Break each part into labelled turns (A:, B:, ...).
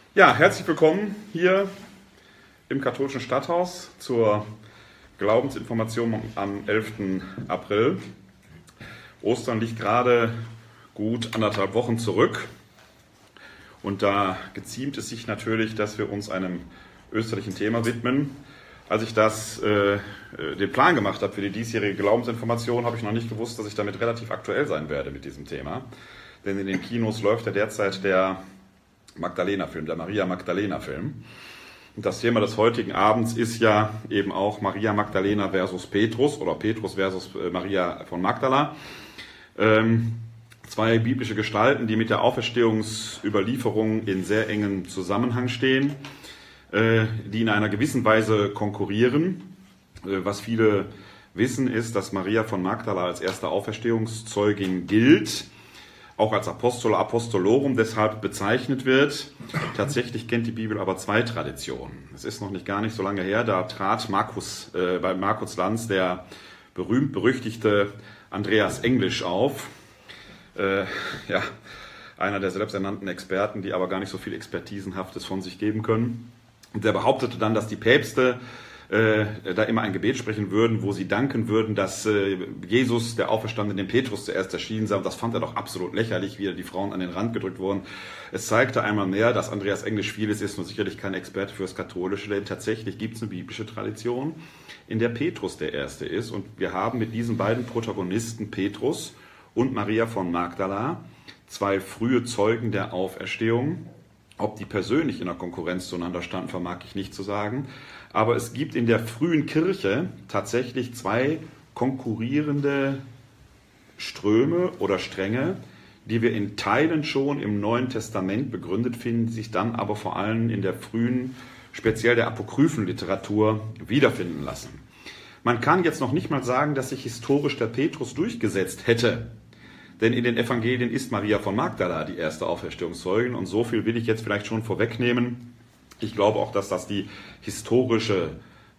A: Ja, herzlich willkommen hier im katholischen Stadthaus zur Glaubensinformation am 11. April. Ostern liegt gerade gut 1,5 Wochen zurück und da geziemt es sich natürlich, dass wir uns einem österreichischen Thema widmen. Als ich den Plan gemacht habe für die diesjährige Glaubensinformation, habe ich noch nicht gewusst, dass ich damit relativ aktuell sein werde mit diesem Thema. Denn in den Kinos läuft ja derzeit der Magdalena-Film, der Maria-Magdalena-Film. Und das Thema des heutigen Abends ist ja eben auch Maria Magdalena versus Petrus oder Petrus versus Maria von Magdala. Zwei biblische Gestalten, die mit der Auferstehungsüberlieferung in sehr engem Zusammenhang stehen, die in einer gewissen Weise konkurrieren. Was viele wissen, ist, dass Maria von Magdala als erste Auferstehungszeugin gilt, auch als Apostolorum deshalb bezeichnet wird. Tatsächlich kennt die Bibel aber zwei Traditionen. Es ist noch gar nicht so lange her, da trat bei Markus Lanz der berühmt-berüchtigte Andreas Englisch auf. Einer der selbsternannten Experten, die aber gar nicht so viel Expertisenhaftes von sich geben können. Und der behauptete dann, dass die Päpste da immer ein Gebet sprechen würden, wo sie danken würden, dass Jesus, der Auferstandene, dem Petrus zuerst erschienen sei. Und das fand er doch absolut lächerlich, wie die Frauen an den Rand gedrückt wurden. Es zeigte einmal mehr, dass Andreas Englisch vieles ist, nur sicherlich kein Experte fürs katholische Leben. Tatsächlich gibt es eine biblische Tradition, in der Petrus der Erste ist. Und wir haben mit diesen beiden Protagonisten, Petrus und Maria von Magdala, zwei frühe Zeugen der Auferstehung. Ob die persönlich in der Konkurrenz zueinander standen, vermag ich nicht zu sagen. Aber es gibt in der frühen Kirche tatsächlich zwei konkurrierende Ströme oder Stränge, die wir in Teilen schon im Neuen Testament begründet finden, die sich dann aber vor allem in der frühen, speziell der Apokryphenliteratur, wiederfinden lassen. Man kann jetzt noch nicht mal sagen, dass sich historisch der Petrus durchgesetzt hätte. Denn in den Evangelien ist Maria von Magdala die erste Auferstehungszeugin. Und so viel will ich jetzt vielleicht schon vorwegnehmen. Ich glaube auch, dass das die historische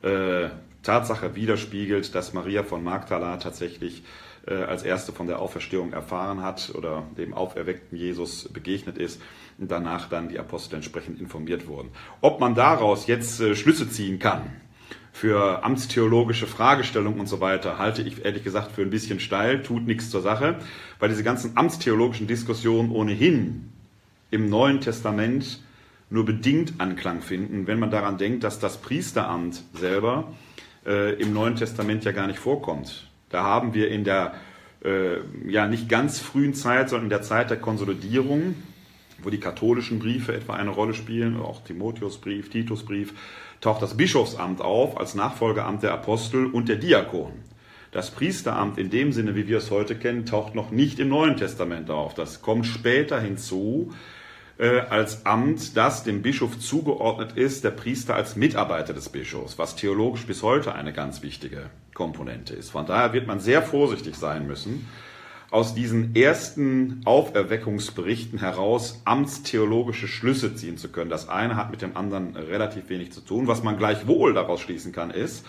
A: Tatsache widerspiegelt, dass Maria von Magdala tatsächlich als erste von der Auferstehung erfahren hat oder dem auferweckten Jesus begegnet ist und danach dann die Apostel entsprechend informiert wurden. Ob man daraus jetzt Schlüsse ziehen kann für amtstheologische Fragestellungen und so weiter, halte ich ehrlich gesagt für ein bisschen steil, tut nichts zur Sache, weil diese ganzen amtstheologischen Diskussionen ohnehin im Neuen Testament nur bedingt Anklang finden, wenn man daran denkt, dass das Priesteramt selber im Neuen Testament ja gar nicht vorkommt. Da haben wir in der nicht ganz frühen Zeit, sondern in der Zeit der Konsolidierung, wo die katholischen Briefe etwa eine Rolle spielen, auch Timotheusbrief, Titusbrief, taucht das Bischofsamt auf als Nachfolgeamt der Apostel und der Diakon. Das Priesteramt in dem Sinne, wie wir es heute kennen, taucht noch nicht im Neuen Testament auf. Das kommt später hinzu als Amt, das dem Bischof zugeordnet ist, der Priester als Mitarbeiter des Bischofs, was theologisch bis heute eine ganz wichtige Komponente ist. Von daher wird man sehr vorsichtig sein müssen, aus diesen ersten Auferweckungsberichten heraus amtstheologische Schlüsse ziehen zu können. Das eine hat mit dem anderen relativ wenig zu tun. Was man gleichwohl daraus schließen kann, ist,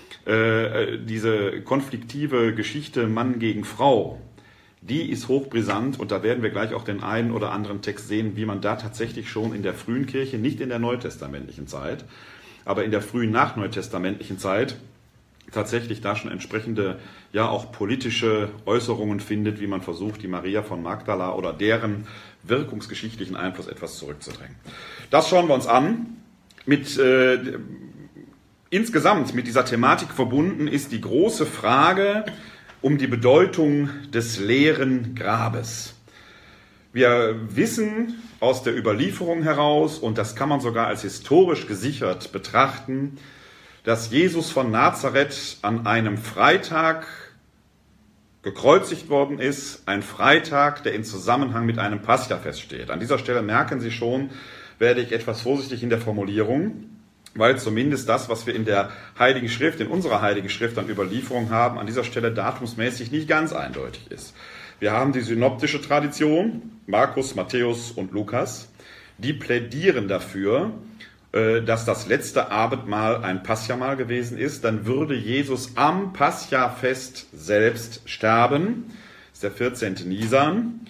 A: diese konfliktive Geschichte Mann gegen Frau, die ist hochbrisant und da werden wir gleich auch den einen oder anderen Text sehen, wie man da tatsächlich schon in der frühen Kirche, nicht in der neutestamentlichen Zeit, aber in der frühen nachneutestamentlichen Zeit tatsächlich da schon entsprechende, ja auch politische Äußerungen findet, wie man versucht, die Maria von Magdala oder deren wirkungsgeschichtlichen Einfluss etwas zurückzudrängen. Das schauen wir uns an. Insgesamt mit dieser Thematik verbunden ist die große Frage um die Bedeutung des leeren Grabes. Wir wissen aus der Überlieferung heraus, und das kann man sogar als historisch gesichert betrachten, dass Jesus von Nazareth an einem Freitag gekreuzigt worden ist, ein Freitag, der in Zusammenhang mit einem Paschafest steht. An dieser Stelle merken Sie schon, werde ich etwas vorsichtig in der Formulierung, weil zumindest das, was wir in der Heiligen Schrift, in unserer Heiligen Schrift an Überlieferung haben, an dieser Stelle datumsmäßig nicht ganz eindeutig ist. Wir haben die synoptische Tradition, Markus, Matthäus und Lukas, die plädieren dafür, dass das letzte Abendmahl ein Paschamahl gewesen ist, dann würde Jesus am Paschafest selbst sterben, das ist der 14. Nisan,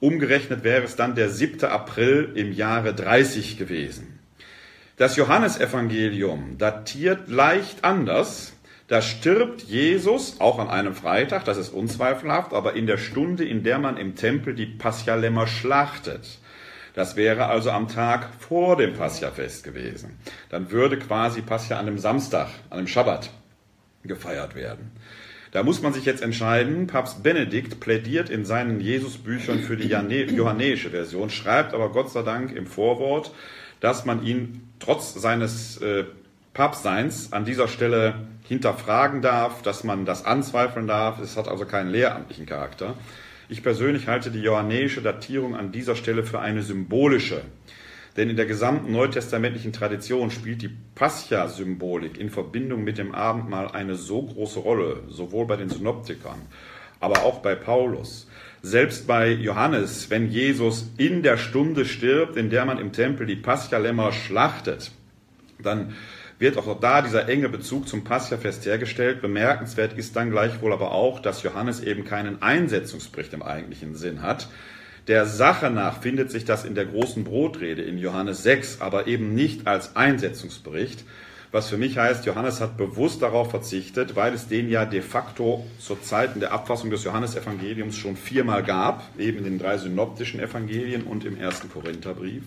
A: Umgerechnet wäre es dann der 7. April im Jahre 30 gewesen. Das Johannesevangelium datiert leicht anders. Da stirbt Jesus, auch an einem Freitag, das ist unzweifelhaft, aber in der Stunde, in der man im Tempel die Paschalämmer schlachtet. Das wäre also am Tag vor dem Paschafest gewesen. Dann würde quasi Pascha an dem Samstag, an dem Schabbat gefeiert werden. Da muss man sich jetzt entscheiden. Papst Benedikt plädiert in seinen Jesusbüchern für die johannäische Version, schreibt aber Gott sei Dank im Vorwort, dass man ihn trotz seines Papstseins an dieser Stelle hinterfragen darf, dass man das anzweifeln darf. Es hat also keinen lehramtlichen Charakter. Ich persönlich halte die johannäische Datierung an dieser Stelle für eine symbolische. Denn in der gesamten neutestamentlichen Tradition spielt die Pascha-Symbolik in Verbindung mit dem Abendmahl eine so große Rolle, sowohl bei den Synoptikern, aber auch bei Paulus. Selbst bei Johannes, wenn Jesus in der Stunde stirbt, in der man im Tempel die Paschalämmer schlachtet, dann wird auch da dieser enge Bezug zum Paschafest hergestellt. Bemerkenswert ist dann gleichwohl aber auch, dass Johannes eben keinen Einsetzungsbericht im eigentlichen Sinn hat. Der Sache nach findet sich das in der großen Brotrede in Johannes 6, aber eben nicht als Einsetzungsbericht, was für mich heißt, Johannes hat bewusst darauf verzichtet, weil es den ja de facto zur Zeiten der Abfassung des Johannesevangeliums schon 4-mal gab, eben in den 3 synoptischen Evangelien und im 1. Korintherbrief,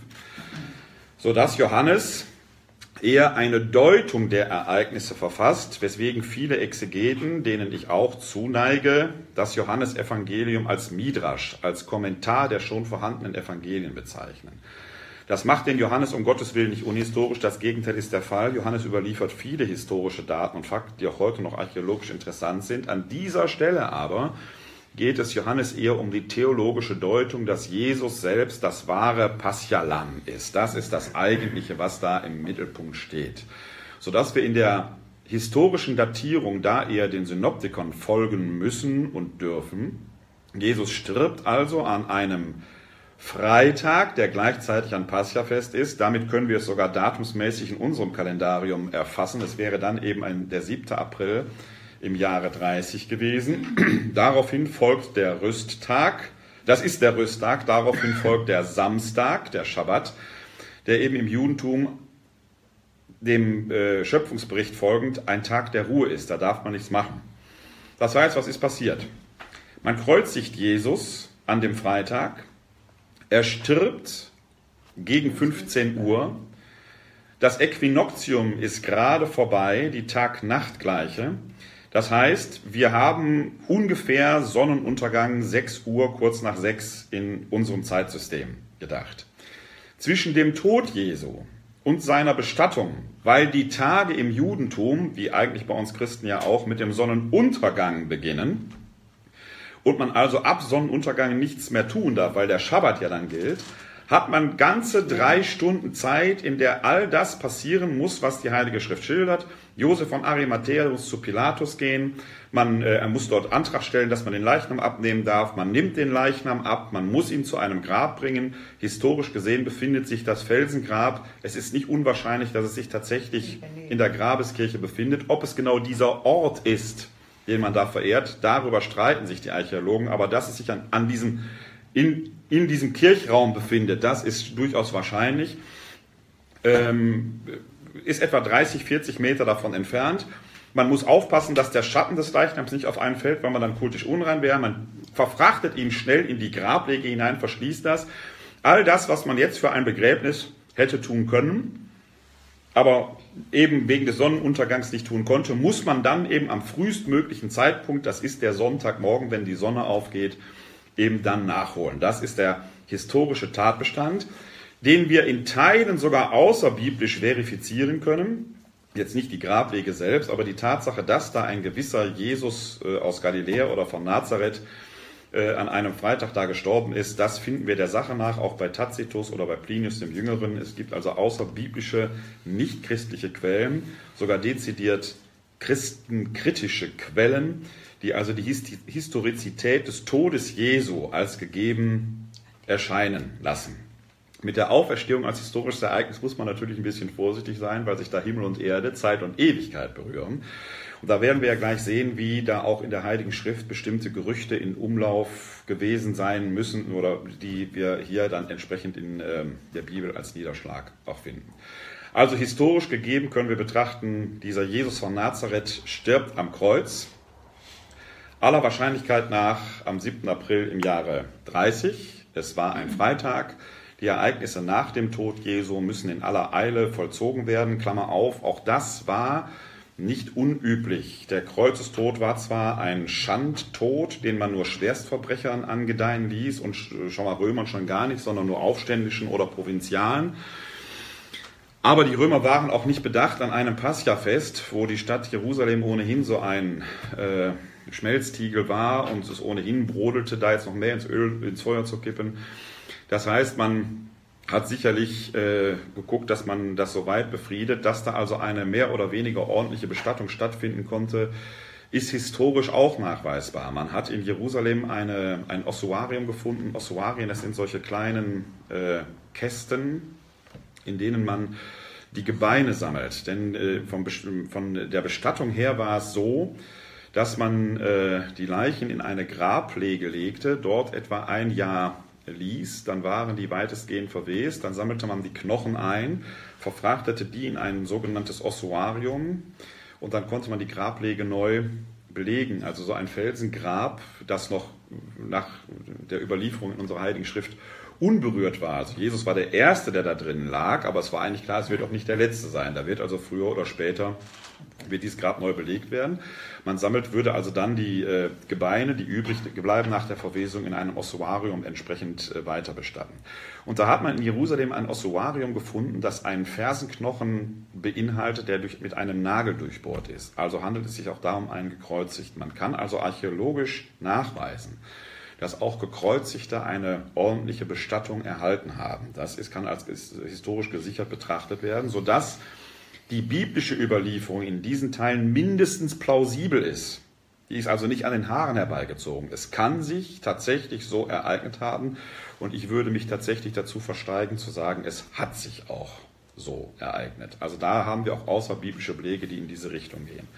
A: sodass Johannes eher eine Deutung der Ereignisse verfasst, weswegen viele Exegeten, denen ich auch zuneige, das Johannesevangelium als Midrasch, als Kommentar der schon vorhandenen Evangelien bezeichnen. Das macht den Johannes um Gottes Willen nicht unhistorisch, das Gegenteil ist der Fall. Johannes überliefert viele historische Daten und Fakten, die auch heute noch archäologisch interessant sind. An dieser Stelle aber geht es Johannes eher um die theologische Deutung, dass Jesus selbst das wahre Paschalam ist. Das ist das Eigentliche, was da im Mittelpunkt steht. Sodass wir in der historischen Datierung da eher den Synoptikern folgen müssen und dürfen. Jesus stirbt also an einem Freitag, der gleichzeitig ein Paschafest ist. Damit können wir es sogar datumsmäßig in unserem Kalendarium erfassen. Es wäre dann eben der 7. April im Jahre 30 gewesen. Daraufhin folgt der Rüsttag. Das ist der Rüsttag. Daraufhin folgt der Samstag, der Schabbat, der eben im Judentum dem Schöpfungsbericht folgend ein Tag der Ruhe ist. Da darf man nichts machen. Das heißt, was ist passiert? Man kreuzigt Jesus an dem Freitag. Er stirbt gegen 15 Uhr. Das Äquinoktium ist gerade vorbei, die Tag-Nacht-Gleiche. Das heißt, wir haben ungefähr Sonnenuntergang 6 Uhr, kurz nach 6 in unserem Zeitsystem gedacht. Zwischen dem Tod Jesu und seiner Bestattung, weil die Tage im Judentum, wie eigentlich bei uns Christen ja auch, mit dem Sonnenuntergang beginnen und man also ab Sonnenuntergang nichts mehr tun darf, weil der Schabbat ja dann gilt, hat man ganze 3 Stunden Zeit, in der all das passieren muss, was die Heilige Schrift schildert. Josef von Arimathäa muss zu Pilatus gehen, er muss dort Antrag stellen, dass man den Leichnam abnehmen darf, man nimmt den Leichnam ab, man muss ihn zu einem Grab bringen. Historisch gesehen befindet sich das Felsengrab. Es ist nicht unwahrscheinlich, dass es sich tatsächlich in der Grabeskirche befindet. Ob es genau dieser Ort ist, den man da verehrt, darüber streiten sich die Archäologen, aber dass es sich in diesem Kirchraum befindet, das ist durchaus wahrscheinlich, ist etwa 30, 40 Meter davon entfernt. Man muss aufpassen, dass der Schatten des Leichnams nicht auf einen fällt, weil man dann kultisch unrein wäre. Man verfrachtet ihn schnell in die Grablege hinein, verschließt das. All das, was man jetzt für ein Begräbnis hätte tun können, aber eben wegen des Sonnenuntergangs nicht tun konnte, muss man dann eben am frühestmöglichen Zeitpunkt, das ist der Sonntagmorgen, wenn die Sonne aufgeht, eben dann nachholen. Das ist der historische Tatbestand, den wir in Teilen sogar außerbiblisch verifizieren können. Jetzt nicht die Grablege selbst, aber die Tatsache, dass da ein gewisser Jesus aus Galiläa oder von Nazareth an einem Freitag da gestorben ist, das finden wir der Sache nach auch bei Tacitus oder bei Plinius dem Jüngeren. Es gibt also außerbiblische, nicht-christliche Quellen, sogar dezidiert christenkritische Quellen, die also die Historizität des Todes Jesu als gegeben erscheinen lassen. Mit der Auferstehung als historisches Ereignis muss man natürlich ein bisschen vorsichtig sein, weil sich da Himmel und Erde, Zeit und Ewigkeit berühren. Und da werden wir ja gleich sehen, wie da auch in der Heiligen Schrift bestimmte Gerüchte in Umlauf gewesen sein müssen oder die wir hier dann entsprechend in der Bibel als Niederschlag auch finden. Also historisch gegeben können wir betrachten, dieser Jesus von Nazareth stirbt am Kreuz, aller Wahrscheinlichkeit nach am 7. April im Jahre 30. Es war ein Freitag. Die Ereignisse nach dem Tod Jesu müssen in aller Eile vollzogen werden. Klammer auf, auch das war nicht unüblich. Der Kreuzestod war zwar ein Schandtod, den man nur Schwerstverbrechern angedeihen ließ und schon mal Römern schon gar nicht, sondern nur Aufständischen oder Provinzialen. Aber die Römer waren auch nicht bedacht an einem Paschafest, wo die Stadt Jerusalem ohnehin so ein Schmelztiegel war und es ohnehin brodelte, da jetzt noch mehr ins Feuer zu kippen. Das heißt, man hat sicherlich geguckt, dass man das so weit befriedet, dass da also eine mehr oder weniger ordentliche Bestattung stattfinden konnte, ist historisch auch nachweisbar. Man hat in Jerusalem ein Ossuarium gefunden. Ossuarien, das sind solche kleinen Kästen, in denen man die Gebeine sammelt. Denn von der Bestattung her war es so, dass man die Leichen in eine Grablege legte, dort etwa ein Jahr ließ, dann waren die weitestgehend verwest, dann sammelte man die Knochen ein, verfrachtete die in ein sogenanntes Ossuarium und dann konnte man die Grablege neu belegen. Also so ein Felsengrab, das noch nach der Überlieferung in unserer Heiligen Schrift unberührt war. Also Jesus war der Erste, der da drin lag, aber es war eigentlich klar, es wird auch nicht der Letzte sein. Da wird also früher oder später wird dieses Grab neu belegt werden. Man würde also dann die Gebeine, die übrig bleiben nach der Verwesung, in einem Ossuarium entsprechend weiter bestatten. Und da hat man in Jerusalem ein Ossuarium gefunden, das einen Fersenknochen beinhaltet, der mit einem Nagel durchbohrt ist. Also handelt es sich auch da um einen Gekreuzigten. Man kann also archäologisch nachweisen, dass auch Gekreuzigte eine ordentliche Bestattung erhalten haben. Das kann als historisch gesichert betrachtet werden, sodass die biblische Überlieferung in diesen Teilen mindestens plausibel ist. Die ist also nicht an den Haaren herbeigezogen. Es kann sich tatsächlich so ereignet haben und ich würde mich tatsächlich dazu versteigen zu sagen, es hat sich auch so ereignet. Also da haben wir auch außerbiblische Belege, die in diese Richtung gehen.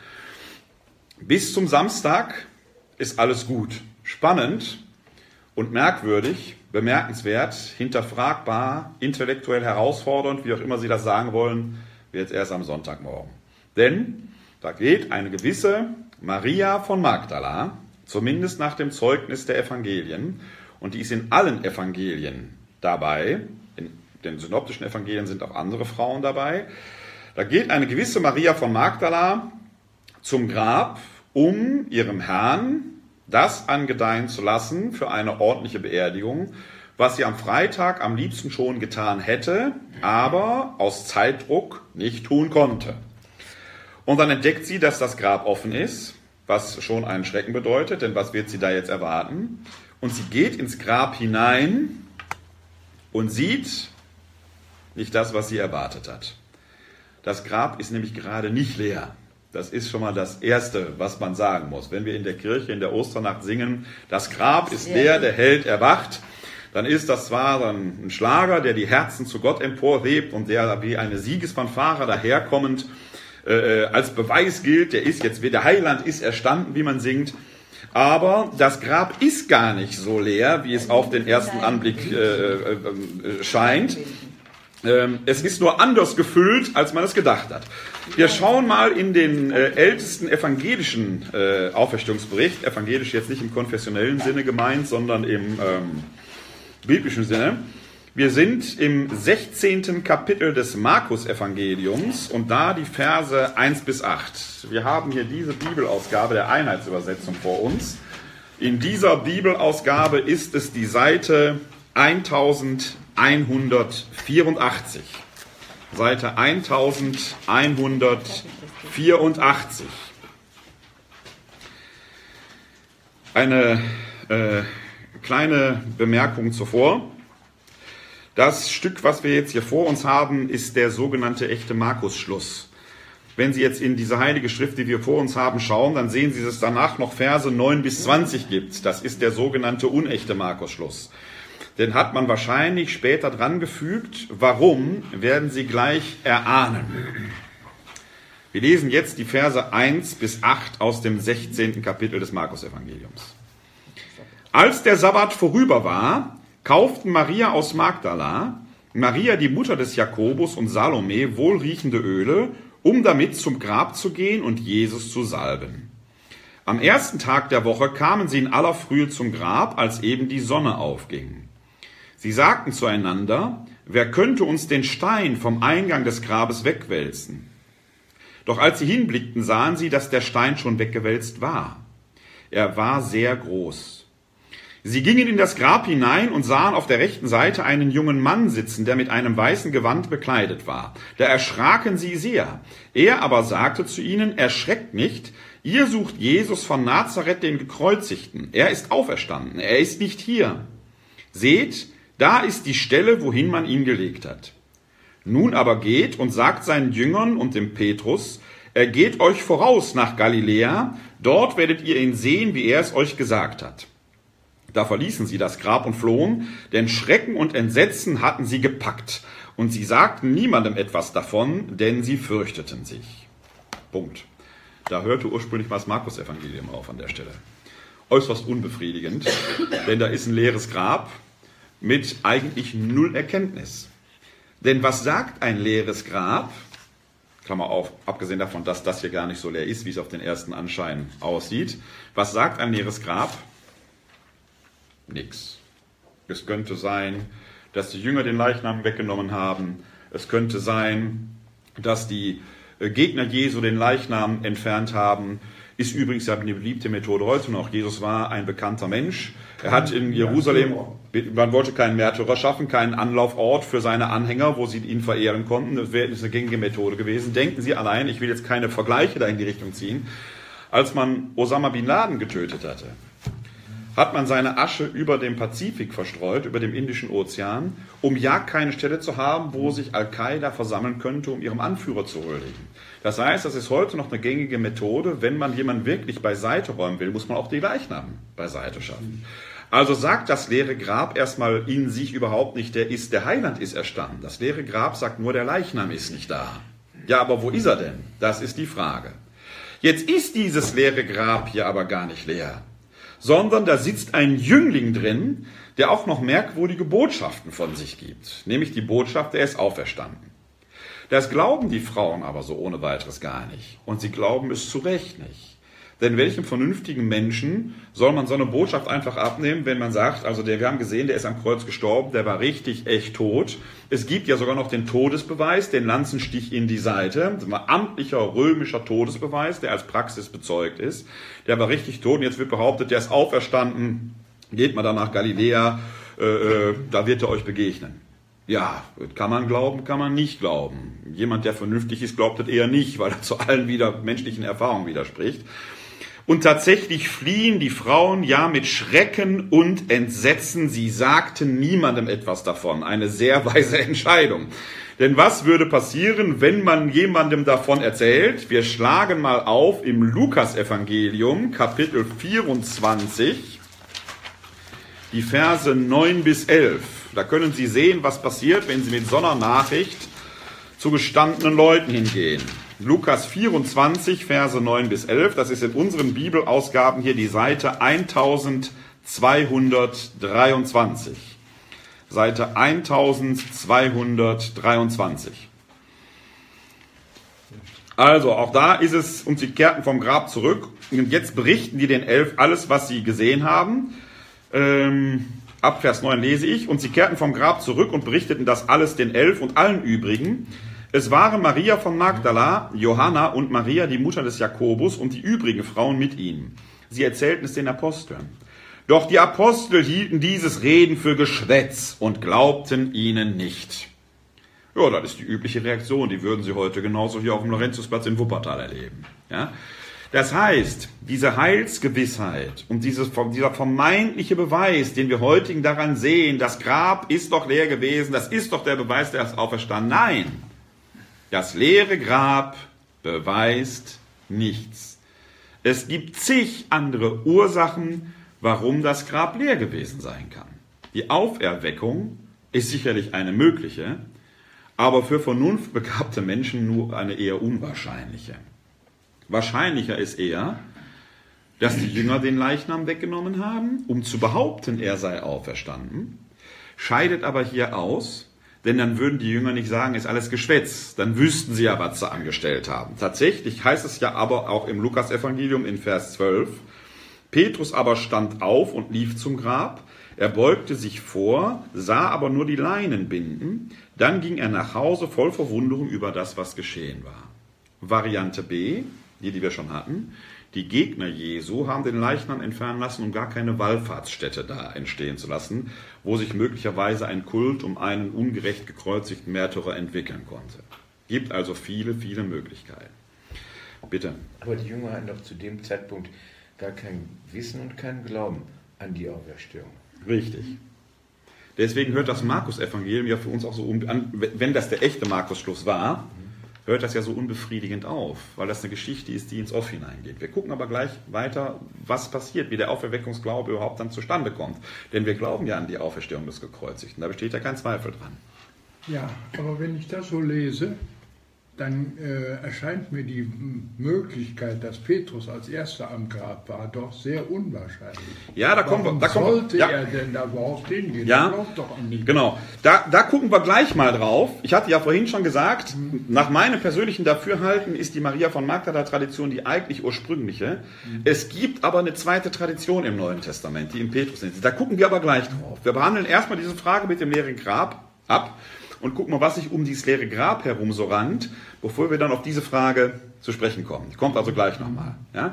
A: Bis zum Samstag ist alles gut. Spannend und merkwürdig, bemerkenswert, hinterfragbar, intellektuell herausfordernd, wie auch immer Sie das sagen wollen, wird erst am Sonntagmorgen. Denn da geht eine gewisse Maria von Magdala, zumindest nach dem Zeugnis der Evangelien, und die ist in allen Evangelien dabei, in den synoptischen Evangelien sind auch andere Frauen dabei, da geht eine gewisse Maria von Magdala zum Grab, um ihrem Herrn das angedeihen zu lassen für eine ordentliche Beerdigung, was sie am Freitag am liebsten schon getan hätte, aber aus Zeitdruck nicht tun konnte. Und dann entdeckt sie, dass das Grab offen ist, was schon einen Schrecken bedeutet, denn was wird sie da jetzt erwarten? Und sie geht ins Grab hinein und sieht nicht das, was sie erwartet hat. Das Grab ist nämlich gerade nicht leer. Das ist schon mal das Erste, was man sagen muss. Wenn wir in der Kirche in der Osternacht singen, das Grab ist leer, der Held erwacht, dann ist das zwar dann ein Schlager, der die Herzen zu Gott emporhebt und der wie eine Siegesfanfare daherkommend als Beweis gilt, der Heiland ist erstanden, wie man singt. Aber das Grab ist gar nicht so leer, wie es auf den ersten Anblick scheint. Es ist nur anders gefüllt, als man es gedacht hat. Wir schauen mal in den ältesten evangelischen Auferstehungsbericht, evangelisch jetzt nicht im konfessionellen Sinne gemeint, sondern im biblischen Sinne. Wir sind im 16. Kapitel des Markus-Evangeliums und da die Verse 1 bis 8. Wir haben hier diese Bibelausgabe der Einheitsübersetzung vor uns. In dieser Bibelausgabe ist es die Seite 1184. Seite 1184. Eine kleine Bemerkung zuvor. Das Stück, was wir jetzt hier vor uns haben, ist der sogenannte echte Markus-Schluss. Wenn Sie jetzt in diese heilige Schrift, die wir vor uns haben, schauen, dann sehen Sie, dass es danach noch Verse 9 bis 20 gibt. Das ist der sogenannte unechte Markus-Schluss. den hat man wahrscheinlich später dran gefügt. Warum, werden Sie gleich erahnen. Wir lesen jetzt die Verse 1 bis 8 aus dem 16. Kapitel des Markus-Evangeliums. Als der Sabbat vorüber war, kauften Maria aus Magdala, Maria die Mutter des Jakobus und Salome wohlriechende Öle, um damit zum Grab zu gehen und Jesus zu salben. Am ersten Tag der Woche kamen sie in aller Frühe zum Grab, als eben die Sonne aufging. Sie sagten zueinander, wer könnte uns den Stein vom Eingang des Grabes wegwälzen? Doch als sie hinblickten, sahen sie, dass der Stein schon weggewälzt war. Er war sehr groß. Sie gingen in das Grab hinein und sahen auf der rechten Seite einen jungen Mann sitzen, der mit einem weißen Gewand bekleidet war. Da erschraken sie sehr. Er aber sagte zu ihnen, erschreckt nicht, ihr sucht Jesus von Nazareth, den Gekreuzigten. Er ist auferstanden, er ist nicht hier. Seht, da ist die Stelle, wohin man ihn gelegt hat. Nun aber geht und sagt seinen Jüngern und dem Petrus, er geht euch voraus nach Galiläa, dort werdet ihr ihn sehen, wie er es euch gesagt hat. Da verließen sie das Grab und flohen, denn Schrecken und Entsetzen hatten sie gepackt. Und sie sagten niemandem etwas davon, denn sie fürchteten sich. Punkt. Da hörte ursprünglich mal das Markus-Evangelium auf an der Stelle. Äußerst unbefriedigend, denn da ist ein leeres Grab mit eigentlich null Erkenntnis. Denn was sagt ein leeres Grab? Klammer auf, abgesehen davon, dass das hier gar nicht so leer ist, wie es auf den ersten Anschein aussieht. Was sagt ein leeres Grab? Nix. Es könnte sein, dass die Jünger den Leichnam weggenommen haben. Es könnte sein, dass die Gegner Jesu den Leichnam entfernt haben. Ist übrigens ja eine beliebte Methode heute noch. Jesus war ein bekannter Mensch. Er hat in Jerusalem, man wollte keinen Märtyrer schaffen, keinen Anlaufort für seine Anhänger, wo sie ihn verehren konnten. Das wäre eine gängige Methode gewesen. Denken Sie allein, ich will jetzt keine Vergleiche da in die Richtung ziehen, als man Osama Bin Laden getötet hatte, hat man seine Asche über dem Pazifik verstreut, über dem Indischen Ozean, um ja keine Stelle zu haben, wo sich Al-Qaida versammeln könnte, um ihrem Anführer zu huldigen. Das heißt, das ist heute noch eine gängige Methode. Wenn man jemanden wirklich beiseite räumen will, muss man auch die Leichnam beiseite schaffen. Also sagt das leere Grab erstmal in sich überhaupt nicht, der Heiland ist erstanden. Das leere Grab sagt nur, der Leichnam ist nicht da. Ja, aber wo ist er denn? Das ist die Frage. Jetzt ist dieses leere Grab hier aber gar nicht leer, sondern da sitzt ein Jüngling drin, der auch noch merkwürdige Botschaften von sich gibt, nämlich die Botschaft, er ist auferstanden. Das glauben die Frauen aber so ohne weiteres gar nicht. Und sie glauben es zu Recht nicht. Denn welchem vernünftigen Menschen soll man so eine Botschaft einfach abnehmen, wenn man sagt, also wir haben gesehen, der ist am Kreuz gestorben, der war richtig echt tot. Es gibt ja sogar noch den Todesbeweis, den Lanzenstich in die Seite, das war amtlicher römischer Todesbeweis, der als Praxis bezeugt ist. Der war richtig tot und jetzt wird behauptet, der ist auferstanden, geht mal da nach Galiläa, da wird er euch begegnen. Ja, kann man glauben, kann man nicht glauben. Jemand, der vernünftig ist, glaubt das eher nicht, weil er zu allen menschlichen Erfahrungen widerspricht. Und tatsächlich fliehen die Frauen ja mit Schrecken und Entsetzen. Sie sagten niemandem etwas davon. Eine sehr weise Entscheidung. Denn was würde passieren, wenn man jemandem davon erzählt? Wir schlagen mal auf im Lukas-Evangelium, Kapitel 24, die Verse 9 bis 11. Da können Sie sehen, was passiert, wenn Sie mit so einer Nachricht zu gestandenen Leuten hingehen. Lukas 24, Verse 9 bis 11, das ist in unseren Bibelausgaben hier die Seite 1223. Seite 1223. Also, auch da ist es, und sie kehrten vom Grab zurück, und jetzt berichten die den 11 alles, was sie gesehen haben. Ab Vers 9 lese ich, und sie kehrten vom Grab zurück und berichteten das alles den 11 und allen übrigen. Es waren Maria von Magdala, Johanna und Maria, die Mutter des Jakobus, und die übrigen Frauen mit ihnen. Sie erzählten es den Aposteln. Doch die Apostel hielten dieses Reden für Geschwätz und glaubten ihnen nicht. Ja, das ist die übliche Reaktion, die würden Sie heute genauso hier auf dem Laurentiusplatz in Wuppertal erleben. Ja? Das heißt, diese Heilsgewissheit und dieser vermeintliche Beweis, den wir heute daran sehen, das Grab ist doch leer gewesen, das ist doch der Beweis, der ist auferstanden. Nein, das leere Grab beweist nichts. Es gibt zig andere Ursachen, warum das Grab leer gewesen sein kann. Die Auferweckung ist sicherlich eine mögliche, aber für vernunftbegabte Menschen nur eine eher unwahrscheinliche. Wahrscheinlicher ist eher, dass die Jünger den Leichnam weggenommen haben, um zu behaupten, er sei auferstanden, scheidet aber hier aus, denn dann würden die Jünger nicht sagen, ist alles Geschwätz, dann wüssten sie ja, was sie angestellt haben. Tatsächlich heißt es ja aber auch im Lukasevangelium in Vers 12, Petrus aber stand auf und lief zum Grab, er beugte sich vor, sah aber nur die Leinen binden, dann ging er nach Hause voll Verwunderung über das, was geschehen war. Variante B, die wir schon hatten, die Gegner Jesu haben den Leichnam entfernen lassen, um gar keine Wallfahrtsstätte da entstehen zu lassen, wo sich möglicherweise ein Kult um einen ungerecht gekreuzigten Märtyrer entwickeln konnte. Gibt also viele, viele Möglichkeiten. Bitte.
B: Aber die Jünger hatten doch zu dem Zeitpunkt gar kein Wissen und keinen Glauben an die Auferstehung.
A: Richtig. Deswegen hört das Markus-Evangelium ja für uns auch so, wenn das der echte Markus-Schluss war, hört das ja so unbefriedigend auf, weil das eine Geschichte ist, die ins Off hineingeht. Wir gucken aber gleich weiter, was passiert, wie der Auferweckungsglaube überhaupt dann zustande kommt. Denn wir glauben ja an die Auferstehung des Gekreuzigten, da besteht ja kein Zweifel dran.
C: Ja, aber wenn ich das so lese, dann erscheint mir die Möglichkeit, dass Petrus als Erster am Grab war, doch sehr unwahrscheinlich.
A: Ja, da kommen wir.
C: Sollte er denn da überhaupt hingehen?
A: Ja,
C: er glaubt doch an nichts.
A: Genau. Da gucken wir gleich mal drauf. Ich hatte ja vorhin schon gesagt, nach meinem persönlichen Dafürhalten ist die Maria von Magdala-Tradition die eigentlich ursprüngliche. Es gibt aber eine zweite Tradition im Neuen Testament, die im Petrus ist. Da gucken wir aber gleich drauf. Wir behandeln erstmal diese Frage mit dem leeren Grab ab und gucken mal, was sich um dieses leere Grab herum so rankt, bevor wir dann auf diese Frage zu sprechen kommen. Die kommt also gleich nochmal. Ja?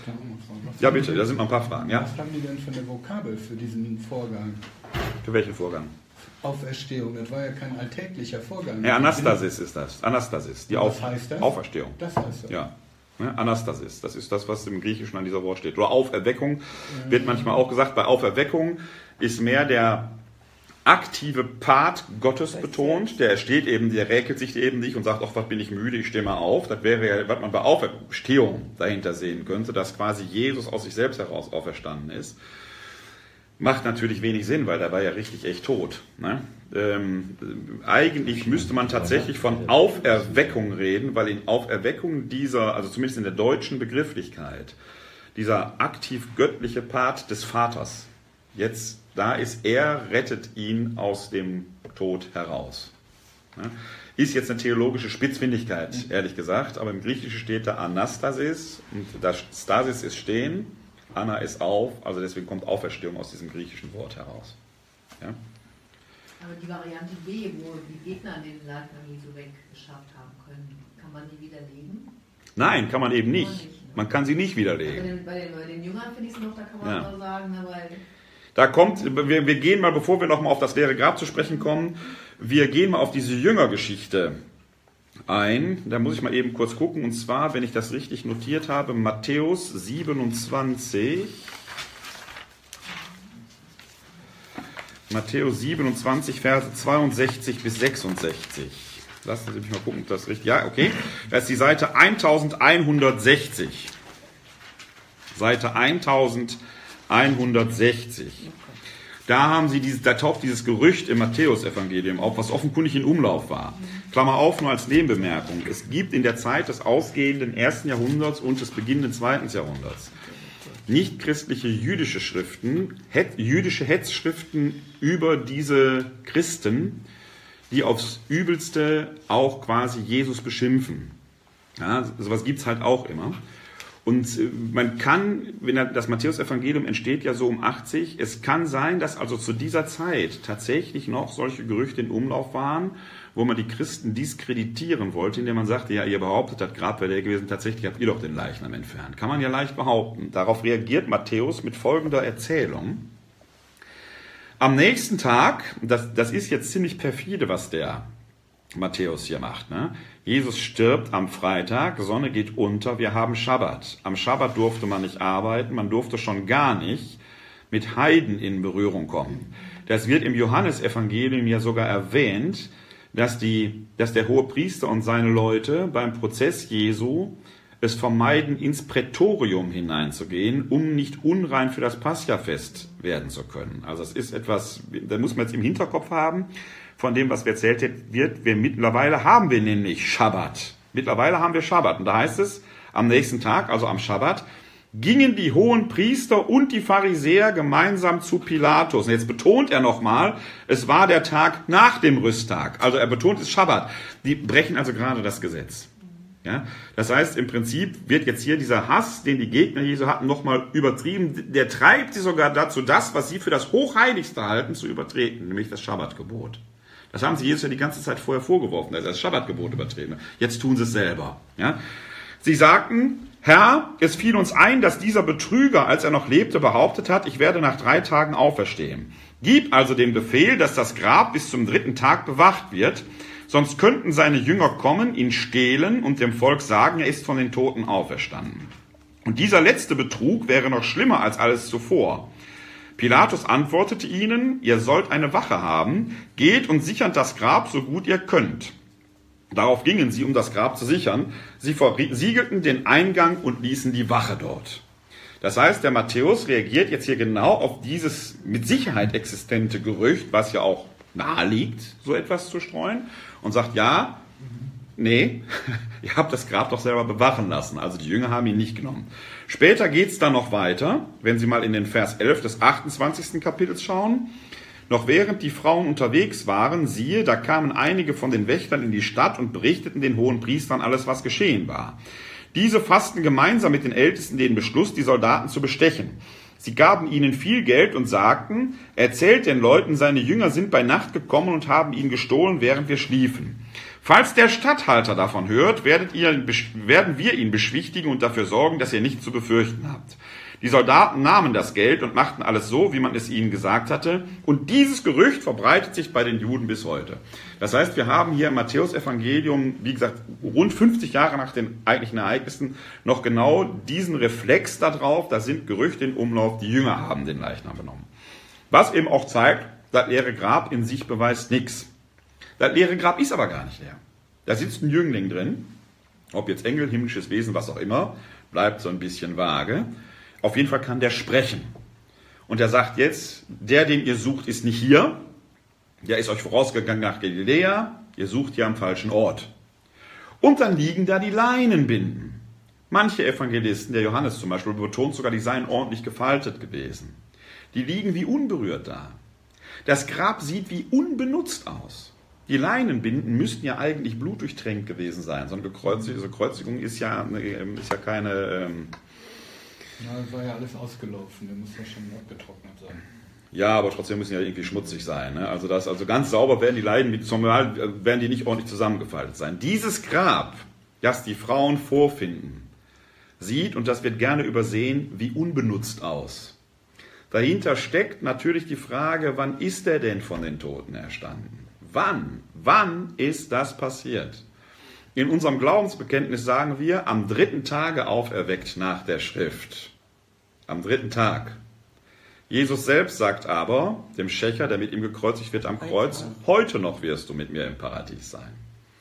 A: Ja, bitte, da sind noch ein paar Fragen. Ja?
D: Was haben die denn für eine Vokabel für diesen Vorgang?
A: Für welchen Vorgang?
D: Auferstehung, das war ja kein alltäglicher Vorgang.
A: Ja, Anastasis ist das. Anastasis, die
D: Was heißt das?
A: Auferstehung.
D: Das heißt das.
A: Ja. Ja, Anastasis, das ist das, was im Griechischen an dieser Wort steht. Oder Auferweckung wird manchmal auch gesagt. Bei Auferweckung ist mehr der aktive Part Gottes betont, der räkelt sich eben nicht und sagt, ach, was bin ich müde, ich stehe mal auf. Das wäre ja, was man bei Auferstehung dahinter sehen könnte, dass quasi Jesus aus sich selbst heraus auferstanden ist. Macht natürlich wenig Sinn, weil der war ja richtig echt tot. Ne? Eigentlich müsste man tatsächlich von Auferweckung reden, weil in Auferweckung also zumindest in der deutschen Begrifflichkeit, dieser aktiv göttliche Part des Vaters jetzt da ist, er rettet ihn aus dem Tod heraus. Ist jetzt eine theologische Spitzfindigkeit, ehrlich gesagt, aber im Griechischen steht da Anastasis und das Stasis ist stehen, Anna ist auf, also deswegen kommt Auferstehung aus diesem griechischen Wort heraus. Ja?
E: Aber die Variante B, wo die Gegner den Leichnam Jesu weggeschafft haben können, kann man die widerlegen?
A: Nein, kann man eben nicht. Man kann sie nicht widerlegen.
E: Bei den Jüngern finde ich es noch, da kann man nur sagen, weil...
A: Wir gehen mal, bevor wir nochmal auf das leere Grab zu sprechen kommen, wir gehen mal auf diese Jüngergeschichte ein. Da muss ich mal eben kurz gucken. Und zwar, wenn ich das richtig notiert habe, Matthäus 27. Matthäus 27, Verse 62 bis 66. Lassen Sie mich mal gucken, ob das richtig... Ja, okay. Das ist die Seite 1160. Seite 1160. Da taucht dieses Gerücht im Matthäus-Evangelium auf, was offenkundig in Umlauf war. Klammer auf, nur als Nebenbemerkung. Es gibt in der Zeit des ausgehenden 1. Jahrhunderts und des beginnenden 2. Jahrhunderts nichtchristliche jüdische Schriften, jüdische Hetzschriften über diese Christen, die aufs Übelste auch quasi Jesus beschimpfen. Ja, sowas gibt es halt auch immer. Und man kann, das Matthäus-Evangelium entsteht ja so um 80, es kann sein, dass also zu dieser Zeit tatsächlich noch solche Gerüchte in Umlauf waren, wo man die Christen diskreditieren wollte, indem man sagte, ja, ihr behauptet, das Grab wäre leer gewesen, tatsächlich habt ihr doch den Leichnam entfernt. Kann man ja leicht behaupten. Darauf reagiert Matthäus mit folgender Erzählung. Am nächsten Tag, das ist jetzt ziemlich perfide, was der Matthäus hier macht, ne? Jesus stirbt am Freitag, Sonne geht unter, wir haben Schabbat. Am Schabbat durfte man nicht arbeiten, man durfte schon gar nicht mit Heiden in Berührung kommen. Das wird im Johannesevangelium ja sogar erwähnt, dass der Hohepriester und seine Leute beim Prozess Jesu es vermeiden, ins Prätorium hineinzugehen, um nicht unrein für das Paschafest werden zu können. Also es ist etwas, da muss man jetzt im Hinterkopf haben, von dem, was erzählt wird, mittlerweile haben wir nämlich Schabbat. Mittlerweile haben wir Schabbat. Und da heißt es, am nächsten Tag, also am Schabbat, gingen die hohen Priester und die Pharisäer gemeinsam zu Pilatus. Und jetzt betont er nochmal, es war der Tag nach dem Rüsttag. Also er betont es Schabbat. Die brechen also gerade das Gesetz. Ja? Das heißt, im Prinzip wird jetzt hier dieser Hass, den die Gegner Jesu hatten, nochmal übertrieben. Der treibt sie sogar dazu, das, was sie für das Hochheiligste halten, zu übertreten, nämlich das Schabbatgebot. Das haben sie Jesus ja die ganze Zeit vorher vorgeworfen, dass er das Schabbatgebot übertreten hat. Jetzt tun sie es selber. Ja? Sie sagten, Herr, es fiel uns ein, dass dieser Betrüger, als er noch lebte, behauptet hat, ich werde nach 3 Tagen auferstehen. Gib also den Befehl, dass das Grab bis zum 3. Tag bewacht wird, sonst könnten seine Jünger kommen, ihn stehlen und dem Volk sagen, er ist von den Toten auferstanden. Und dieser letzte Betrug wäre noch schlimmer als alles zuvor. Pilatus antwortete ihnen, ihr sollt eine Wache haben, geht und sichert das Grab so gut ihr könnt. Darauf gingen sie, um das Grab zu sichern. Sie versiegelten den Eingang und ließen die Wache dort. Das heißt, der Matthäus reagiert jetzt hier genau auf dieses mit Sicherheit existente Gerücht, was ja auch nahe liegt, so etwas zu streuen, und sagt, ja, nee, ihr habt das Grab doch selber bewachen lassen. Also die Jünger haben ihn nicht genommen. Später geht es dann noch weiter, wenn Sie mal in den Vers 11 des 28. Kapitels schauen. Noch während die Frauen unterwegs waren, siehe, da kamen einige von den Wächtern in die Stadt und berichteten den hohen Priestern alles, was geschehen war. Diese fassten gemeinsam mit den Ältesten den Beschluss, die Soldaten zu bestechen. Sie gaben ihnen viel Geld und sagten, erzählt den Leuten, seine Jünger sind bei Nacht gekommen und haben ihn gestohlen, während wir schliefen. Falls der Statthalter davon hört, werden wir ihn beschwichtigen und dafür sorgen, dass ihr nichts zu befürchten habt. Die Soldaten nahmen das Geld und machten alles so, wie man es ihnen gesagt hatte. Und dieses Gerücht verbreitet sich bei den Juden bis heute. Das heißt, wir haben hier im Matthäus-Evangelium, wie gesagt, rund 50 Jahre nach den eigentlichen Ereignissen, noch genau diesen Reflex darauf. Da sind Gerüchte in Umlauf, die Jünger haben den Leichnam genommen. Was eben auch zeigt, das leere Grab in sich beweist nichts. Das leere Grab ist aber gar nicht leer. Da sitzt ein Jüngling drin, ob jetzt Engel, himmlisches Wesen, was auch immer, bleibt so ein bisschen vage. Auf jeden Fall kann der sprechen. Und er sagt jetzt, der, den ihr sucht, ist nicht hier. Der ist euch vorausgegangen nach Galiläa. Ihr sucht hier am falschen Ort. Und dann liegen da die Leinenbinden. Manche Evangelisten, der Johannes zum Beispiel, betont sogar, die seien ordentlich gefaltet gewesen. Die liegen wie unberührt da. Das Grab sieht wie unbenutzt aus. Die Leinenbinden müssten ja eigentlich blutdurchtränkt gewesen sein. So eine Kreuzigung ist ja keine...
D: Ja, das war ja alles ausgelaufen, der muss ja schon abgetrocknet sein.
A: Ja, aber trotzdem müssen ja irgendwie schmutzig sein. Ne? Also ganz sauber werden die Leiden, normal werden die nicht ordentlich zusammengefaltet sein. Dieses Grab, das die Frauen vorfinden, sieht, und das wird gerne übersehen, wie unbenutzt aus. Dahinter steckt natürlich die Frage, wann ist er denn von den Toten erstanden? Wann ist das passiert? In unserem Glaubensbekenntnis sagen wir, am 3. Tage auferweckt nach der Schrift. Am 3. Tag. Jesus selbst sagt aber dem Schächer, der mit ihm gekreuzigt wird am Kreuz, heute noch wirst du mit mir im Paradies sein.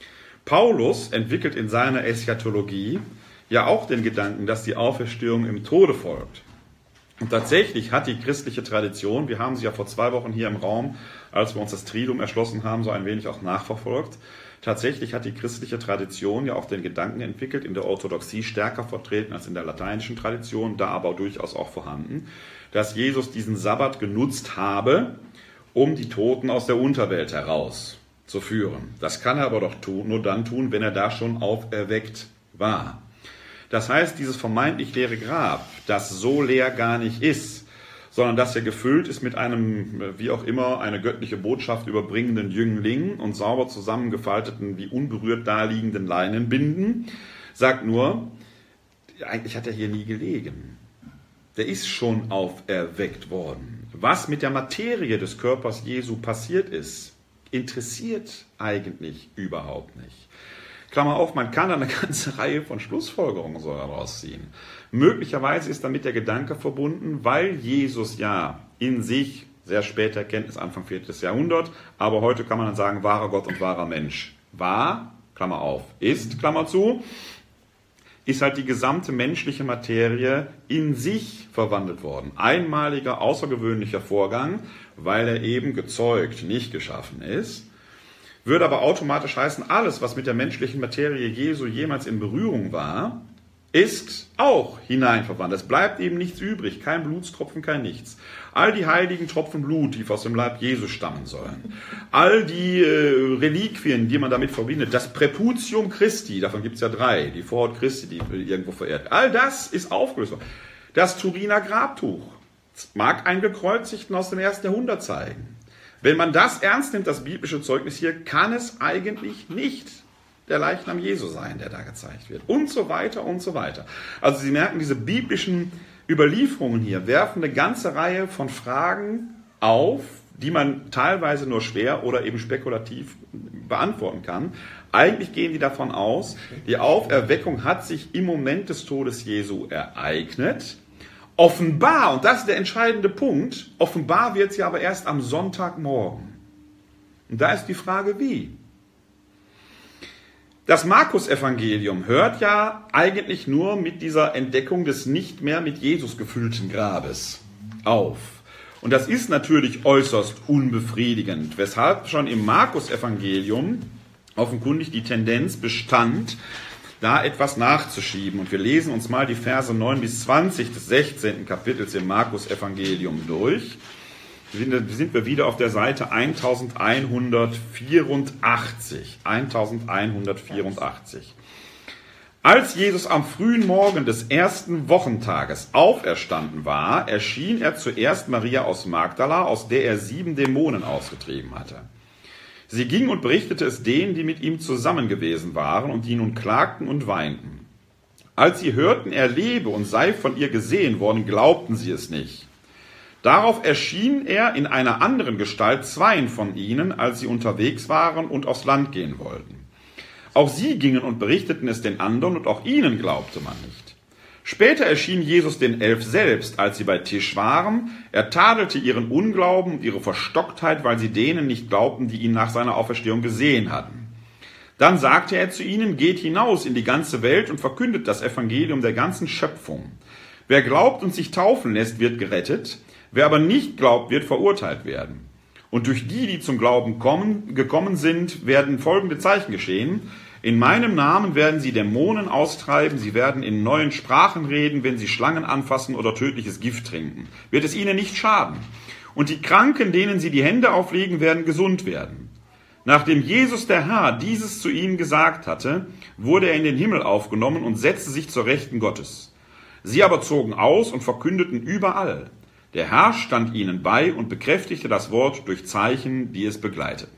A: Paulus entwickelt in seiner Eschatologie ja auch den Gedanken, dass die Auferstehung im Tode folgt. Und tatsächlich hat die christliche Tradition, wir haben sie ja vor 2 Wochen hier im Raum, als wir uns das Triduum erschlossen haben, so ein wenig auch nachverfolgt. Tatsächlich hat die christliche Tradition ja auch den Gedanken entwickelt, in der Orthodoxie stärker vertreten als in der lateinischen Tradition, da aber durchaus auch vorhanden, dass Jesus diesen Sabbat genutzt habe, um die Toten aus der Unterwelt herauszuführen. Das kann er aber doch nur dann tun, wenn er da schon auferweckt war. Das heißt, dieses vermeintlich leere Grab, das so leer gar nicht ist, sondern dass er gefüllt ist mit einem, wie auch immer, eine göttliche Botschaft überbringenden Jüngling und sauber zusammengefalteten, wie unberührt daliegenden Leinenbinden, sagt nur, eigentlich hat er hier nie gelegen. Der ist schon auferweckt worden. Was mit der Materie des Körpers Jesu passiert ist, interessiert eigentlich überhaupt nicht. Klammer auf, man kann da eine ganze Reihe von Schlussfolgerungen so herausziehen. Möglicherweise ist damit der Gedanke verbunden, weil Jesus ja in sich, sehr spät Erkenntnis, Anfang 4. Jahrhundert, aber heute kann man dann sagen, wahrer Gott und wahrer Mensch war, Klammer auf, ist, Klammer zu, ist halt die gesamte menschliche Materie in sich verwandelt worden. Einmaliger, außergewöhnlicher Vorgang, weil er eben gezeugt, nicht geschaffen ist. Würde aber automatisch heißen, alles, was mit der menschlichen Materie Jesu jemals in Berührung war, ist auch hineinverwandelt. Es bleibt eben nichts übrig, kein Blutstropfen, kein nichts. All die heiligen Tropfen Blut, die aus dem Leib Jesu stammen sollen, all die Reliquien, die man damit verbindet, das Präputium Christi, davon gibt es ja 3, die Vorhaut Christi, die irgendwo verehrt, all das ist aufgelöst worden. Das Turiner Grabtuch mag einen Gekreuzigten aus dem 1. Jahrhundert zeigen. Wenn man das ernst nimmt, das biblische Zeugnis hier, kann es eigentlich nicht der Leichnam Jesu sein, der da gezeigt wird. Und so weiter und so weiter. Also Sie merken, diese biblischen Überlieferungen hier werfen eine ganze Reihe von Fragen auf, die man teilweise nur schwer oder eben spekulativ beantworten kann. Eigentlich gehen die davon aus, die Auferweckung hat sich im Moment des Todes Jesu ereignet. Offenbar, und das ist der entscheidende Punkt, offenbar wird sie aber erst am Sonntagmorgen. Und da ist die Frage, wie? Das Markus-Evangelium hört ja eigentlich nur mit dieser Entdeckung des nicht mehr mit Jesus gefüllten Grabes auf. Und das ist natürlich äußerst unbefriedigend, weshalb schon im Markus-Evangelium offenkundig die Tendenz bestand, da etwas nachzuschieben. Und wir lesen uns mal die Verse 9 bis 20 des 16. Kapitels im Markus-Evangelium durch. Sind wir wieder auf der Seite 1184. 1184. Als Jesus am frühen Morgen des ersten Wochentages auferstanden war, erschien er zuerst Maria aus Magdala, aus der er 7 Dämonen ausgetrieben hatte. Sie ging und berichtete es denen, die mit ihm zusammen gewesen waren und die nun klagten und weinten. Als sie hörten, er lebe und sei von ihr gesehen worden, glaubten sie es nicht. Darauf erschien er in einer anderen Gestalt 2 von ihnen, als sie unterwegs waren und aufs Land gehen wollten. Auch sie gingen und berichteten es den anderen, und auch ihnen glaubte man nicht. Später erschien Jesus den 11 selbst, als sie bei Tisch waren. Er tadelte ihren Unglauben und ihre Verstocktheit, weil sie denen nicht glaubten, die ihn nach seiner Auferstehung gesehen hatten. Dann sagte er zu ihnen: Geht hinaus in die ganze Welt und verkündet das Evangelium der ganzen Schöpfung. Wer glaubt und sich taufen lässt, wird gerettet. Wer aber nicht glaubt, wird verurteilt werden. Und durch die, die zum Glauben gekommen sind, werden folgende Zeichen geschehen. In meinem Namen werden sie Dämonen austreiben, sie werden in neuen Sprachen reden, wenn sie Schlangen anfassen oder tödliches Gift trinken. Wird es ihnen nicht schaden. Und die Kranken, denen sie die Hände auflegen, werden gesund werden. Nachdem Jesus der Herr dieses zu ihnen gesagt hatte, wurde er in den Himmel aufgenommen und setzte sich zur Rechten Gottes. Sie aber zogen aus und verkündeten überall. Der Herr stand ihnen bei und bekräftigte das Wort durch Zeichen, die es begleiteten.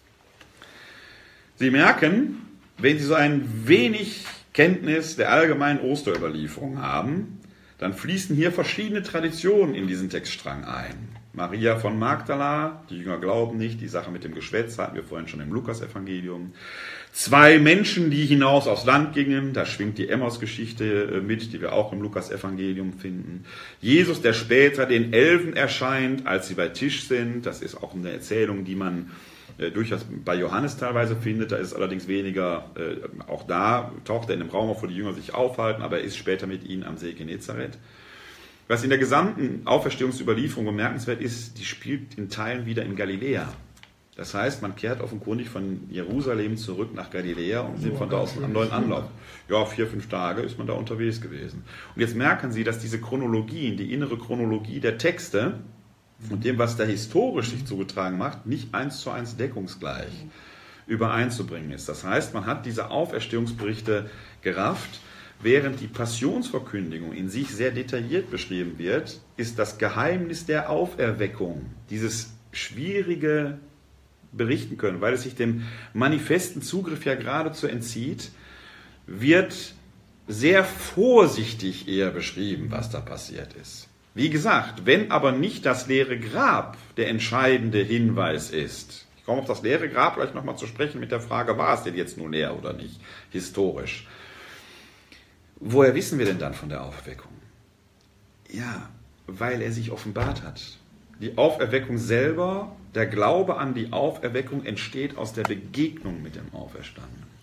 A: Sie merken, wenn Sie so ein wenig Kenntnis der allgemeinen Osterüberlieferung haben, dann fließen hier verschiedene Traditionen in diesen Textstrang ein. Maria von Magdala, die Jünger glauben nicht, die Sache mit dem Geschwätz hatten wir vorhin schon im Lukas-Evangelium. 2 Menschen, die hinaus aufs Land gingen, da schwingt die Emmaus-Geschichte mit, die wir auch im Lukas-Evangelium finden. Jesus, der später den 11 erscheint, als sie bei Tisch sind, das ist auch eine Erzählung, die man durchaus bei Johannes teilweise findet, da ist es allerdings weniger, auch da taucht er in dem Raum auf, wo die Jünger sich aufhalten, aber er ist später mit ihnen am See Genezareth. Was in der gesamten Auferstehungsüberlieferung bemerkenswert ist, die spielt in Teilen wieder in Galiläa. Das heißt, man kehrt offenkundig von Jerusalem zurück nach Galiläa und sind von da aus einen neuen Anlauf. Ja, 4-5 Tage ist man da unterwegs gewesen. Und jetzt merken Sie, dass diese Chronologien, die innere Chronologie der Texte und dem, was da historisch sich zugetragen macht, nicht 1:1 deckungsgleich übereinzubringen ist. Das heißt, man hat diese Auferstehungsberichte gerafft. Während die Passionsverkündigung in sich sehr detailliert beschrieben wird, ist das Geheimnis der Auferweckung, dieses schwierige Berichten können, weil es sich dem manifesten Zugriff ja geradezu entzieht, wird sehr vorsichtig eher beschrieben, was da passiert ist. Wie gesagt, wenn aber nicht das leere Grab der entscheidende Hinweis ist, ich komme auf das leere Grab gleich nochmal zu sprechen mit der Frage, war es denn jetzt nun leer oder nicht, historisch. Woher wissen wir denn dann von der Auferweckung? Ja, weil er sich offenbart hat. Die Auferweckung selber, der Glaube an die Auferweckung entsteht aus der Begegnung mit dem Auferstandenen.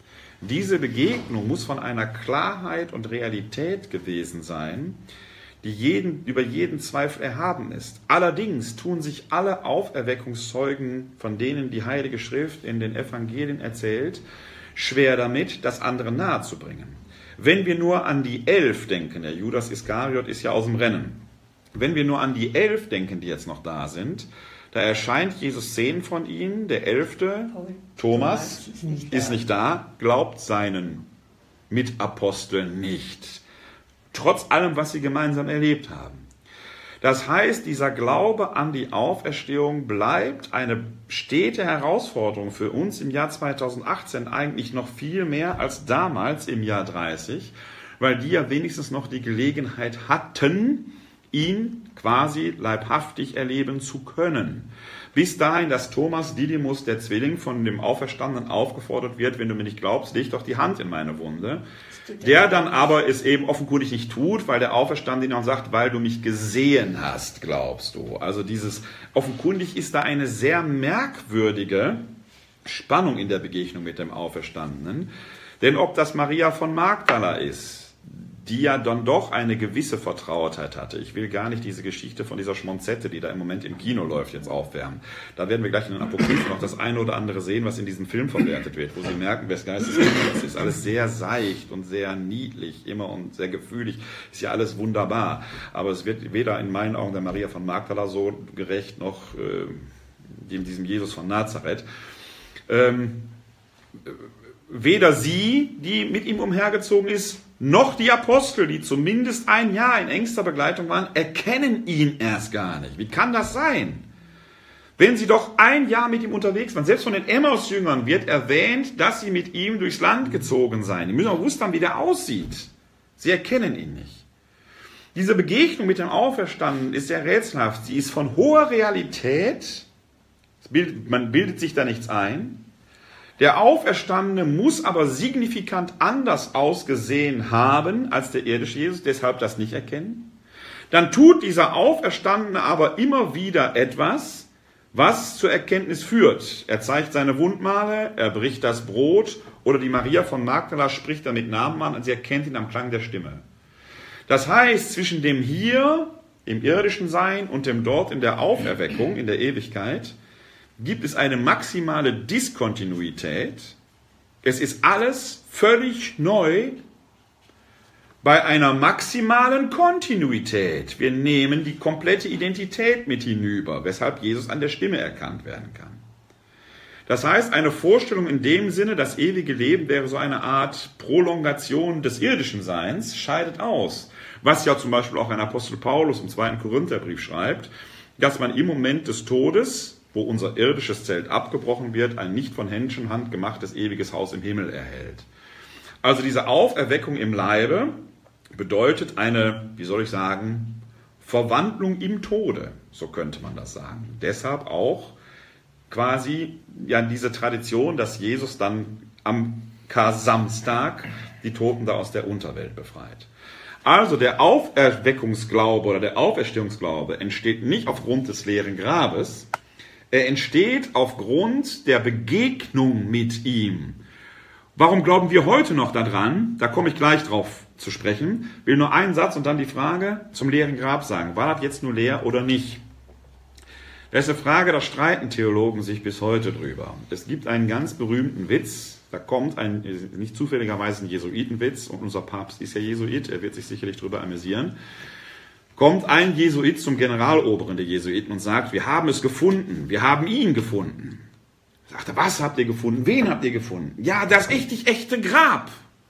A: Diese Begegnung muss von einer Klarheit und Realität gewesen sein, die über jeden Zweifel erhaben ist. Allerdings tun sich alle Auferweckungszeugen, von denen die Heilige Schrift in den Evangelien erzählt, schwer damit, das andere nahezubringen. Wenn wir nur an die 11 denken, der Judas Iskariot ist ja aus dem Rennen, wenn wir nur an die 11 denken, die jetzt noch da sind, da erscheint Jesus 10 von ihnen, der 11. Thomas ist nicht da, glaubt seinen Mitaposteln nicht. Trotz allem, was sie gemeinsam erlebt haben. Das heißt, dieser Glaube an die Auferstehung bleibt eine stete Herausforderung für uns im Jahr 2018, eigentlich noch viel mehr als damals im Jahr 30, weil die ja wenigstens noch die Gelegenheit hatten, ihn quasi leibhaftig erleben zu können. Bis dahin, dass Thomas Didymus, der Zwilling, von dem Auferstandenen aufgefordert wird, wenn du mir nicht glaubst, leg doch die Hand in meine Wunde. Der dann aber es eben offenkundig nicht tut, weil der Auferstandene noch sagt, weil du mich gesehen hast, glaubst du. Also offenkundig ist da eine sehr merkwürdige Spannung in der Begegnung mit dem Auferstandenen. Denn ob das Maria von Magdala ist, die ja dann doch eine gewisse Vertrautheit hatte. Ich will gar nicht diese Geschichte von dieser Schmonzette, die da im Moment im Kino läuft, jetzt aufwärmen. Da werden wir gleich in den Apokryphen noch das eine oder andere sehen, was in diesem Film verwertet wird, wo Sie merken, wes Geistes das ist. Alles sehr seicht und sehr niedlich, immer und sehr gefühlig. Ist ja alles wunderbar. Aber es wird weder in meinen Augen der Maria von Magdala so gerecht, noch diesem Jesus von Nazareth. Weder sie, die mit ihm umhergezogen ist, noch die Apostel, die zumindest ein Jahr in engster Begleitung waren, erkennen ihn erst gar nicht. Wie kann das sein? Wenn sie doch ein Jahr mit ihm unterwegs waren, selbst von den Emmaus-Jüngern wird erwähnt, dass sie mit ihm durchs Land gezogen seien. Die müssen auch gewusst haben, wie der aussieht. Sie erkennen ihn nicht. Diese Begegnung mit dem Auferstandenen ist sehr rätselhaft. Sie ist von hoher Realität. Man bildet sich da nichts ein. Der Auferstandene muss aber signifikant anders ausgesehen haben als der irdische Jesus, deshalb das nicht erkennen. Dann tut dieser Auferstandene aber immer wieder etwas, was zur Erkenntnis führt. Er zeigt seine Wundmale, er bricht das Brot oder die Maria von Magdala spricht er mit Namen an und sie erkennt ihn am Klang der Stimme. Das heißt, zwischen dem hier im irdischen Sein und dem dort in der Auferweckung, in der Ewigkeit, gibt es eine maximale Diskontinuität. Es ist alles völlig neu bei einer maximalen Kontinuität. Wir nehmen die komplette Identität mit hinüber, weshalb Jesus an der Stimme erkannt werden kann. Das heißt, eine Vorstellung in dem Sinne, das ewige Leben wäre so eine Art Prolongation des irdischen Seins, scheidet aus. Was ja zum Beispiel auch ein Apostel Paulus im 2. Korintherbrief schreibt, dass man im Moment des Todes, wo unser irdisches Zelt abgebrochen wird, ein nicht von Menschenhand gemachtes ewiges Haus im Himmel erhält. Also diese Auferweckung im Leibe bedeutet eine, wie soll ich sagen, Verwandlung im Tode, so könnte man das sagen. Deshalb auch quasi ja diese Tradition, dass Jesus dann am Kar-Samstag die Toten da aus der Unterwelt befreit. Also der Auferweckungsglaube oder der Auferstehungsglaube entsteht nicht aufgrund des leeren Grabes, er entsteht aufgrund der Begegnung mit ihm. Warum glauben wir heute noch daran? Da komme ich gleich drauf zu sprechen. Will nur einen Satz und dann die Frage zum leeren Grab sagen. War das jetzt nur leer oder nicht? Das ist eine Frage, da streiten Theologen sich bis heute drüber. Es gibt einen ganz berühmten Witz, da kommt nicht zufälligerweise ein Jesuitenwitz und unser Papst ist ja Jesuit, er wird sich sicherlich darüber amüsieren. Kommt ein Jesuit zum Generaloberen der Jesuiten und sagt, wir haben es gefunden, wir haben ihn gefunden. Sagt er, was habt ihr gefunden? Wen habt ihr gefunden? Ja, das echte Grab.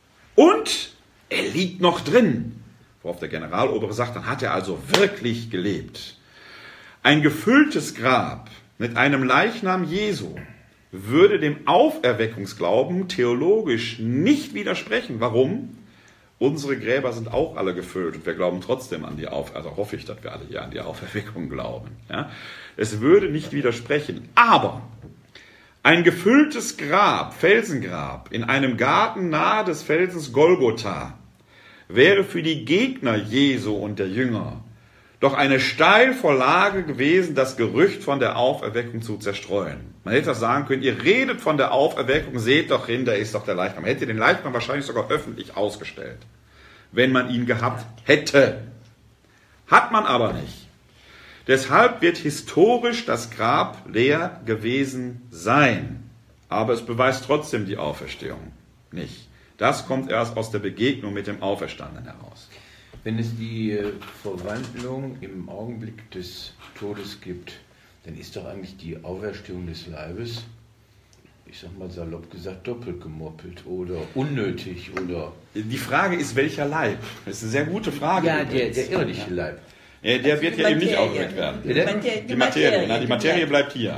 A: Und er liegt noch drin. Worauf der Generalobere sagt, dann hat er also wirklich gelebt. Ein gefülltes Grab mit einem Leichnam Jesu würde dem Auferweckungsglauben theologisch nicht widersprechen. Warum? Unsere Gräber sind auch alle gefüllt und wir glauben trotzdem an die Auferweckung, also hoffe ich, dass wir alle hier an die Auferweckung glauben. Ja? Es würde nicht widersprechen, aber ein gefülltes Grab, Felsengrab, in einem Garten nahe des Felsens Golgotha wäre für die Gegner Jesu und der Jünger doch eine Steilvorlage gewesen, das Gerücht von der Auferweckung zu zerstreuen. Man hätte das sagen können, ihr redet von der Auferweckung, seht doch hin, da ist doch der Leichnam. Man hätte den Leichnam wahrscheinlich sogar öffentlich ausgestellt, wenn man ihn gehabt hätte. Hat man aber nicht. Deshalb wird historisch das Grab leer gewesen sein. Aber es beweist trotzdem die Auferstehung nicht. Das kommt erst aus der Begegnung mit dem Auferstandenen heraus.
B: Wenn es die Verwandlung im Augenblick des Todes gibt, dann ist doch eigentlich die Auferstehung des Leibes, ich sag mal salopp gesagt, doppelt gemoppelt oder unnötig oder...
A: Die Frage ist, welcher Leib? Das ist eine sehr gute Frage.
B: Ja, der irdische Leib.
A: Ja, der wird ja eben nicht auferweckt werden. Die Materie. Nein, die Materie bleibt hier.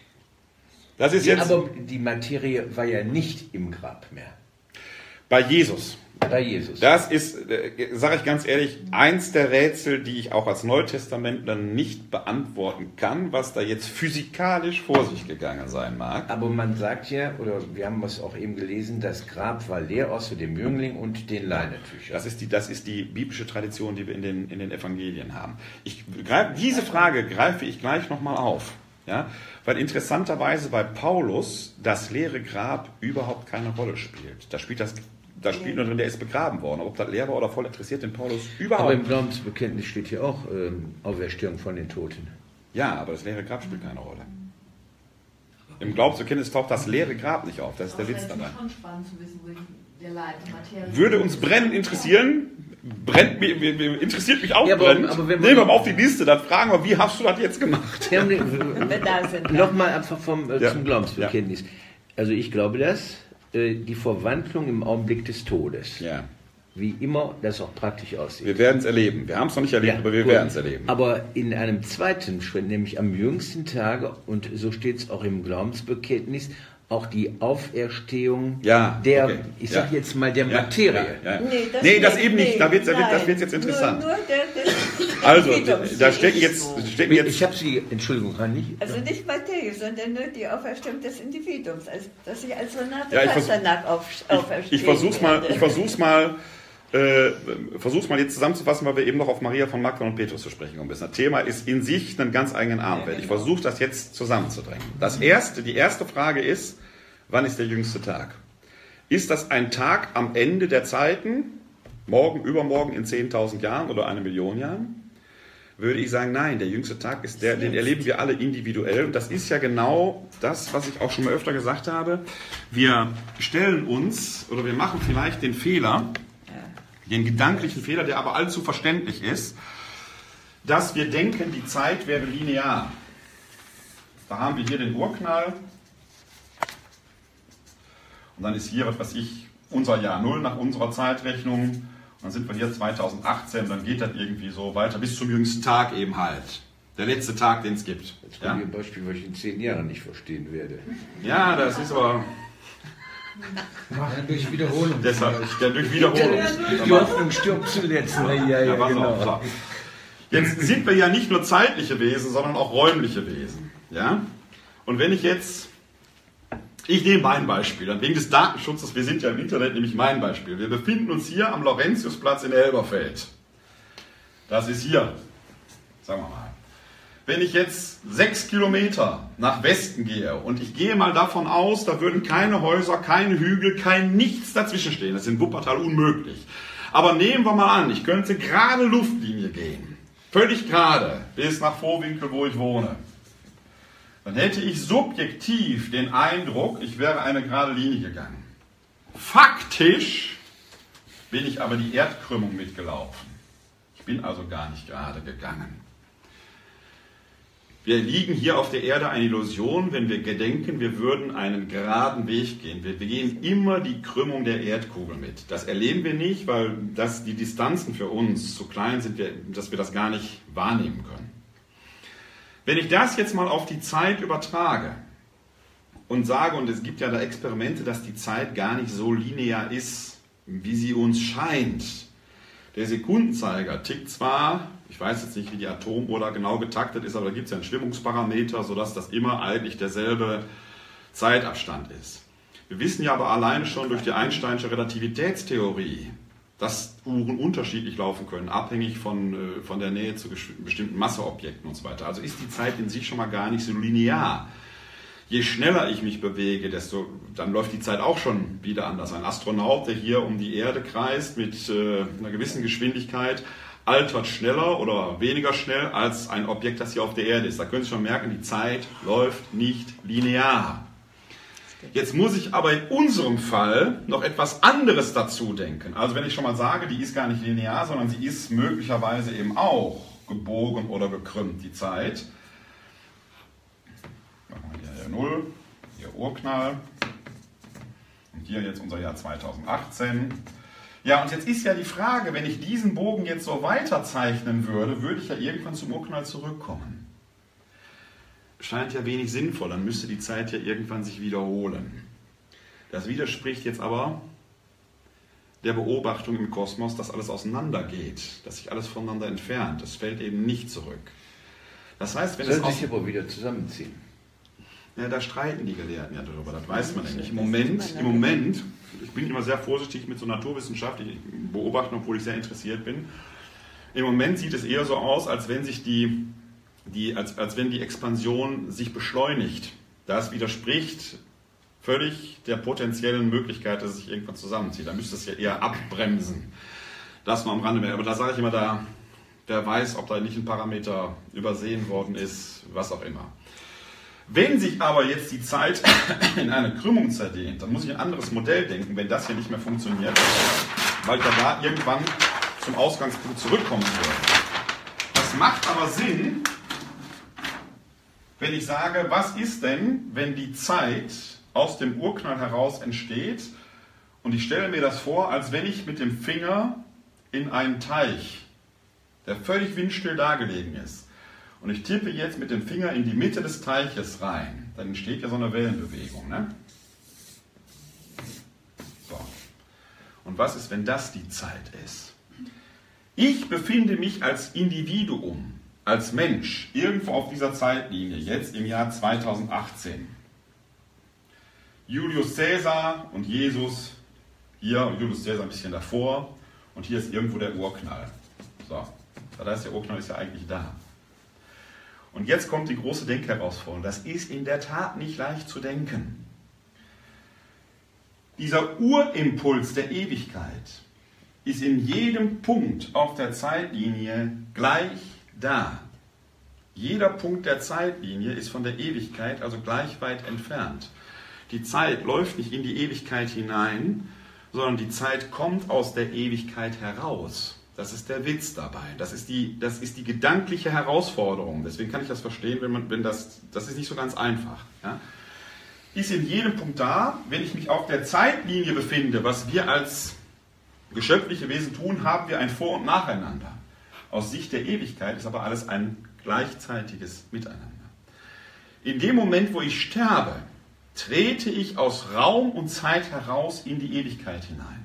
A: Das ist jetzt...
B: Aber die Materie war ja nicht im Grab mehr.
A: Bei Jesus.
B: Bei Jesus.
A: Das ist, sage ich ganz ehrlich, eins der Rätsel, die ich auch als Neutestamentler nicht beantworten kann, was da jetzt physikalisch vor sich gegangen sein mag.
B: Aber man sagt ja, oder wir haben es auch eben gelesen, das Grab war leer außer dem Jüngling und den Leinentüchern.
A: Das ist die biblische Tradition, die wir in den Evangelien haben. Diese Frage greife ich gleich nochmal auf. Ja? Weil interessanterweise bei Paulus das leere Grab überhaupt keine Rolle spielt. Da spielt nur drin, der ist begraben worden. Ob das leer war oder voll, interessiert den Paulus überhaupt.
B: Aber im Glaubensbekenntnis steht hier auch Auferstehung von den Toten.
A: Ja, aber das leere Grab spielt keine Rolle. Im Glaubensbekenntnis taucht das leere Grab nicht auf. Das ist der Witz dabei.
E: Das ist schon spannend zu wissen, wo der Leib, die Materie...
A: Würde uns brennend interessieren, interessiert mich auch
B: ja,
A: brennend.
B: Aber
A: nehmen wir mal auf die Liste, dann fragen wir, wie hast du das jetzt gemacht?
B: Nochmal einfach zum Glaubensbekenntnis. Ja. Also ich glaube das, die Verwandlung im Augenblick des Todes.
A: Ja.
B: Wie immer das auch praktisch aussieht.
A: Wir werden es erleben. Wir haben es noch nicht erlebt, ja, aber wir werden es erleben.
B: Aber in einem zweiten Schritt, nämlich am jüngsten Tage, und so steht es auch im Glaubensbekenntnis, auch die Auferstehung ich sag jetzt mal, der Materie.
A: Ja. Nee, das eben nicht. Da wird es jetzt interessant. Nur also, da stecken jetzt...
B: Ich habe Sie, Entschuldigung, nicht.
F: Also nicht Materie, sondern nur die Auferstehung des Individuums. Also, dass ich als Renate auferstehe.
A: Ich versuch's mal jetzt zusammenzufassen, weil wir eben noch auf Maria von Magdala und Petrus zu sprechen kommen. Das Thema ist in sich einen ganz eigenen Abendwelt. Ich versuche das jetzt zusammenzudrängen. Die erste Frage ist, wann ist der jüngste Tag? Ist das ein Tag am Ende der Zeiten, morgen, übermorgen, in 10.000 Jahren oder 1 Million Jahren? Würde ich sagen, nein, der jüngste Tag ist den erleben wir alle individuell. Und das ist ja genau das, was ich auch schon mal öfter gesagt habe. Wir stellen uns, oder wir machen vielleicht den Fehler, den gedanklichen Fehler, der aber allzu verständlich ist, dass wir denken, die Zeit wäre linear. Da haben wir hier den Urknall und dann ist hier, was weiß ich, unser Jahr 0 nach unserer Zeitrechnung und dann sind wir hier 2018, dann geht das irgendwie so weiter bis zum jüngsten Tag eben halt. Der letzte Tag, den es gibt.
B: Jetzt kommt ein Beispiel, was ich in 10 Jahren nicht verstehen werde.
A: Ja, das ist aber...
D: Durch Wiederholung.
A: Deshalb, durch Wiederholung.
B: Die Hoffnung stirbt zuletzt.
A: Genau. So. Jetzt sind wir ja nicht nur zeitliche Wesen, sondern auch räumliche Wesen. Ja? Und wenn ich nehme mein Beispiel, dann wegen des Datenschutzes, wir sind ja im Internet, nehme ich mein Beispiel. Wir befinden uns hier am Laurentiusplatz in Elberfeld. Das ist hier, sagen wir mal. Wenn ich jetzt 6 Kilometer nach Westen gehe und ich gehe mal davon aus, da würden keine Häuser, keine Hügel, kein nichts dazwischen stehen. Das ist in Wuppertal unmöglich. Aber nehmen wir mal an, ich könnte gerade Luftlinie gehen. Völlig gerade bis nach Vohwinkel, wo ich wohne. Dann hätte ich subjektiv den Eindruck, ich wäre eine gerade Linie gegangen. Faktisch bin ich aber die Erdkrümmung mitgelaufen. Ich bin also gar nicht gerade gegangen. Wir liegen hier auf der Erde eine Illusion, wenn wir gedenken, wir würden einen geraden Weg gehen. Wir gehen immer die Krümmung der Erdkugel mit. Das erleben wir nicht, weil die Distanzen für uns so klein sind, dass wir das gar nicht wahrnehmen können. Wenn ich das jetzt mal auf die Zeit übertrage und sage, und es gibt ja da Experimente, dass die Zeit gar nicht so linear ist, wie sie uns scheint. Der Sekundenzeiger tickt zwar, ich weiß jetzt nicht, wie die Atomuhr da genau getaktet ist, aber da gibt es ja einen Schwingungsparameter, sodass das immer eigentlich derselbe Zeitabstand ist. Wir wissen ja aber alleine schon durch die Einsteinsche Relativitätstheorie, dass Uhren unterschiedlich laufen können, abhängig von der Nähe zu bestimmten Masseobjekten und so weiter. Also ist die Zeit in sich schon mal gar nicht so linear. Je schneller ich mich bewege, dann läuft die Zeit auch schon wieder anders. Ein Astronaut, der hier um die Erde kreist mit einer gewissen Geschwindigkeit, altert schneller oder weniger schnell als ein Objekt, das hier auf der Erde ist. Da können Sie schon merken, die Zeit läuft nicht linear. Jetzt muss ich aber in unserem Fall noch etwas anderes dazu denken. Also wenn ich schon mal sage, die ist gar nicht linear, sondern sie ist möglicherweise eben auch gebogen oder gekrümmt, die Zeit. Machen wir hier 0, hier Urknall und hier jetzt unser Jahr 2018. Ja, und jetzt ist ja die Frage, wenn ich diesen Bogen jetzt so weiterzeichnen würde, würde ich ja irgendwann zum Urknall zurückkommen. Scheint ja wenig sinnvoll, dann müsste die Zeit ja irgendwann sich wiederholen. Das widerspricht jetzt aber der Beobachtung im Kosmos, dass alles auseinandergeht, dass sich alles voneinander entfernt. Das fällt eben nicht zurück. Das heißt, wenn es
B: soll sich aber wieder zusammenziehen.
A: Ja, da streiten die Gelehrten ja darüber, das weiß man ja nicht. Im Moment, ich bin immer sehr vorsichtig mit so Naturwissenschaft, ich beobachte, obwohl ich sehr interessiert bin. Im Moment sieht es eher so aus, als wenn sich als wenn die Expansion sich beschleunigt. Das widerspricht völlig der potenziellen Möglichkeit, dass es sich irgendwann zusammenzieht. Da müsste es ja eher abbremsen. Das mal am Rande mehr. Aber da sage ich immer, wer weiß, ob da nicht ein Parameter übersehen worden ist, was auch immer. Wenn sich aber jetzt die Zeit in eine Krümmung zerdehnt, dann muss ich ein anderes Modell denken, wenn das hier nicht mehr funktioniert, weil ich da irgendwann zum Ausgangspunkt zurückkommen würde. Das macht aber Sinn, wenn ich sage, was ist denn, wenn die Zeit aus dem Urknall heraus entsteht und ich stelle mir das vor, als wenn ich mit dem Finger in einen Teich, der völlig windstill dagelegen ist, und ich tippe jetzt mit dem Finger in die Mitte des Teiches rein, dann entsteht ja so eine Wellenbewegung. Ne? So. Und was ist, wenn das die Zeit ist? Ich befinde mich als Individuum, als Mensch, irgendwo auf dieser Zeitlinie, jetzt im Jahr 2018. Julius Caesar und Jesus, hier Julius Caesar ein bisschen davor und hier ist irgendwo der Urknall. So, das heißt, der Urknall ist ja eigentlich da. Und jetzt kommt die große Denkherausforderung. Das ist in der Tat nicht leicht zu denken. Dieser Urimpuls der Ewigkeit ist in jedem Punkt auf der Zeitlinie gleich da. Jeder Punkt der Zeitlinie ist von der Ewigkeit also gleich weit entfernt. Die Zeit läuft nicht in die Ewigkeit hinein, sondern die Zeit kommt aus der Ewigkeit heraus. Das ist der Witz dabei. Das ist die gedankliche Herausforderung. Deswegen kann ich das verstehen, das ist nicht so ganz einfach. Ja? Ist in jedem Punkt da, wenn ich mich auf der Zeitlinie befinde, was wir als geschöpfliche Wesen tun, haben wir ein Vor- und Nacheinander. Aus Sicht der Ewigkeit ist aber alles ein gleichzeitiges Miteinander. In dem Moment, wo ich sterbe, trete ich aus Raum und Zeit heraus in die Ewigkeit hinein.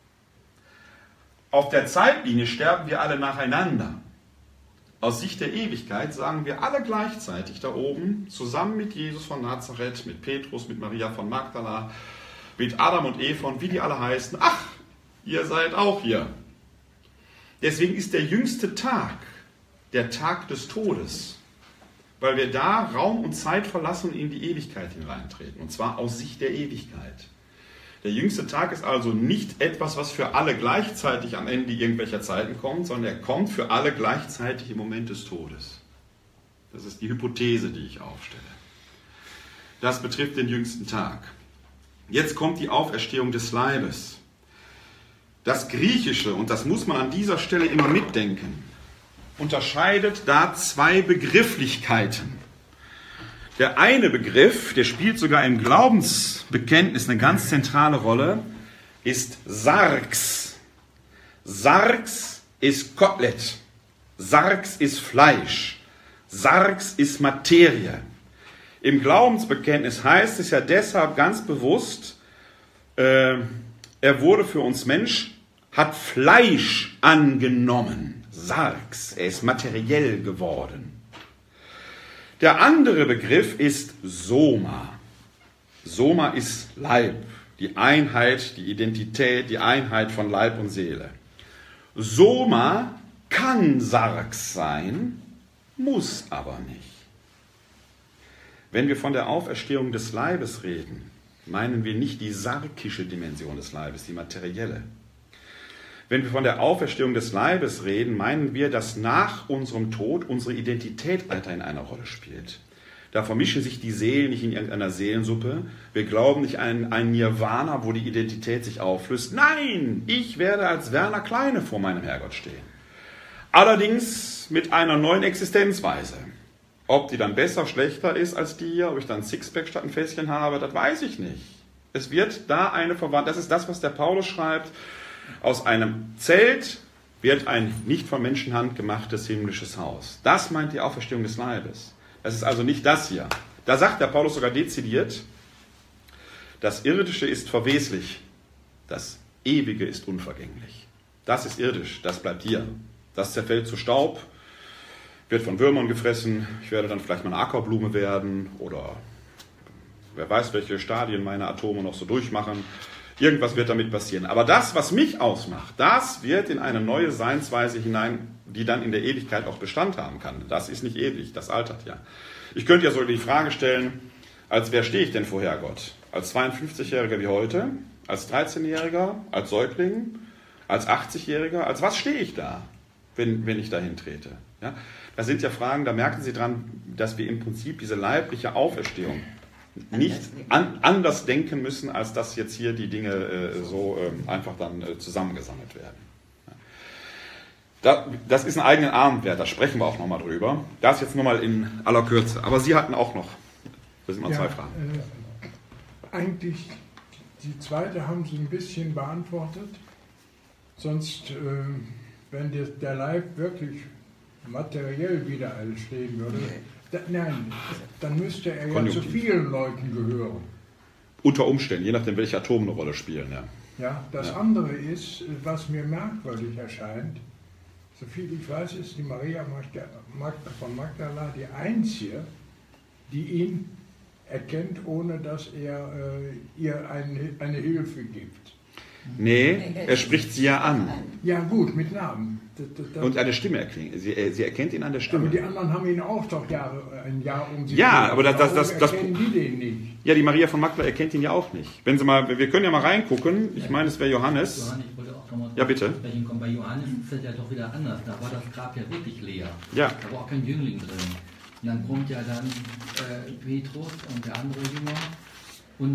A: Auf der Zeitlinie sterben wir alle nacheinander. Aus Sicht der Ewigkeit sagen wir alle gleichzeitig da oben, zusammen mit Jesus von Nazareth, mit Petrus, mit Maria von Magdala, mit Adam und Eva und wie die alle heißen, ach, ihr seid auch hier. Deswegen ist der jüngste Tag der Tag des Todes, weil wir da Raum und Zeit verlassen und in die Ewigkeit hineintreten, und zwar aus Sicht der Ewigkeit. Der jüngste Tag ist also nicht etwas, was für alle gleichzeitig am Ende irgendwelcher Zeiten kommt, sondern er kommt für alle gleichzeitig im Moment des Todes. Das ist die Hypothese, die ich aufstelle. Das betrifft den jüngsten Tag. Jetzt kommt die Auferstehung des Leibes. Das Griechische, und das muss man an dieser Stelle immer mitdenken, unterscheidet da zwei Begrifflichkeiten. Der eine Begriff, der spielt sogar im Glaubensbekenntnis eine ganz zentrale Rolle, ist Sarx. Sarx ist Kotelett. Sarx ist Fleisch. Sarx ist Materie. Im Glaubensbekenntnis heißt es ja deshalb ganz bewusst, er wurde für uns Mensch, hat Fleisch angenommen. Sarx, er ist materiell geworden. Der andere Begriff ist Soma. Soma ist Leib, die Einheit, die Identität, die Einheit von Leib und Seele. Soma kann Sarx sein, muss aber nicht. Wenn wir von der Auferstehung des Leibes reden, meinen wir nicht die sarkische Dimension des Leibes, die materielle. Wenn wir von der Auferstehung des Leibes reden, meinen wir, dass nach unserem Tod unsere Identität weiterhin eine Rolle spielt. Da vermischen sich die Seelen nicht in irgendeiner Seelensuppe. Wir glauben nicht an ein Nirvana, wo die Identität sich auflöst. Nein, ich werde als Werner Kleine vor meinem Herrgott stehen. Allerdings mit einer neuen Existenzweise. Ob die dann besser, schlechter ist als die hier, ob ich dann ein Sixpack statt ein Fässchen habe, das weiß ich nicht. Es wird da eine Verwandlung, das ist das, was der Paulus schreibt, aus einem Zelt wird ein nicht von Menschenhand gemachtes himmlisches Haus. Das meint die Auferstehung des Leibes. Das ist also nicht das hier. Da sagt der Paulus sogar dezidiert, das Irdische ist verweslich, das Ewige ist unvergänglich. Das ist irdisch, das bleibt hier. Das zerfällt zu Staub, wird von Würmern gefressen, ich werde dann vielleicht mal eine Ackerblume werden oder wer weiß, welche Stadien meine Atome noch so durchmachen. Irgendwas wird damit passieren. Aber das, was mich ausmacht, das wird in eine neue Seinsweise hinein, die dann in der Ewigkeit auch Bestand haben kann. Das ist nicht ewig, das altert ja. Ich könnte ja so die Frage stellen, als wer stehe ich denn vor Herrgott? Als 52-Jähriger wie heute? Als 13-Jähriger? Als Säugling? Als 80-Jähriger? Als was stehe ich da, wenn ich dahin trete? Ja? Das sind ja Fragen, da merken Sie dran, dass wir im Prinzip diese leibliche Auferstehung nicht anders denken müssen, als dass jetzt hier die Dinge einfach dann zusammengesammelt werden. Das ist ein eigener Abendwert, da sprechen wir auch nochmal drüber. Das jetzt nur mal in aller Kürze. Aber Sie hatten auch noch, das sind mal zwei Fragen.
C: Eigentlich, die zweite haben Sie ein bisschen beantwortet. Sonst, wenn der Leib wirklich materiell wieder entstehen würde, dann müsste er ja zu vielen Leuten gehören.
A: Unter Umständen, je nachdem, welche Atome eine Rolle spielen. Ja.
C: Das andere ist, was mir merkwürdig erscheint, soviel ich weiß, ist die Maria von Magdala die Einzige, die ihn erkennt, ohne dass er ihr eine Hilfe gibt.
A: Nee, er spricht sie ja an.
C: Ja gut, mit Namen.
A: Und eine Stimme erklingt. Sie erkennt ihn an der Stimme.
C: Aber die anderen haben ihn auch doch ein Jahr um sich.
A: Ja, aber das
C: erkennen die den nicht.
A: Ja, die Maria von Magdala erkennt ihn ja auch nicht. Wenn Sie mal, wir können ja mal reingucken. Ich meine, es wäre Johannes.
G: Ich wollte auch nochmal
A: ja, bitte.
G: Sprechen kommen. Bei Johannes ist es ja doch wieder anders. Da war das Grab ja wirklich leer.
A: Ja.
G: Da war auch kein Jüngling drin. Und dann kommt ja dann Petrus und der andere Jünger und